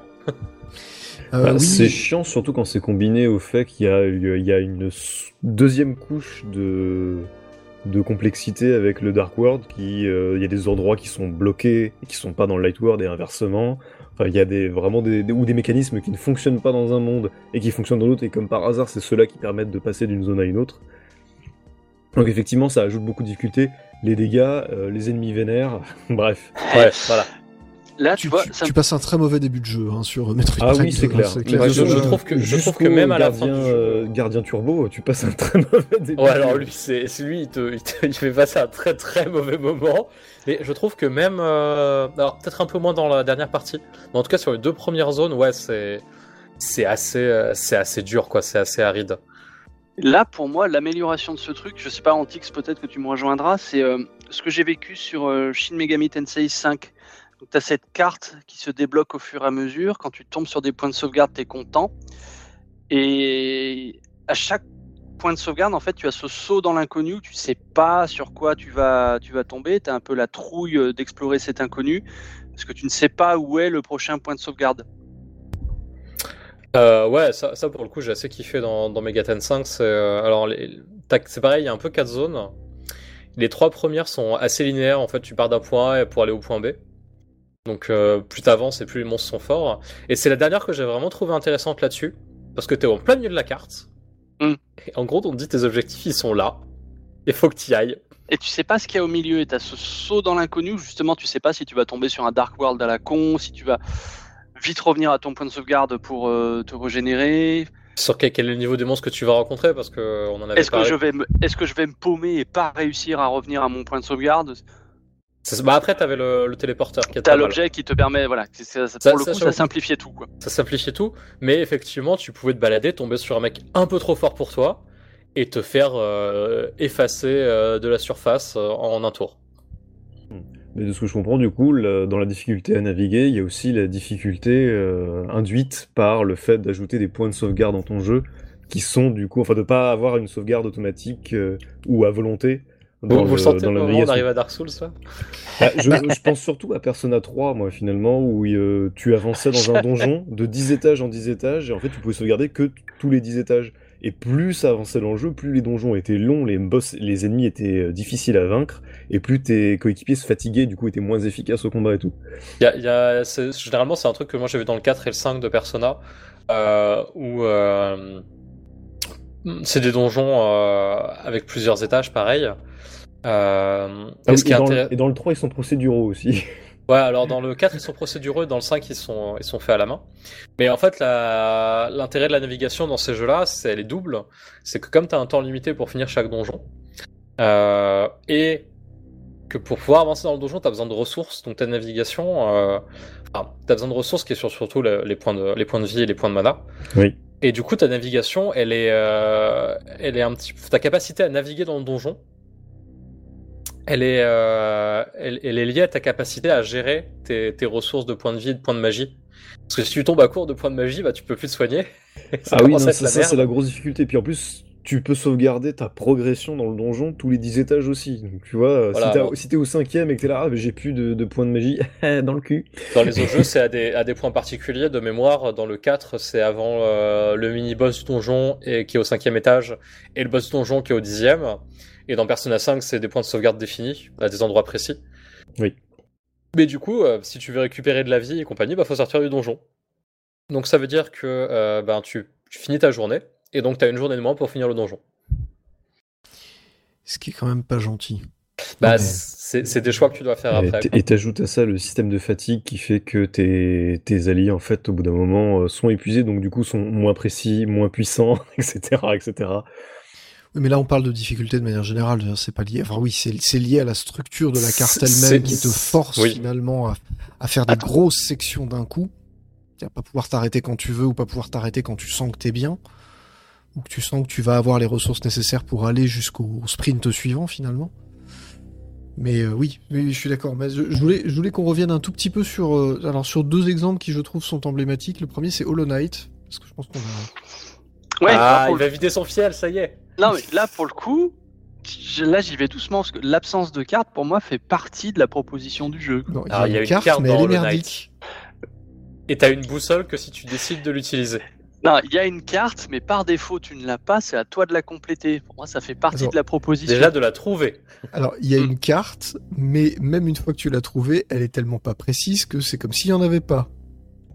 Euh,
Bah,
oui,
c'est chiant, surtout quand c'est combiné au fait qu'il y a, il y a une s- deuxième couche de, de complexité avec le Dark World, qui, euh, il y a des endroits qui sont bloqués et qui sont pas dans le Light World et inversement. Enfin, Enfin, il y a des, vraiment des, des, ou des mécanismes qui ne fonctionnent pas dans un monde et qui fonctionnent dans l'autre, et comme par hasard, c'est ceux-là qui permettent de passer d'une zone à une autre. Donc effectivement, ça ajoute beaucoup de difficultés. Les dégâts, euh, les ennemis vénères, bref.
Ouais, voilà.
Là, tu,
Tu,
vois,
tu,
ça
tu passes un très mauvais début de jeu hein, sur Metroid
Ah
Prime
oui, c'est
deux,
clair.
hein, c'est clair.
Ouais,
De-
je, je
de-
trouve que, je trouve que
jusqu'au
même à la fin
gardien,
du jeu...
euh, Gardien Turbo, tu passes un très mauvais début.
Ouais, alors lui, c'est, c'est lui, il te, il te il fait passer un très très mauvais moment. Mais je trouve que même, euh, alors peut-être un peu moins dans la dernière partie, mais en tout cas sur les deux premières zones, ouais, c'est, c'est assez, euh, c'est assez dur, quoi, c'est assez aride.
Là, pour moi, l'amélioration de ce truc, je sais pas, Antix, peut-être que tu me rejoindras, c'est euh, ce que j'ai vécu sur euh, Shin Megami Tensei cinq. Donc, tu as cette carte qui se débloque au fur et à mesure. Quand tu tombes sur des points de sauvegarde, tu es content. Et à chaque point de sauvegarde, en fait, tu as ce saut dans l'inconnu. Tu sais pas sur quoi tu vas, tu vas tomber. Tu as un peu la trouille d'explorer cet inconnu parce que tu ne sais pas où est le prochain point de sauvegarde.
Euh, ouais, ça, ça pour le coup, j'ai assez kiffé dans, dans Megaten cinq. C'est, euh, alors, les, tac, c'est pareil, il y a un peu quatre zones. Les trois premières sont assez linéaires. En fait, tu pars d'un point A pour aller au point B. Donc, euh, plus t'avances et plus les monstres sont forts. Et c'est la dernière que j'ai vraiment trouvé intéressante là-dessus. Parce que t'es en plein milieu de la carte.
Mm.
Et en gros, on te dit tes objectifs, ils sont là. Il faut que tu y ailles.
Et tu sais pas ce qu'il y a au milieu. Et tu as ce saut dans l'inconnu où justement, tu sais pas si tu vas tomber sur un Dark World à la con, si tu vas vite revenir à ton point de sauvegarde pour euh, te régénérer.
Sur quel, quel est le niveau des monstres que tu vas rencontrer, parce qu'on en avait
Est-ce que,
parlé.
je vais me, est-ce que je vais me paumer et pas réussir à revenir à mon point de sauvegarde?
C'est- Bah après, t'avais le, le téléporteur qui était
T'as
pas mal.
l'objet qui te permet, voilà, c'est- c'est-
Ça-
pour le
ça,
coup,
j'avoue.
ça simplifiait tout, quoi.
Ça simplifiait tout, mais effectivement, tu pouvais te balader, tomber sur un mec un peu trop fort pour toi, et te faire euh, effacer euh, de la surface euh, en un tour.
Mais de ce que je comprends, du coup, la- dans la difficulté à naviguer, il y a aussi la difficulté euh, induite par le fait d'ajouter des points de sauvegarde dans ton jeu, qui sont du coup, enfin, de pas avoir une sauvegarde automatique euh, ou à volonté dans,
Vous, vous le sentez
dans
au
la
moment
navigation.
d'arriver à Dark Souls, ça?
Bah, je, je pense surtout à Persona trois, moi, finalement, où euh, tu avançais dans un donjon de dix étages en dix étages, et en fait, tu pouvais sauvegarder que t- tous les dix étages. Et plus ça avançait dans le jeu, plus les donjons étaient longs, les boss, les ennemis étaient euh, difficiles à vaincre, et plus tes coéquipiers se fatiguaient, du coup, étaient moins efficaces au combat et tout.
Y a, y a, c'est- généralement, c'est un truc que moi j'ai vu dans le quatre et le cinq de Persona, euh, où euh, c'est des donjons euh, avec plusieurs étages, pareil. Euh,
Ah
et
oui,
ce qui
et,
est
dans le,
intéressant.
et dans le trois, ils sont procéduraux aussi.
Ouais, alors dans le quatre, ils sont procédureux, dans le cinq, ils sont, ils sont faits à la main. Mais en fait, la, l'intérêt de la navigation dans ces jeux-là, c'est, elle est double. C'est que comme tu as un temps limité pour finir chaque donjon, euh, et que pour pouvoir avancer dans le donjon, tu as besoin de ressources, donc ta navigation, euh, enfin, tu as besoin de ressources qui est sur, surtout le- les, points de, les points de vie et les points de mana.
Oui.
Et du coup, ta navigation, elle est, euh, elle est un petit, ta capacité à naviguer dans le donjon, elle est, euh, elle, elle est liée à ta capacité à gérer tes, tes ressources de points de vie et de points de magie. Parce que si tu tombes à court de points de magie, bah tu peux plus te soigner. Ça
Ah oui,
commence
non,
à être
ça,
la
ça,
merde.
c'est la grosse difficulté. Puis en plus, tu peux sauvegarder ta progression dans le donjon tous les dix étages aussi. Donc tu vois,
Voilà,
si, t'as-
alors.
si t'es au cinquième et que t'es là, ah, mais j'ai plus de, de points de magie dans le cul.
Dans les autres jeux, c'est à des, à des points particuliers de mémoire. Dans le quatre, c'est avant euh, le mini-boss du donjon et, qui est au cinquième étage et le boss du donjon qui est au dixième. Et dans Persona cinq, c'est des points de sauvegarde définis à des endroits précis.
Oui.
Mais du coup, euh, si tu veux récupérer de la vie et compagnie, bah faut sortir du donjon. Donc ça veut dire que euh, ben, tu, tu finis ta journée et donc tu as une journée de moins pour finir le donjon.
Ce qui est quand même pas gentil.
Bah,
Ouais.
c'est, c'est des choix que tu dois faire
Et
après.
t- Et t'ajoutes à ça le système de fatigue qui fait que tes, tes alliés, en fait, au bout d'un moment, euh, sont épuisés, donc du coup sont moins précis, moins puissants, et cetera, et cetera.
Oui, mais là, on parle de difficulté de manière générale. je veux dire, C'est pas lié. Enfin, oui, c'est c'est lié à la structure de la carte
C'est-
elle-même qui te force
oui.
finalement à, à faire des grosses sections d'un coup. À pas pouvoir t'arrêter quand tu veux ou pas pouvoir t'arrêter quand tu sens que t'es bien. Ou que tu sens que tu vas avoir les ressources nécessaires pour aller jusqu'au sprint suivant finalement. Mais euh, oui, oui, je suis d'accord. Mais je, je voulais, je voulais qu'on revienne un tout petit peu sur, euh, alors sur deux exemples qui je trouve sont emblématiques. Le premier, c'est Hollow Knight, parce que je pense qu'on a.
Ouais,
Ah,
là, pour
il va vider son fiel, ça y est.
le... non, mais là, pour le coup, je- là, j'y vais doucement parce que l'absence de carte, pour moi, fait partie de la proposition du jeu.
Non, il y
Alors,
a une carte, mais
dans
elle est
Hollow Knight.
merdique.
Et t'as une boussole que si tu décides de l'utiliser.
Non, il y a une carte, mais par défaut, tu ne l'as pas, c'est à toi de la compléter. Pour moi, ça fait partie
Attends.
de la proposition.
Déjà de la trouver.
Alors, il y a
Hmm.
une carte, mais même une fois que tu l'as trouvée, elle est tellement pas précise que c'est comme s'il y en avait pas.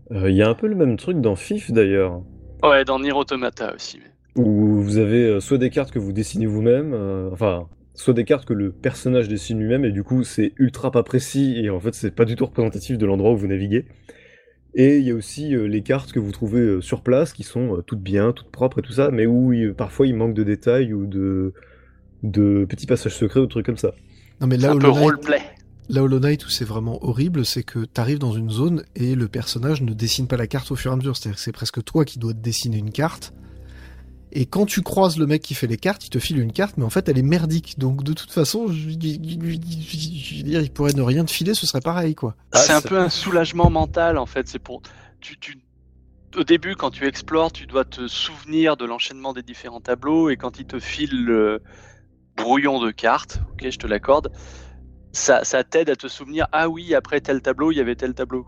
Il euh, y a un peu le même truc dans F I F d'ailleurs.
Ouais, dans Nier Automata aussi. Mais...
Où vous avez euh, soit des cartes que vous dessinez vous-même, euh, enfin, soit des cartes que le personnage dessine lui-même, et du coup c'est ultra pas précis, et en fait c'est pas du tout représentatif de l'endroit où vous naviguez. Et il y a aussi euh, les cartes que vous trouvez euh, sur place, qui sont euh, toutes bien, toutes propres et tout ça, mais où il, parfois il manque de détails ou de, de petits passages secrets ou trucs comme ça.
Non, mais
c'est
là,
un peu roleplay.
Là, Hollow Knight, où c'est vraiment horrible, c'est que t'arrives dans une zone et le personnage ne dessine pas la carte au fur et à mesure. C'est-à-dire que c'est presque toi qui dois te dessiner une carte. Et quand tu croises le mec qui fait les cartes, il te file une carte, mais en fait, elle est merdique. Donc, de toute façon, je, je, je, je veux dire, il pourrait ne rien te filer, ce serait pareil, quoi.
Ah, c'est, c'est un peu un soulagement mental, en fait. C'est pour... Tu, tu... Au début, quand tu explores, tu dois te souvenir de l'enchaînement des différents tableaux, et quand il te file le brouillon de cartes, ok, je te l'accorde, Ça, ça t'aide à te souvenir, ah oui, après tel tableau, il y avait tel tableau.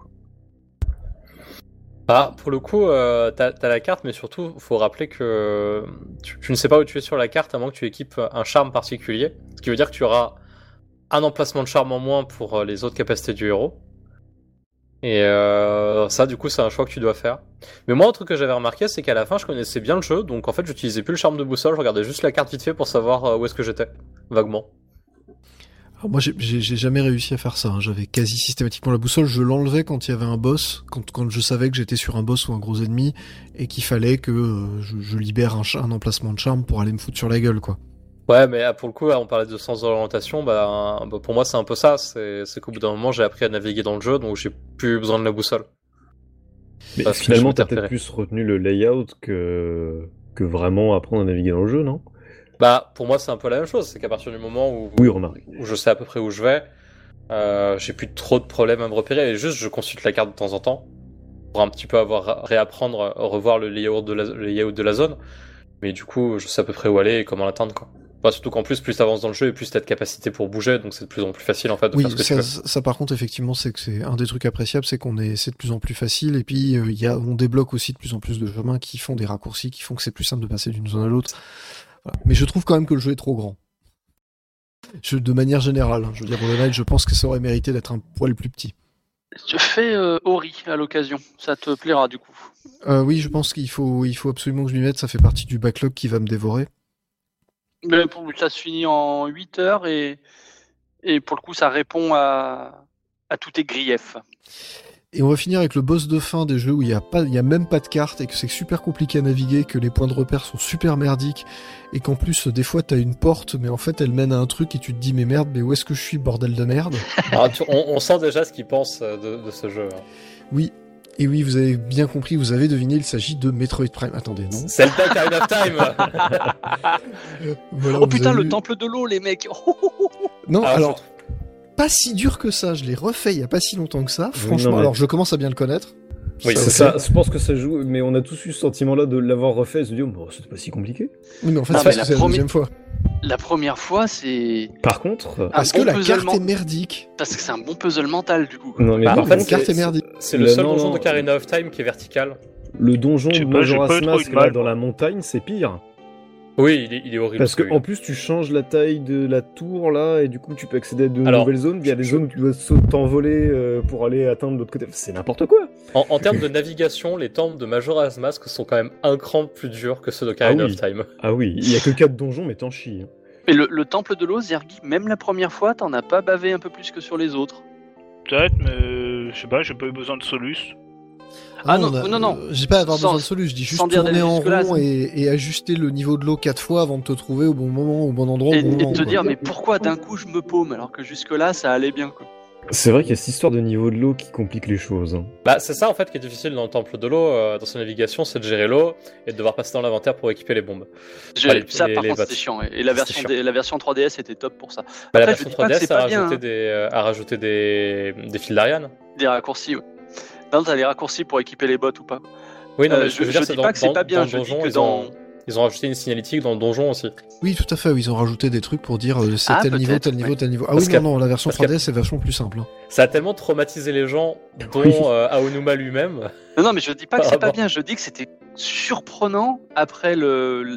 Ah, pour le coup, euh, t'as, t'as la carte, mais surtout, faut rappeler que tu, tu ne sais pas où tu es sur la carte à moins que tu équipes un charme particulier. Ce qui veut dire que tu auras un emplacement de charme en moins pour les autres capacités du héros. Et euh, ça, du coup, c'est un choix que tu dois faire. Mais moi, un truc que j'avais remarqué, c'est qu'à la fin, je connaissais bien le jeu, donc en fait, j'utilisais plus le charme de boussole, je regardais juste la carte vite fait pour savoir où est-ce que j'étais, vaguement.
Alors moi, j'ai, j'ai, j'ai jamais réussi à faire ça. Hein. J'avais quasi systématiquement la boussole. Je l'enlevais quand il y avait un boss, quand, quand je savais que j'étais sur un boss ou un gros ennemi, et qu'il fallait que euh, je, je libère un, un emplacement de charme pour aller me foutre sur la gueule, quoi.
Ouais, mais pour le coup, on parlait de sens d'orientation. Bah, bah, pour moi, c'est un peu ça. C'est, c'est qu'au bout d'un moment, j'ai appris à naviguer dans le jeu, donc j'ai plus besoin de la boussole.
Mais Parce finalement, t'as peut-être plus retenu le layout que que vraiment apprendre à naviguer dans le jeu, non ?
Bah, pour moi, c'est un peu la même chose. C'est qu'à partir du moment où,
oui, remarque.
où je sais à peu près où je vais, euh, j'ai plus trop de problèmes à me repérer. Et juste, je consulte la carte de temps en temps pour un petit peu avoir réapprendre, revoir le layout de la, le layout de la zone. Mais du coup, je sais à peu près où aller et comment l'atteindre, quoi. Enfin, surtout qu'en plus, plus t'avances dans le jeu et plus t'as de capacité pour bouger, donc c'est de plus en plus facile en fait de
oui,
faire ce que
ça,
tu veux.
Ça, ça, par contre, effectivement, c'est que c'est un des trucs appréciables, c'est qu'on est, c'est de plus en plus facile, et puis euh, y a, on débloque aussi de plus en plus de chemins qui font des raccourcis, qui font que c'est plus simple de passer d'une zone à l'autre. Voilà. Mais je trouve quand même que le jeu est trop grand. Je, de manière générale, hein, je veux dire, Hollow Knight, je pense que ça aurait mérité d'être un poil plus petit.
Je fais euh, Ori à l'occasion, ça te plaira du coup.
Euh, oui, je pense qu'il faut, il faut absolument que je m'y mette, ça fait partie du backlog qui va me dévorer.
Mais pour, ça se finit en huit heures et, et pour le coup ça répond à, à tous tes griefs.
Et on va finir avec le boss de fin des jeux où il n'y a, pas, il y a même pas de carte et que c'est super compliqué à naviguer, que les points de repère sont super merdiques et qu'en plus des fois t'as une porte mais en fait elle mène à un truc et tu te dis mais merde, mais où est-ce que je suis, bordel de merde.
Alors, tu, on, on sent déjà ce qu'ils pensent de, de ce jeu.
Oui. Et oui, vous avez bien compris, vous avez deviné, il s'agit de Metroid Prime. Attendez, non ?
C'est le Ocarina of Time.
Voilà, oh putain, le vu... temple de l'eau, les mecs.
Non, alors, alors pas si dur que ça. Je l'ai refait il y a pas si longtemps que ça. Franchement, non, mais... alors je commence à bien le connaître.
Oui, ça, c'est ça. Je pense que ça joue, mais on a tous eu ce sentiment-là de l'avoir refait et se dire, oh, c'était pas si compliqué.
Oui, mais en fait, non, c'est, mais la, c'est premi... la deuxième fois.
La première fois, c'est.
Par contre,
parce bon que la carte est merdique.
Parce que c'est un bon puzzle mental, du coup.
Non, mais
bah,
par
en fait, la carte est merdique.
C'est, c'est le seul non, donjon d'Ocarina of Time qui est vertical.
Le donjon de Majora's Mask là dans la montagne, c'est pire.
Oui, il est, il est horrible.
Parce qu'en oui. plus, tu changes la taille de la tour là, et du coup, tu peux accéder à de Alors, nouvelles zones. Il y a des je... zones où tu dois t'envoler euh, pour aller atteindre l'autre côté. C'est n'importe quoi.
En, en termes de navigation, les temples de Majora's Mask sont quand même un cran plus durs que ceux d'Ocarina
ah oui.
of Time.
Ah oui, il y a que quatre donjons, mais t'en chies. Hein.
Mais le, le temple de l'eau, Zergi, même la première fois, t'en as pas bavé un peu plus que sur les autres.
Peut-être, mais je sais pas, j'ai pas eu besoin de Solus.
Ah non, non, a, non, non.
J'ai pas avoir sans, besoin de Solus, je dis juste tourner en rond là, et, et ajuster le niveau de l'eau quatre fois avant de te trouver au bon moment, au bon endroit,
et,
au bon
et
moment.
Et te
quoi.
dire, mais pourquoi d'un coup je me paume alors que jusque-là ça allait bien, quoi.
C'est vrai qu'il y a cette histoire de niveau de l'eau qui complique les choses. Hein.
Bah, c'est ça en fait qui est difficile dans le temple de l'eau, euh, dans sa navigation, c'est de gérer l'eau et de devoir passer dans l'inventaire pour équiper les bombes.
J'ai... Enfin, les, ça les, par les contre c'était chiant, et la version, des, la version trois D S était top pour ça.
Bah,
Après,
la version trois D S a rajouté,
bien,
des, euh, a rajouté des, des fils d'Ariane.
Des raccourcis, ouais. Non, t'as les raccourcis pour équiper les bots ou pas.
Oui, non, mais
euh,
je,
je,
je
dis
dans,
pas que c'est
dans,
pas bien,
dans
je
donjon,
dis que
ils
dans...
Ont... Ils ont rajouté une signalétique dans le donjon aussi.
Oui, tout à fait. Ils ont rajouté des trucs pour dire euh, c'est
ah,
tel niveau, tel niveau,
ouais.
tel niveau. Ah
parce
oui, non, non, la version trois D S c'est vachement plus simple. Hein.
Ça a tellement traumatisé les gens, dont
oui.
euh, Aonuma lui-même.
Non, non, mais je dis pas que
ah,
c'est
bon.
pas bien. Je dis que c'était surprenant après le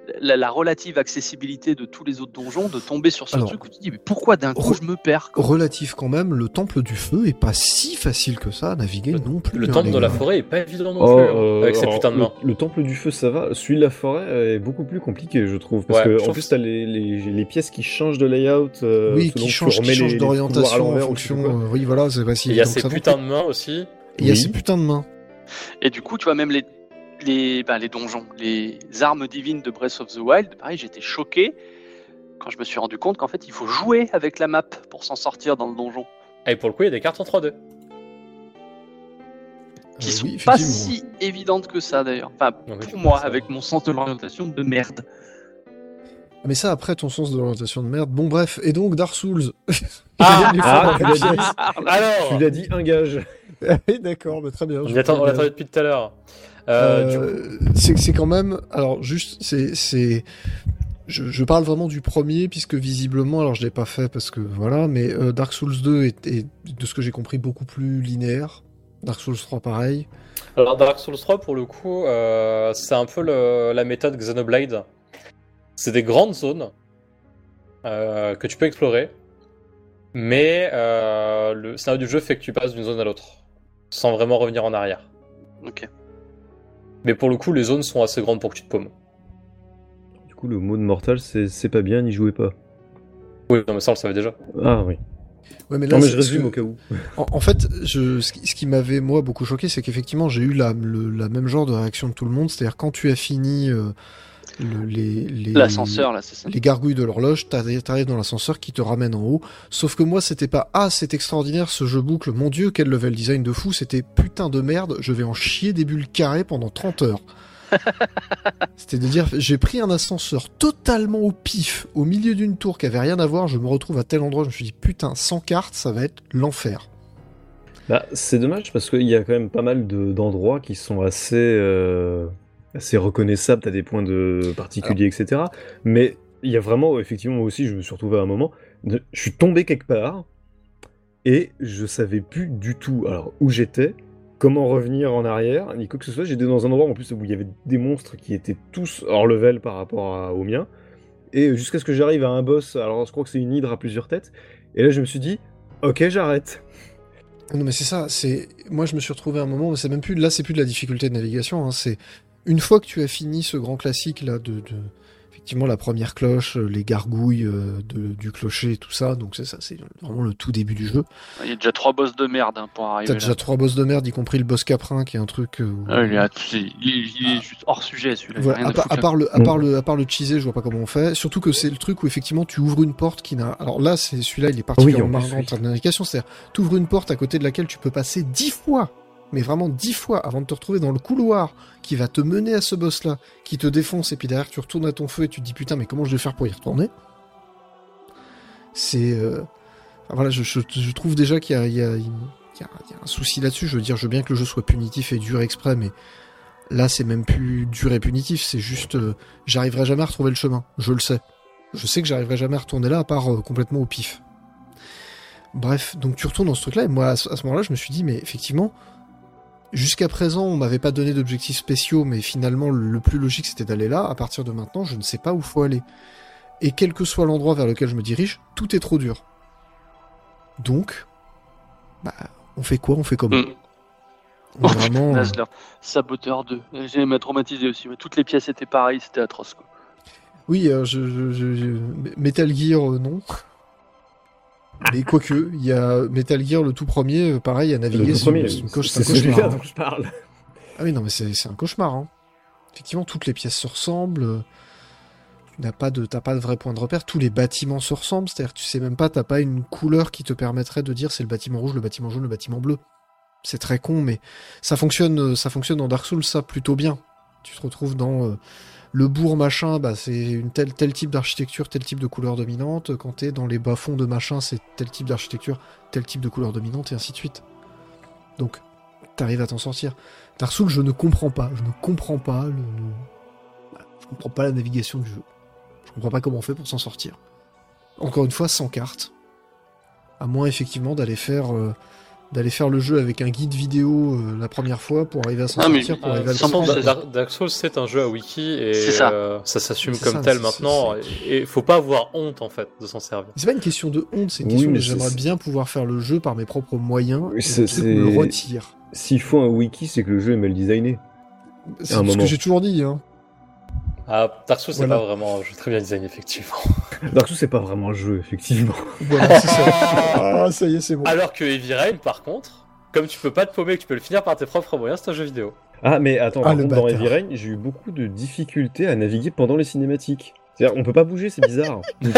la, la relative accessibilité de tous les autres donjons, de tomber sur ce
Alors,
truc où tu te dis mais pourquoi d'un coup
re-
je me perds quoi.
Relatif quand même, le temple du feu est pas si facile que ça à naviguer non plus.
Le
hein,
temple
les
de la
gars.
forêt est pas évident non
Oh,
plus, hein,
euh,
avec ses
alors,
putains de
le,
mains.
le temple du feu, ça va. Celui de la forêt est beaucoup plus compliqué, je trouve. Parce
Ouais,
que
je
en
trouve
plus,
que
t'as les, les, les pièces qui changent de layout. Euh,
Oui,
selon
qui
que
change,
tu remets
qui change
les, les couloirs à
d'orientation en
l'envers ou je sais
fonction.
pas quoi.
euh, oui, voilà, c'est pas si
Et il y a
évident que
ces
ça non
putains
plus.
de mains aussi.
Et il y a
Oui.
ces putains de mains.
Et du coup, tu vois, même les, les, ben, les donjons, les armes divines de Breath of the Wild, pareil, j'étais choqué quand je me suis rendu compte qu'en fait, il faut jouer avec la map pour s'en sortir dans le donjon.
Et pour le coup, il y a des cartes en trois D.
Qui
Euh,
sont
oui,
pas
effectivement.
si évidentes que ça d'ailleurs. Enfin,
Non, mais
pour
je
moi,
pense ça.
avec mon sens de l'orientation de merde.
Mais ça, après, ton sens de l'orientation de merde. Bon, bref. Et donc, Dark Souls.
Ah,
Il y a
Ah,
des
tu l'as dit.
Alors,
Tu l'as dit, un gage.
Oui, d'accord, mais très bien.
on
je
y attend- on
prends bien.
l'attendait depuis tout à l'heure. Euh, du coup,
Euh, c'est c'est quand même. Alors, juste, c'est. c'est... Je, je parle vraiment du premier, puisque visiblement, alors je l'ai pas fait parce que voilà, mais euh, Dark Souls deux est, est, de ce que j'ai compris, beaucoup plus linéaire. Dark Souls trois, pareil.
alors Dark Souls trois, pour le coup, euh, c'est un peu le- la méthode Xenoblade. C'est des grandes zones euh, que tu peux explorer, mais euh, le scénario du jeu fait que tu passes d'une zone à l'autre, sans vraiment revenir en arrière.
Ok.
Mais pour le coup, les zones sont assez grandes pour que tu te paumes.
Du coup, le mot de mortal, c'est c'est pas bien, n'y jouez pas.
Oui, non, mais ça, on le savait déjà.
Ah oui.
Ouais, mais là,
Non, mais
c'est
je
parce
résume
que-
au cas où.
En, en fait, je, ce qui, ce qui m'avait moi beaucoup choqué, c'est qu'effectivement j'ai eu la, le la même genre de réaction de tout le monde, c'est-à-dire quand tu as fini euh, le- les, les
L'ascenseur, là, c'est ça.
les gargouilles de l'horloge, t'arrives t'arrives dans l'ascenseur qui te ramène en haut. Sauf que moi, c'était pas ah c'est extraordinaire ce jeu boucle, mon dieu quel level design de fou, c'était putain de merde, je vais en chier des bulles carrées pendant trente heures. C'était de dire, j'ai pris un ascenseur totalement au pif, au milieu d'une tour qui avait rien à voir, je me retrouve à tel endroit, je me suis dit putain, sans carte, ça va être l'enfer.
Bah, c'est dommage parce qu'il y a quand même pas mal de- d'endroits qui sont assez, euh, assez reconnaissables, t'as des points de particuliers, et cetera. Mais il y a vraiment, effectivement, moi aussi, je me suis retrouvé à un moment, de- je suis tombé quelque part et je savais plus du tout alors où j'étais, comment revenir en arrière, ni quoi que ce soit. J'étais dans un endroit en plus où il y avait des monstres qui étaient tous hors level par rapport à- aux miens. Et jusqu'à ce que j'arrive à un boss, alors je crois que c'est une hydre à plusieurs têtes. Et là, je me suis dit, ok, j'arrête.
Non mais c'est ça, c'est moi je me suis retrouvé à un moment, mais c'est même plus là, c'est plus de la difficulté de navigation, hein, c'est une fois que tu as fini ce grand classique là de, de effectivement la première cloche, euh, les gargouilles euh, de- du clocher, tout ça, donc c'est ça, c'est vraiment le tout début du jeu.
Il y a déjà trois boss de merde hein, pour arriver
T'as
là.
déjà trois boss de merde, y compris le boss caprin qui est un truc. euh, où-
Ah, il, est, à- il est- il est juste hors sujet celui-là. il y a
Voilà,
rien
à,
à
part,
foutre,
à
là.
part le, à
Mm.
part le, à part le cheeser, je vois pas comment on fait. Surtout que c'est le truc où effectivement tu ouvres une porte qui n'a. Alors là, c'est celui-là, il est particulièrement
Oui, en plus,
marrant en
oui.
termes d'indication. C'est-à-dire, tu ouvres une porte à côté de laquelle tu peux passer dix fois, mais vraiment dix fois avant de te retrouver dans le couloir qui va te mener à ce boss-là, qui te défonce et puis derrière tu retournes à ton feu et tu te dis putain, mais comment je vais faire pour y retourner? C'est, euh, enfin, voilà, je, je, je trouve déjà qu'il y a, il y a, il y a- il y a un souci là-dessus. Je veux dire, je veux bien que le jeu soit punitif et dur exprès, mais là, c'est même plus dur et punitif, c'est juste, euh, j'arriverai jamais à retrouver le chemin. Je le sais. Je sais que j'arriverai jamais à retourner là, à part euh, complètement au pif. Bref, donc tu retournes dans ce truc-là, et moi, à ce, à ce moment-là, je me suis dit, mais effectivement, jusqu'à présent, on m'avait pas donné d'objectifs spéciaux, mais finalement, le plus logique, c'était d'aller là. À partir de maintenant, je ne sais pas où faut aller. Et quel que soit l'endroit vers lequel je me dirige, tout est trop dur. Donc, bah, on fait quoi? On fait comment?
Mm.
On est vraiment...
Dazzler. Saboteur deux. J'ai m'a traumatisé aussi. Mais toutes les pièces étaient pareilles, c'était atroce quoi.
Oui, euh, je, je, je- je- Metal Gear, euh, non. Mais quoique, il y a Metal Gear, le tout premier, euh, pareil, à naviguer,
Le tout
c'est
premier,
c'est une coche- c'est
c'est
un
celui-là
cauchemar.
dont
hein.
je parle.
Ah oui, non, mais c'est c'est un cauchemar. Hein. Effectivement, toutes les pièces se ressemblent. euh, Tu n'as pas de, t'as pas de vrai point de repère. Tous les bâtiments se ressemblent. C'est-à-dire, que tu sais même pas, t'as pas une couleur qui te permettrait de dire c'est le bâtiment rouge, le bâtiment jaune, le bâtiment bleu. C'est très con, mais ça fonctionne, euh, ça fonctionne dans Dark Souls, ça plutôt bien. Tu te retrouves dans euh, le bourg machin, bah c'est une telle tel type d'architecture, tel type de couleur dominante. Quand t'es dans les bas-fonds de machin, c'est tel type d'architecture, tel type de couleur dominante, et ainsi de suite. Donc, t'arrives à t'en sortir. Dark Souls, je ne comprends pas. Je ne comprends pas le... le- Je comprends pas la navigation du jeu. Je comprends pas comment on fait pour s'en sortir. Encore une fois, sans carte. À moins, effectivement, d'aller faire... euh, d'aller faire le jeu avec un guide vidéo euh, la première fois pour arriver à s'en
Ah, mais-
sortir, pour
Euh,
arriver à le
de toute façon,
comprendre.
Dark, Dark Souls c'est un jeu à wiki et
C'est ça.
euh, ça s'assume
C'est
comme
ça,
tel
c'est-
maintenant
c'est-
et faut pas avoir honte en fait de s'en servir.
C'est pas une question de honte, c'est une
Oui,
question
mais
de
c'est-
j'aimerais
c'est-
bien pouvoir faire le jeu par mes propres moyens.
Oui,
et
c'est-
le truc me
c'est-
retire.
S'il faut un wiki, c'est que le jeu est mal designé.
C'est
un
ce
moment.
que j'ai toujours dit. Hein.
Ah, Dark Souls c'est
Voilà.
pas vraiment un jeu très bien designé effectivement.
Dark Souls, c'est pas vraiment un jeu, effectivement.
Voilà, c'est ça. Ah, ça y est, c'est bon.
Alors que Heavy Rain par contre, comme tu peux pas te paumer, que tu peux le finir par tes propres moyens, c'est un jeu vidéo.
Ah, mais attends,
Ah,
par
le
contre, dans
bâtard.
Heavy Rain, j'ai eu beaucoup de difficultés à naviguer pendant les cinématiques. C'est-à-dire, on peut pas bouger, c'est bizarre.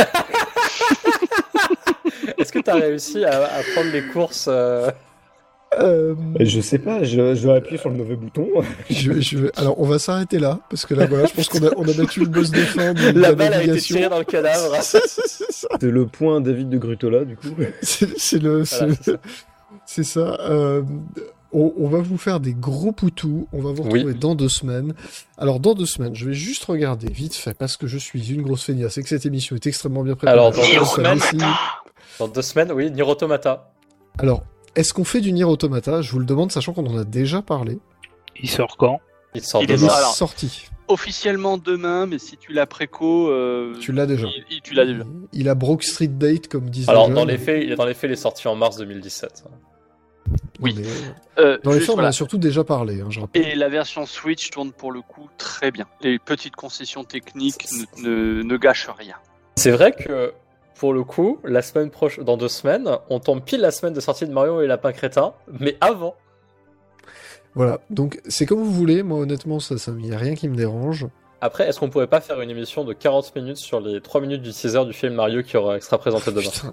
Est-ce que t'as réussi à, à prendre les courses euh,
Euh,
Je sais pas, je, je dois appuyer sur le mauvais bouton.
je, je- Alors, on va s'arrêter là, parce que là, voilà, je pense qu'on a, on a battu le boss de fin de
La
la
balle a été
navigation.
tirée dans le cadavre.
C'est c'est ça.
C'est le point David de Grutola, du coup.
C'est c'est le.
Voilà,
c'est-
c'est ça.
C'est ça. euh, on, on va vous faire des gros poutous. On va vous retrouver
Oui.
dans deux semaines. Alors, dans deux semaines, je vais juste regarder vite fait, parce que je suis une grosse feignasse et que cette émission est extrêmement bien préparée.
Alors, dans
Je
deux
pense à
semaines-
Leslie.
Dans deux semaines, oui, Nier Automata.
Alors, est-ce qu'on fait du Nier Automata? Je vous le demande, sachant qu'on en a déjà parlé.
Il sort quand?
Il sort
Il est
Il
demain.
est
Alors-
sorti.
Officiellement demain, mais si tu l'as préco, euh,
Tu l'as déjà.
il- il- tu l'as déjà.
Il a Broke Street Date, comme disent
Alors,
les
dans
jeunes.
les faits, il est dans les faits, il est sorti en mars deux mille dix-sept.
Oui.
Mais,
Euh,
dans les
juste,
faits, on en
voilà.
a surtout déjà parlé, hein, je rappelle.
Et la version Switch tourne pour le coup très bien. Les petites concessions techniques ne, ne, ne gâchent rien.
C'est vrai que, pour le coup, la semaine prochaine, dans deux semaines, on tombe pile la semaine de sortie de Mario et Lapin Crétin, mais avant.
Voilà, donc c'est comme vous voulez. Moi, honnêtement, ça, ça, y a rien qui me dérange.
Après, est-ce qu'on pourrait pas faire une émission de quarante minutes sur les trois minutes du teaser du film Mario qui aura extra présenté demain?
Putain.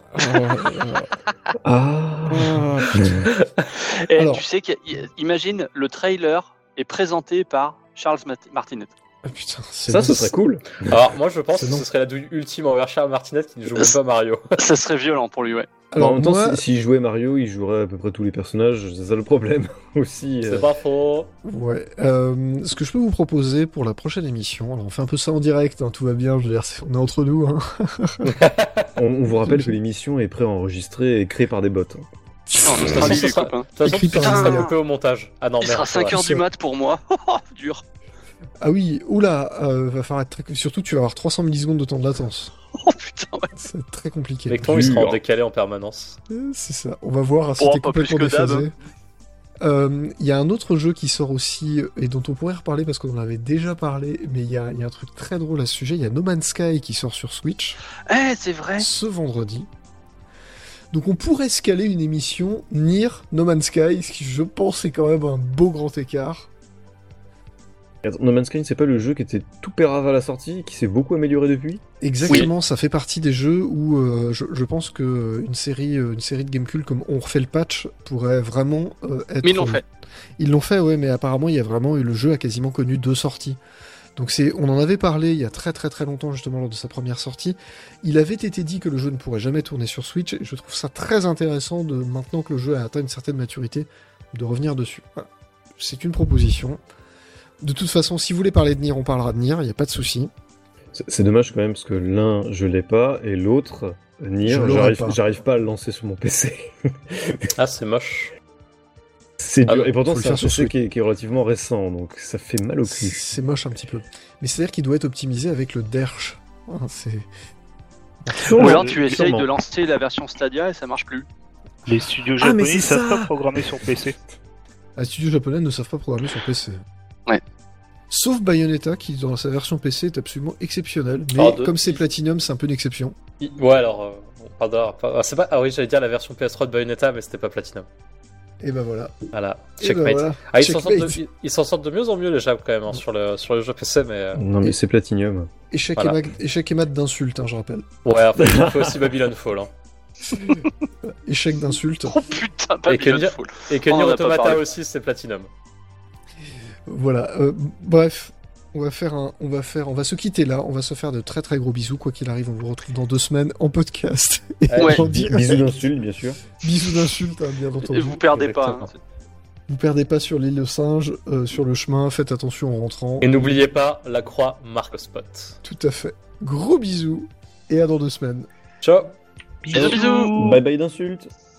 Oh,
Ah.
oh, putain.
Et
Alors-
tu sais qu'imagine, le trailer est présenté par Charles Mat- Martinet.
Ah, putain, c'est
Ça,
bon.
ce serait cool.
Alors, moi, je pense
C'est
que
non.
ce serait la douille ultime envers Charles Martinet qui ne joue même pas Mario.
Ça serait violent pour lui, ouais.
Alors,
en même temps,
moi,
si- s'il jouait Mario, il jouerait à peu près tous les personnages. C'est ça le problème aussi. euh.
C'est pas faux.
ouais. Euh, ce que je peux vous proposer pour la prochaine émission, alors on fait un peu ça en direct, hein, tout va bien, je veux dire, c'est- on est entre nous. Hein.
On, on vous rappelle que l'émission est préenregistrée et créée par des bots.
Non,
De toute
Australie,
façon, ce
les
sera-
copains.
de toute façon,
Écrit
tout ça
par
sera
un-
coupé au montage. Ah non,
Il
merde.
sera
c'est
cinq
vrai.
heures du mat pour moi. Dur.
Ah oui, oula, euh, va falloir être très... surtout tu vas avoir trois cents millisecondes de temps de latence.
Oh putain, ouais.
Ça va être très compliqué.
Lecton, il sera en
Dur.
décalé en permanence.
Euh, C'est ça, on va voir si
Oh,
t'es
pas plus
complètement
que d'hab.
déphasé. Euh, Il y a un autre jeu qui sort aussi, euh, et dont on pourrait reparler parce qu'on en avait déjà parlé, mais il y a, il y a un truc très drôle à ce sujet, il y a No Man's Sky qui sort sur Switch
Eh, c'est vrai.
ce vendredi. Donc on pourrait se caler une émission Nier No Man's Sky, ce qui je pense est quand même un beau grand écart.
Attends, No Man's Sky, c'est pas le jeu qui était tout pérave à la sortie, qui s'est beaucoup amélioré depuis?
Exactement, ça fait partie des jeux où euh, je, je pense que euh, une série, euh, une série de Gamecube comme On refait le patch pourrait vraiment euh, être.
Mais ils l'ont fait.
Ils l'ont fait, ouais, mais apparemment il y a vraiment eu le jeu a quasiment connu deux sorties. Donc c'est, on en avait parlé il y a très très très longtemps justement lors de sa première sortie. Il avait été dit que le jeu ne pourrait jamais tourner sur Switch et je trouve ça très intéressant de maintenant que le jeu a atteint une certaine maturité de revenir dessus. Voilà. C'est une proposition. De toute façon, si vous voulez parler de Nier, on parlera de Nier, il n'y a pas de souci.
C'est c'est dommage quand même, parce que l'un, je l'ai pas, et l'autre, Nier,
Je l'aurais
j'arrive
pas.
j'arrive pas à le lancer sur mon P C.
Ah, c'est moche.
C'est
Ah
dur,
bah,
et pourtant
faut le
c'est un
faire sur
P C
Switch.
qui est, qui est relativement récent, donc ça fait mal au cul.
C'est moche un petit peu. Mais c'est-à-dire qu'il doit être optimisé avec le Dersh. Hein, c'est...
Ou alors
euh,
tu essayes
sûrement.
de lancer la version Stadia et ça marche plus.
Les studios
Ah, mais
japonais
c'est
ils savent
ça
pas programmer sur P C.
Les studios japonais ne savent pas programmer sur P C.
Ouais.
Sauf Bayonetta, qui dans sa version P C est absolument exceptionnel. Mais
Alors, de-
comme c'est Platinum, c'est un peu une exception.
Il- Ouais, alors, euh, on parle de- ah, c'est pas... ah oui, j'allais dire la version P S trois de Bayonetta, mais c'était pas Platinum.
Et ben voilà.
Voilà,
Et ben
checkmate.
voilà.
Ah, ils s'en sortent,
Checkmate.
de... ils- ils s'en sortent de mieux en mieux les Japs quand même hein, sur, le... sur le jeu P C, mais euh,
Non mais c'est Platinum.
Échec,
Voilà.
et, ma- échec et mat d'insultes, hein, je rappelle.
ouais, en fait, il faut aussi Babylon Fall. Hein.
Échec d'insultes.
Oh putain, pas
Et que Nier-
Fall.
Et que
On
Nier
en a pas
Automata
parlé.
aussi, c'est Platinum.
Voilà. euh, bref, on va faire un, on va faire, on va se quitter là. On va se faire de très très gros bisous. Quoi qu'il arrive, on vous retrouve dans deux semaines en podcast. Et
Ouais.
en
Bi-
direct.
Bisous d'insultes, bien sûr.
Bisous d'insultes, hein, bien entendu.
Et vous perdez pas.
Exactement.
hein.
Vous perdez pas sur l'île de singe, euh, sur le chemin. Faites attention en rentrant.
Et n'oubliez pas, la croix marque le spot.
Tout à fait. Gros bisous et à dans deux semaines.
Ciao.
Bisous, bisous.
Bye bye d'insultes.